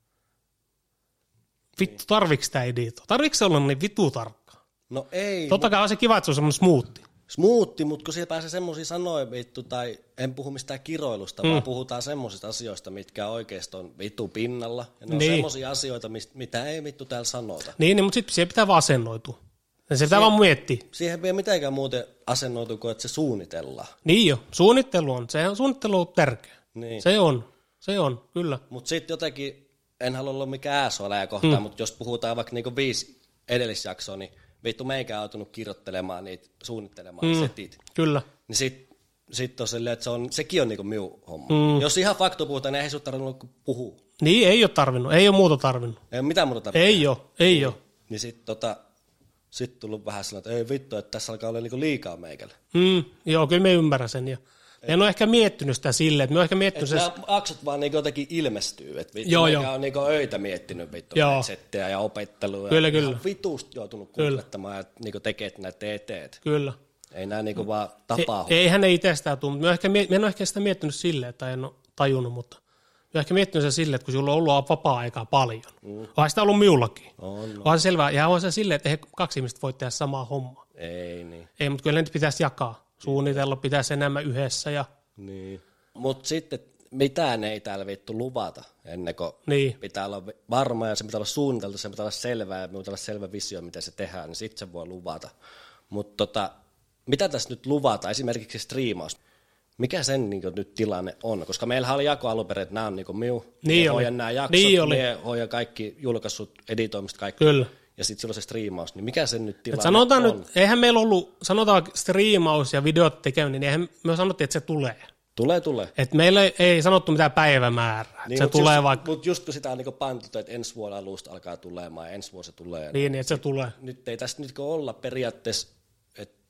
Vittu, tarviiko sitä editoa? Tarviiko se olla niin vitu tarkkaa? No ei. Totta kai on se kiva, että se on semmoinen smoothi. Smoothi, mutta kun siellä pääsee semmoisia sanoja vittu, tai en puhu mistään kiroilusta, mm. vaan puhutaan semmoisista asioista, mitkä oikeasti on vittu pinnalla. Ja ne niin. on semmoisia asioita, mitä ei vittu täällä sanota. Niin, niin mutta sitten siihen pitää vaan asennoitua. Ja se pitää vaan miettiä. Siihen ei mitenkään muuten asennoitu, kuin että se suunnitellaan. Niin jo, suunnittelu on. Se on suunnittelu on tärkeä. Niin. Se on, se on, kyllä. Mutta sitten jotenkin, en halua olla mikään ääsuoläjä kohtaan, mm. mutta jos puhutaan vaikka niinku viisi edellisjaksoa, niin vittu meikä on joutunut kirjoittelemaan niitä, suunnittelemaan mm. setit. Kyllä. Niin sitten sit on silleen, että se on, sekin on niinku minun homma. Mm. Jos ihan fakto puhutaan, niin ei sinut tarvinnut puhua. Niin, ei ole tarvinnut, ei ole muuta tarvinnut. Ei ole mitään muuta tarvinnut. Ei ole, ei niin, ole. Niin sitten tota... Sitten tullut vähän sellainen, että ei vittu, että tässä alkaa olla niinku liikaa meikällä. Mm, joo, kyllä me ymmärrän sen. Ja me en ole ehkä miettinyt sitä silleen, että me on ehkä miettinyt sen... Nämä aksot vaan niinku jotenkin ilmestyy, että vittu, joo, meikä on niinku öitä miettinyt vittu settejä ja opettelua. Kyllä, ja kyllä. Vitusti joutunut kuulettamaan ja niinku tekee näitä teeteet. Kyllä. Ei nämä niinku vaan tapahdu. Ei, eihän ne itsestään tule, mutta me, me en ole ehkä sitä miettinyt silleen, että en ole tajunnut, mutta... Mä ehkä miettinyt sen silleen, että kun sulla on ollut vapaa-aikaa paljon. Mm. Onhan sitä ollut minullakin. On, on. Onhan se selvää. Ja on se silleen, että eihän kaksi ihmistä voi tehdä samaa hommaa. Ei niin. Ei, mutta kyllä nyt pitäisi jakaa. Suunnitella pitäisi enemmän yhdessä. Ja... Niin. Mutta sitten mitään ei täällä vittu luvata ennen kuin niin. pitää olla varma ja se pitää olla suunniteltu, se pitää olla selvää ja pitää olla selvä visio, miten se tehdään, niin sitten se voi luvata. Mutta tota, mitä tässä nyt luvata? Esimerkiksi striimaus. Mikä sen niin kuin, nyt tilanne on? Koska meillähän oli jako alun perin, että nämä on niin kuin minun. Niin hoidan nämä jaksot, niin minä hoidan kaikki julkaissut, editoimista, kaikki. Kyllä. Ja sitten silloin se striimaus. Niin mikä sen nyt tilanne Et sanotaan on? Nyt, eihän meillä ollut, sanotaan striimaus ja videot tekeminen, niin eihän me sanottiin, että se tulee. Tulee, tulee. Et meillä ei sanottu mitään päivämäärää. Niin, se mutta tulee just, vaikka... Mutta just kun sitä on niin pantu, että ensi vuoden alusta alkaa tulemaan ja ensi vuosi se tulee. Niin, niin että se tulee. Nyt ei tästä nyt olla periaatteessa, että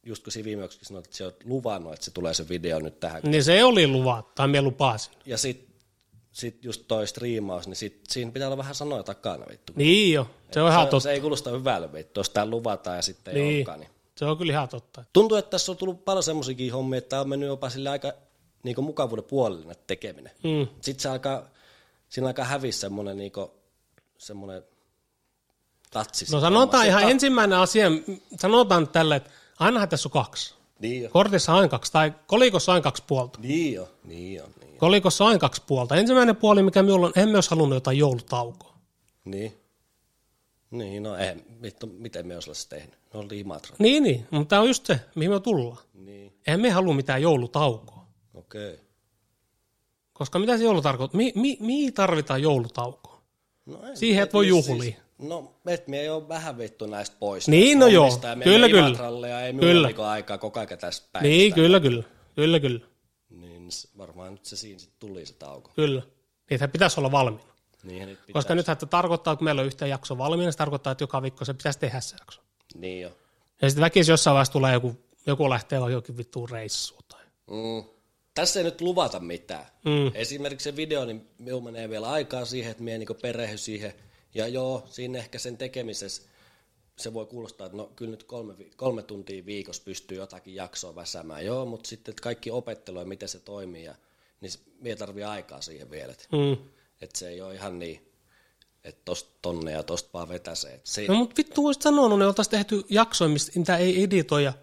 just kun siinä viimeksi sanoit, että sä oot luvannut, että se tulee se video nyt tähän. Niin se oli luvattu, tai minä lupasin. Ja sit, sit just toi striimaus, niin sit, siinä pitää olla vähän sanoja takana vittu. Niin jo, se on ihan se, totta. Se ei kuulosta hyvälle vittu, jos tää luvataan ja sitten ei niin. olekaan. Niin. Se on kyllä ihan totta. Tuntuu, että tässä on tullut paljon semmoisiakin hommia, että on mennyt jopa sille aika niin mukavuuden puolelle tekeminen. Mm. Sitten se alkaa, siinä alkaa häviä semmoinen niin semmoinen tatsi. No sanotaan ihan ta- ensimmäinen asia, sanotaan tälle, että ainahan tässä on kaksi. Niin jo. Kortissa on aina kaksi, tai kolikossa on aina kaksi puolta. Niin jo, niin jo. Niin jo. Kolikossa on aina kaksi puolta. Ensimmäinen puoli, mikä minulla on, emme olisi halunnut jotain joulutaukoa. Niin. Niin, no ei, vittu, miten me olisi tehnyt? Ne oli Imatra. Niin, niin, mutta tämä on just se, mihin me tullaan. Niin. Eihän me halua mitään joulutaukoa. Okei. Okay. Koska mitä se joulu tarkoittaa? Mi, mi, mihin tarvitaan joulutaukoa? No ei, siihen, että voi juhlia. Siis, no, et me ei ole vähän vittu näistä pois. Niin, no joo, kyllä, kyllä. Ja ei minulla niinku aikaa koko ajan tästä päivästä. Niin, kyllä, kyllä, kyllä, kyllä. Niin varmaan nyt se siinä sitten tuli se tauko. Kyllä. Niitä pitäisi olla valmiina. Niin, niitä pitäisi. Koska nythän tarkoittaa, että meillä on yhtä jakso valmiina, se tarkoittaa, että joka viikko se pitäisi tehdä se jakso. Niin jo. Ja sitten väkisin jossain vaiheessa tulee joku, joku lähtee johonkin vittuun reissuun. Tai. Mm. Tässä ei nyt luvata mitään. Mm. Esimerkiksi se video, niin minun menee vielä aikaa siihen, että minä niin perehdy siihen. Ja joo, siinä ehkä sen tekemisessä se voi kuulostaa, että no kyllä nyt kolme, kolme tuntia viikossa pystyy jotakin jaksoa väsäämään. Joo, mutta sitten että kaikki opettelu ja miten se toimii, ja, niin minä tarvii aikaa siihen vielä. Että mm. et se ei ole ihan niin, että tosta tonne ja tosta vaan vetäsee. Se... No mutta vittu olisit sanonut, ne oltaisiin tehty jaksoja, mistä niitä ei editoida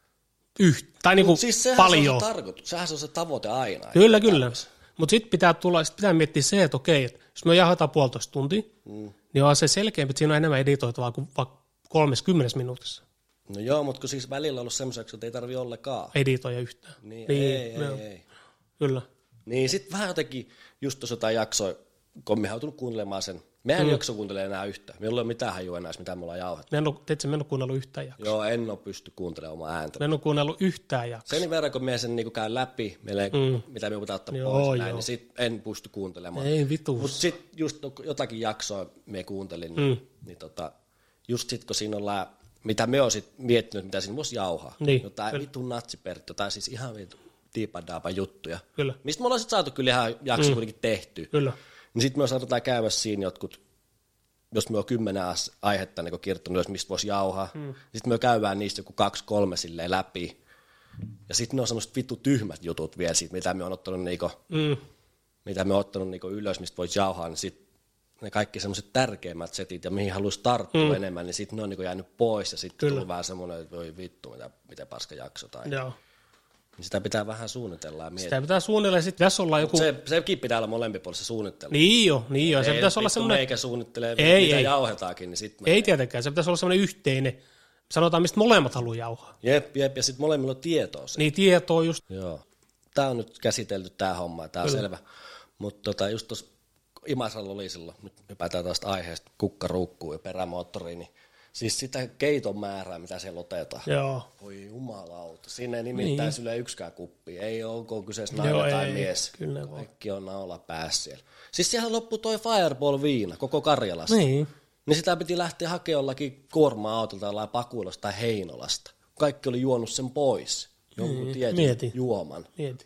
yhtä, tai niinku siis paljon. Se on se sehän se on se tavoite aina. Kyllä, kyllä. Mutta sitten pitää, tulla, sit pitää miettiä se, että okei, että jos me jahdataan puolitoista tuntia, mm. niin on se selkeämpi, että siinä on enemmän editoitavaa kuin vaikka kolmekymmentä minuutissa. No joo, mutta kun siis välillä on ollut semmoiseksi, että ei tarvitse ollenkaan. Editoida yhtään. Niin, niin ei, no. ei, ei. Kyllä. Niin sitten vähän jotenkin, just tuossa jotain jaksoa, kun me on tullut kuuntelemaan sen. Mehän mm. ei jakso kuuntelemaan enää yhtään. Me ei ole mitään hajua enää, mitä me ollaan jauhettu. Teetkö, me en ole kuunnellut yhtään jaksoa. Joo, en ole pysty kuuntelemaan omaa ääntä. Me en ole kuunnellut yhtään jaksoa. Sen verran, kun me sen niin käyn läpi, meille, mm. mitä me pitää ottaa joo, pois, näin, niin sit en pysty kuuntelemaan. Ei vitus. Mutta sitten just jotakin jaksoa me kuuntelin, niin, mm. niin tota, just sitten kun siinä ollaan, mitä me oon sit miettinyt, mitä siinä voisi jauhaa. Niin, jotain vitun natsipertti, jotain siis ihan vitun tiipadaapa juttuja. Kyllä. Mistä me ollaan sitten saatu kyllä ihan jakso mm. kuitenkin tehty. Kyllä. Niin sitten me saatetaan käydä siinä jotkut, jos me on kymmenen aihetta niin kirjoittanut, mistä voisi jauhaa, mm. sitten me käydään niistä joku kaksi, kolme silleen läpi. Ja sitten ne on semmoiset vittu tyhmät jutut vielä siitä, mitä me on ottanut, niinku, mm. mitä me on ottanut niinku ylös, mistä voisi jauhaa, niin sitten ne kaikki semmoiset tärkeimmät setit ja mihin haluaisi tarttua mm. enemmän, niin sitten ne on niinku jäänyt pois ja sitten tullut vähän semmoinen, että voi vittu, mitä, mitä paska jakso. Tai... Joo. Niin sitä pitää vähän suunnitella ja miettiä. Sitä pitää suunnitella ja sitten pitäisi olla joku... Se, sekin pitää olla molempipuolissa suunnittelu. Niin jo, niin jo. Se ei, pitäisi olla semmoinen... Eikä suunnittele, ei, mitä ei. jauhetaankin, niin sitten... Ei tietenkään, se pitäisi olla semmoinen yhteinen. Sanotaan, mistä molemmat haluaa jauhaa. Jep, jep, ja sitten molemmilla on tietoa. Se. Niin, tietoa just. Joo. Tämä on nyt käsitelty tämä homma, tämä on Kyllä. selvä. Mutta tota, just tuossa Imatralla oli silloin, nyt hypätään tästä aiheesta, kukkaruukkuun ja perämoottoriin, niin siis sitä keiton määrää, mitä siellä otetaan. Joo. Voi jumalauta. Siinä ei nimittäin niin. Syle yksikään kuppi. Ei ole, onko kyseessä nainen tai ei. mies. Kyllä Kaikki on naula päässä siellä. Siis siellä loppui toi Fireball-viina koko Karjalasta. Niin. Niin sitä piti lähteä hakemaan jollakin kuorma-autolta jollain Pakulasta tai Heinolasta. Kaikki oli juonut sen pois. Jonkun niin. tietyn Mieti. juoman. Mieti.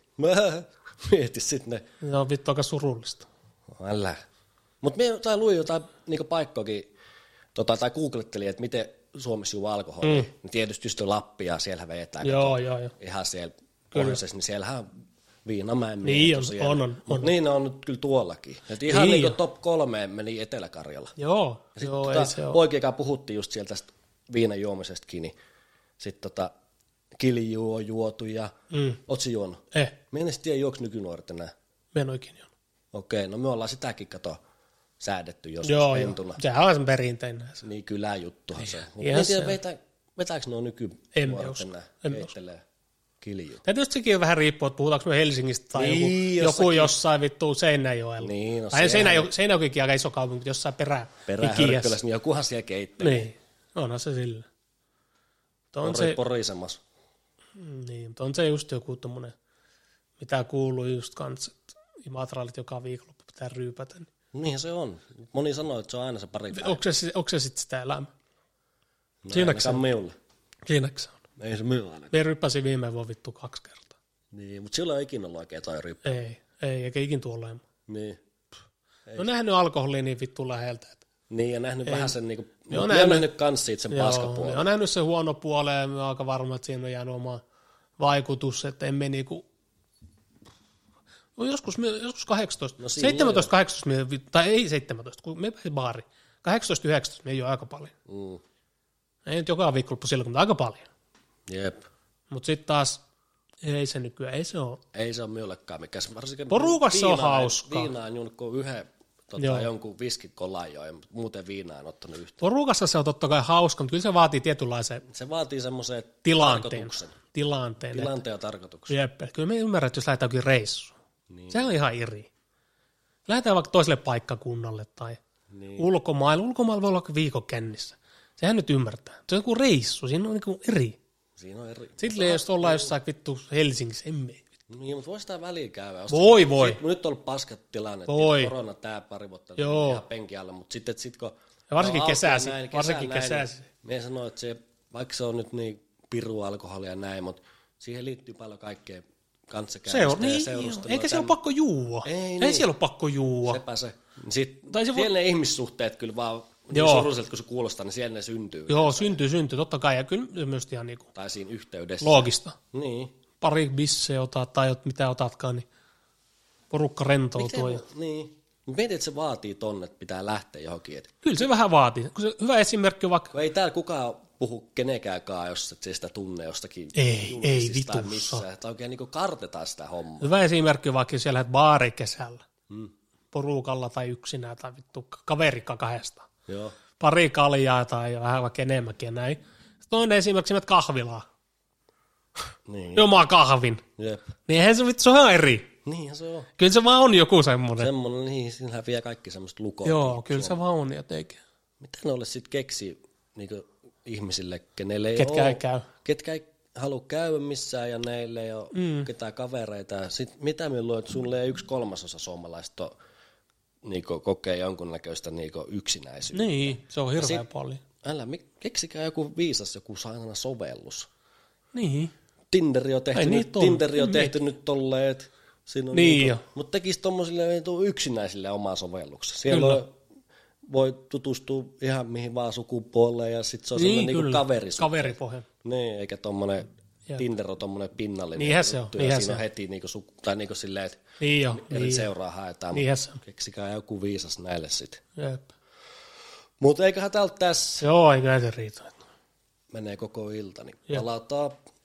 Mieti sitten ne. Se on vittu aika surullista. Älä. Mutta minä tai luin jotain niinku paikkoakin, tota, tai googlettelin, että miten Suomessa juo alkoholia. Mm. Niin tietysti just Lappia, siellä vetään. Joo, joo, joo. Ihan siellä pohjoisessa, niin siellähän Viinamäen niin on, on, on, Mutta niin ne on nyt kyllä tuollakin. Et ihan niin niin top kolmeen meni Etelä-Karjala. Joo, joo tota, ei se ole. Poikiekaan puhuttiin just sieltä tästä viinan juomisestakin, niin sitten tota, kiljuu on juotu ja mm. ootko sä juonut? Eh. Mä en edes tiedä, juoks nykynuoret enää. Mä en oikein juonut. Okei, no me ollaan sitäkin kato säädetty joskus joo, pentuna. Joo, sehän on sen perinteinen. Niin kylläjuttuhan se. Mutta en tiedä, vetä, vetääkö nuo nykynuoret enää keittelee kiljuu. Tietysti sekin on vähän riippuu, että puhutaanko me Helsingistä tai niin, joku, joku jossain vittu Seinäjoella. Niin, no tai Seinäjo- Seinäjokikin aika iso kaupunki, mutta jossain perä Perähörkkölässä, niin jokuhan siellä keittelee. Niin, onhan se sillä. On se porisemassa. Niin, mutta on se just joku tommonen, mitä kuuluu just kans, että Imatralit joka viikonloppu pitää ryypätä. Niin. Niinhän se on. Moni sanoo, että se on aina se pari päivää. Onko se, onko se sitten sitä elämää? No, siinäkö se on? Siinäkö se on? Ei se myy ainakaan. Me ryppäsin viime vuonna vittu kaksi kertaa. Niin, mutta sillä ei ikinä ollut oikein toi ryppä. Ei, ei, eikä ikin tuolla olemaan. Niin. No nähnyt alkoholia niin vittu läheltä. Että. Niin, ja nähnyt ei. vähän sen, niinku, me on nähnyt, nähnyt kans siitä sen paskapuolen. Me on nähnyt sen huono puolen, ja me on aika varma, että siinä on jäänyt oma vaikutus, että emme niinku, no joskus, joskus kahdeksantoista, no seitsemäntoista kahdeksantoista, tai ei seitsemäntoista, kun me pääsin baari, kahdeksantoista yhdeksäntoista me ei ole aika paljon. Mm. Ei nyt joka viikonloppu silloin, mutta aika paljon. Jep. Mutta sitten taas, ei se nykyään, ei se ole. Ei se ole minullekaan mikään. Varsinkin porukassa on hauskaa. Viinaan junnut yhden tota, jonkun viskikolan jo, ja muuten viinaa en ottanut yhtään. Porukassa se on totta kai hauska, mutta kyllä se vaatii tietynlaisen se vaatii semmoisen tilanteen. tarkoituksen. Tilanteen. Tilanteen ja tarkoituksen. Jep. Kyllä me ymmärrät, että jos lähdetään jokin reissuun. Niin. Se on ihan eri. Lähdetään vaikka toiselle paikkakunnalle tai niin. ulkomaille. Ulkomailla voi olla viikon kännissä. Sehän nyt ymmärtää. Se on joku reissu, siinä on niin eri. Siinä on eri. Sitten jos ollaan jossain vittu Helsingissä, emme. Niin, mutta voi sitä väliin käydä. Voi, voi. Sitten, nyt on ollut paskat tilanne, korona tää pari vuotta ihan penki alla, mutta sitten sit kun... Ja varsinkin kesäsi. Varsinkin kesäsi. Mie sanoin, että se, vaikka se on nyt niin piru alkoholia ja näin, mutta siihen liittyy paljon kaikkea kanssakäymistä niin, ja seurustelua. Eikä siellä ole pakko juua. Ei, Ei niin. siellä ole pakko juua. Sepä se. Sitten tai se siellä voi... ne ihmissuhteet kyllä vaan, niin suruiselta kun se kuulostaa, niin siellä ne syntyy. Joo, syntyy, syntyy, totta kai. Ja kyllä myös ihan niinku... Tai siinä yhteydessä. Loogista. Niin. Pari bisseä otat tai mitä otatkaan, niin porukka rentoutuu. Ja... Niin. Mietit, että se vaatii tonne, että pitää lähteä johonkin. Kyllä se vähän vaatii. Kun se hyvä esimerkki on vaikka... Kun ei täällä kukaan puhu kenenkäänkään, jos et sitä tunne jostakin ei, ei vitussa. Että oikein niin kartetaan sitä hommaa. Hyvä esimerkki on vaikka siellä baari kesällä. Hmm. Porukalla tai yksinään tai vittu kaverikka kahdesta. Joo. Pari kaljaa tai vähän vaikka enemmänkin ja näin. Toinen esimerkiksi menet kahvilaan. Niin. Jomaa kahvin. Jep. Niin eihän se vittu, se on eri. Niinhän se on. Kyllä se vaan on joku semmoinen. Semmoinen, niin, siinä vie kaikki semmoista lukoa. Joo, kyllä se vaan on jotenkin. Mitä ne ole sitten keksi niin ihmisille, kenelle ei ketkä ole, ei käy. Ketkä ei halua käydä missään ja neille ei ole mm. ketään kavereita. Sitten mitä me luo, että sulle ei yksi kolmasosa suomalaista niin kokee jonkunnäköistä niin yksinäisyyttä. Niin, se on hirveän sit, paljon. Älä, keksikää joku viisas, joku saatana sovellus. Niin. Tinderi on tehty, nyt, Tinderi on tehty nyt tolleen, että siinä on niin niinku, mutta tekisi tommosille yksinäisille omaa sovelluksia. Siellä on, voi tutustua ihan mihin vaan sukupuoleen ja sitten se on niin, sellainen niinku kaverisuhde. Kaveripohja. Niin, eikä tommonen, Jep. Tinder on tommonen pinnallinen. Niinhän se on. Niinhän siinä on heti niinku, suku, tai niinku silleen, että niin jo, eri niin seuraa haetaan, mutta keksikää joku viisas näille sitten. Mutta eiköhän täältä tässä. Joo, eiköhän se riitä. Menee koko ilta, niin palataan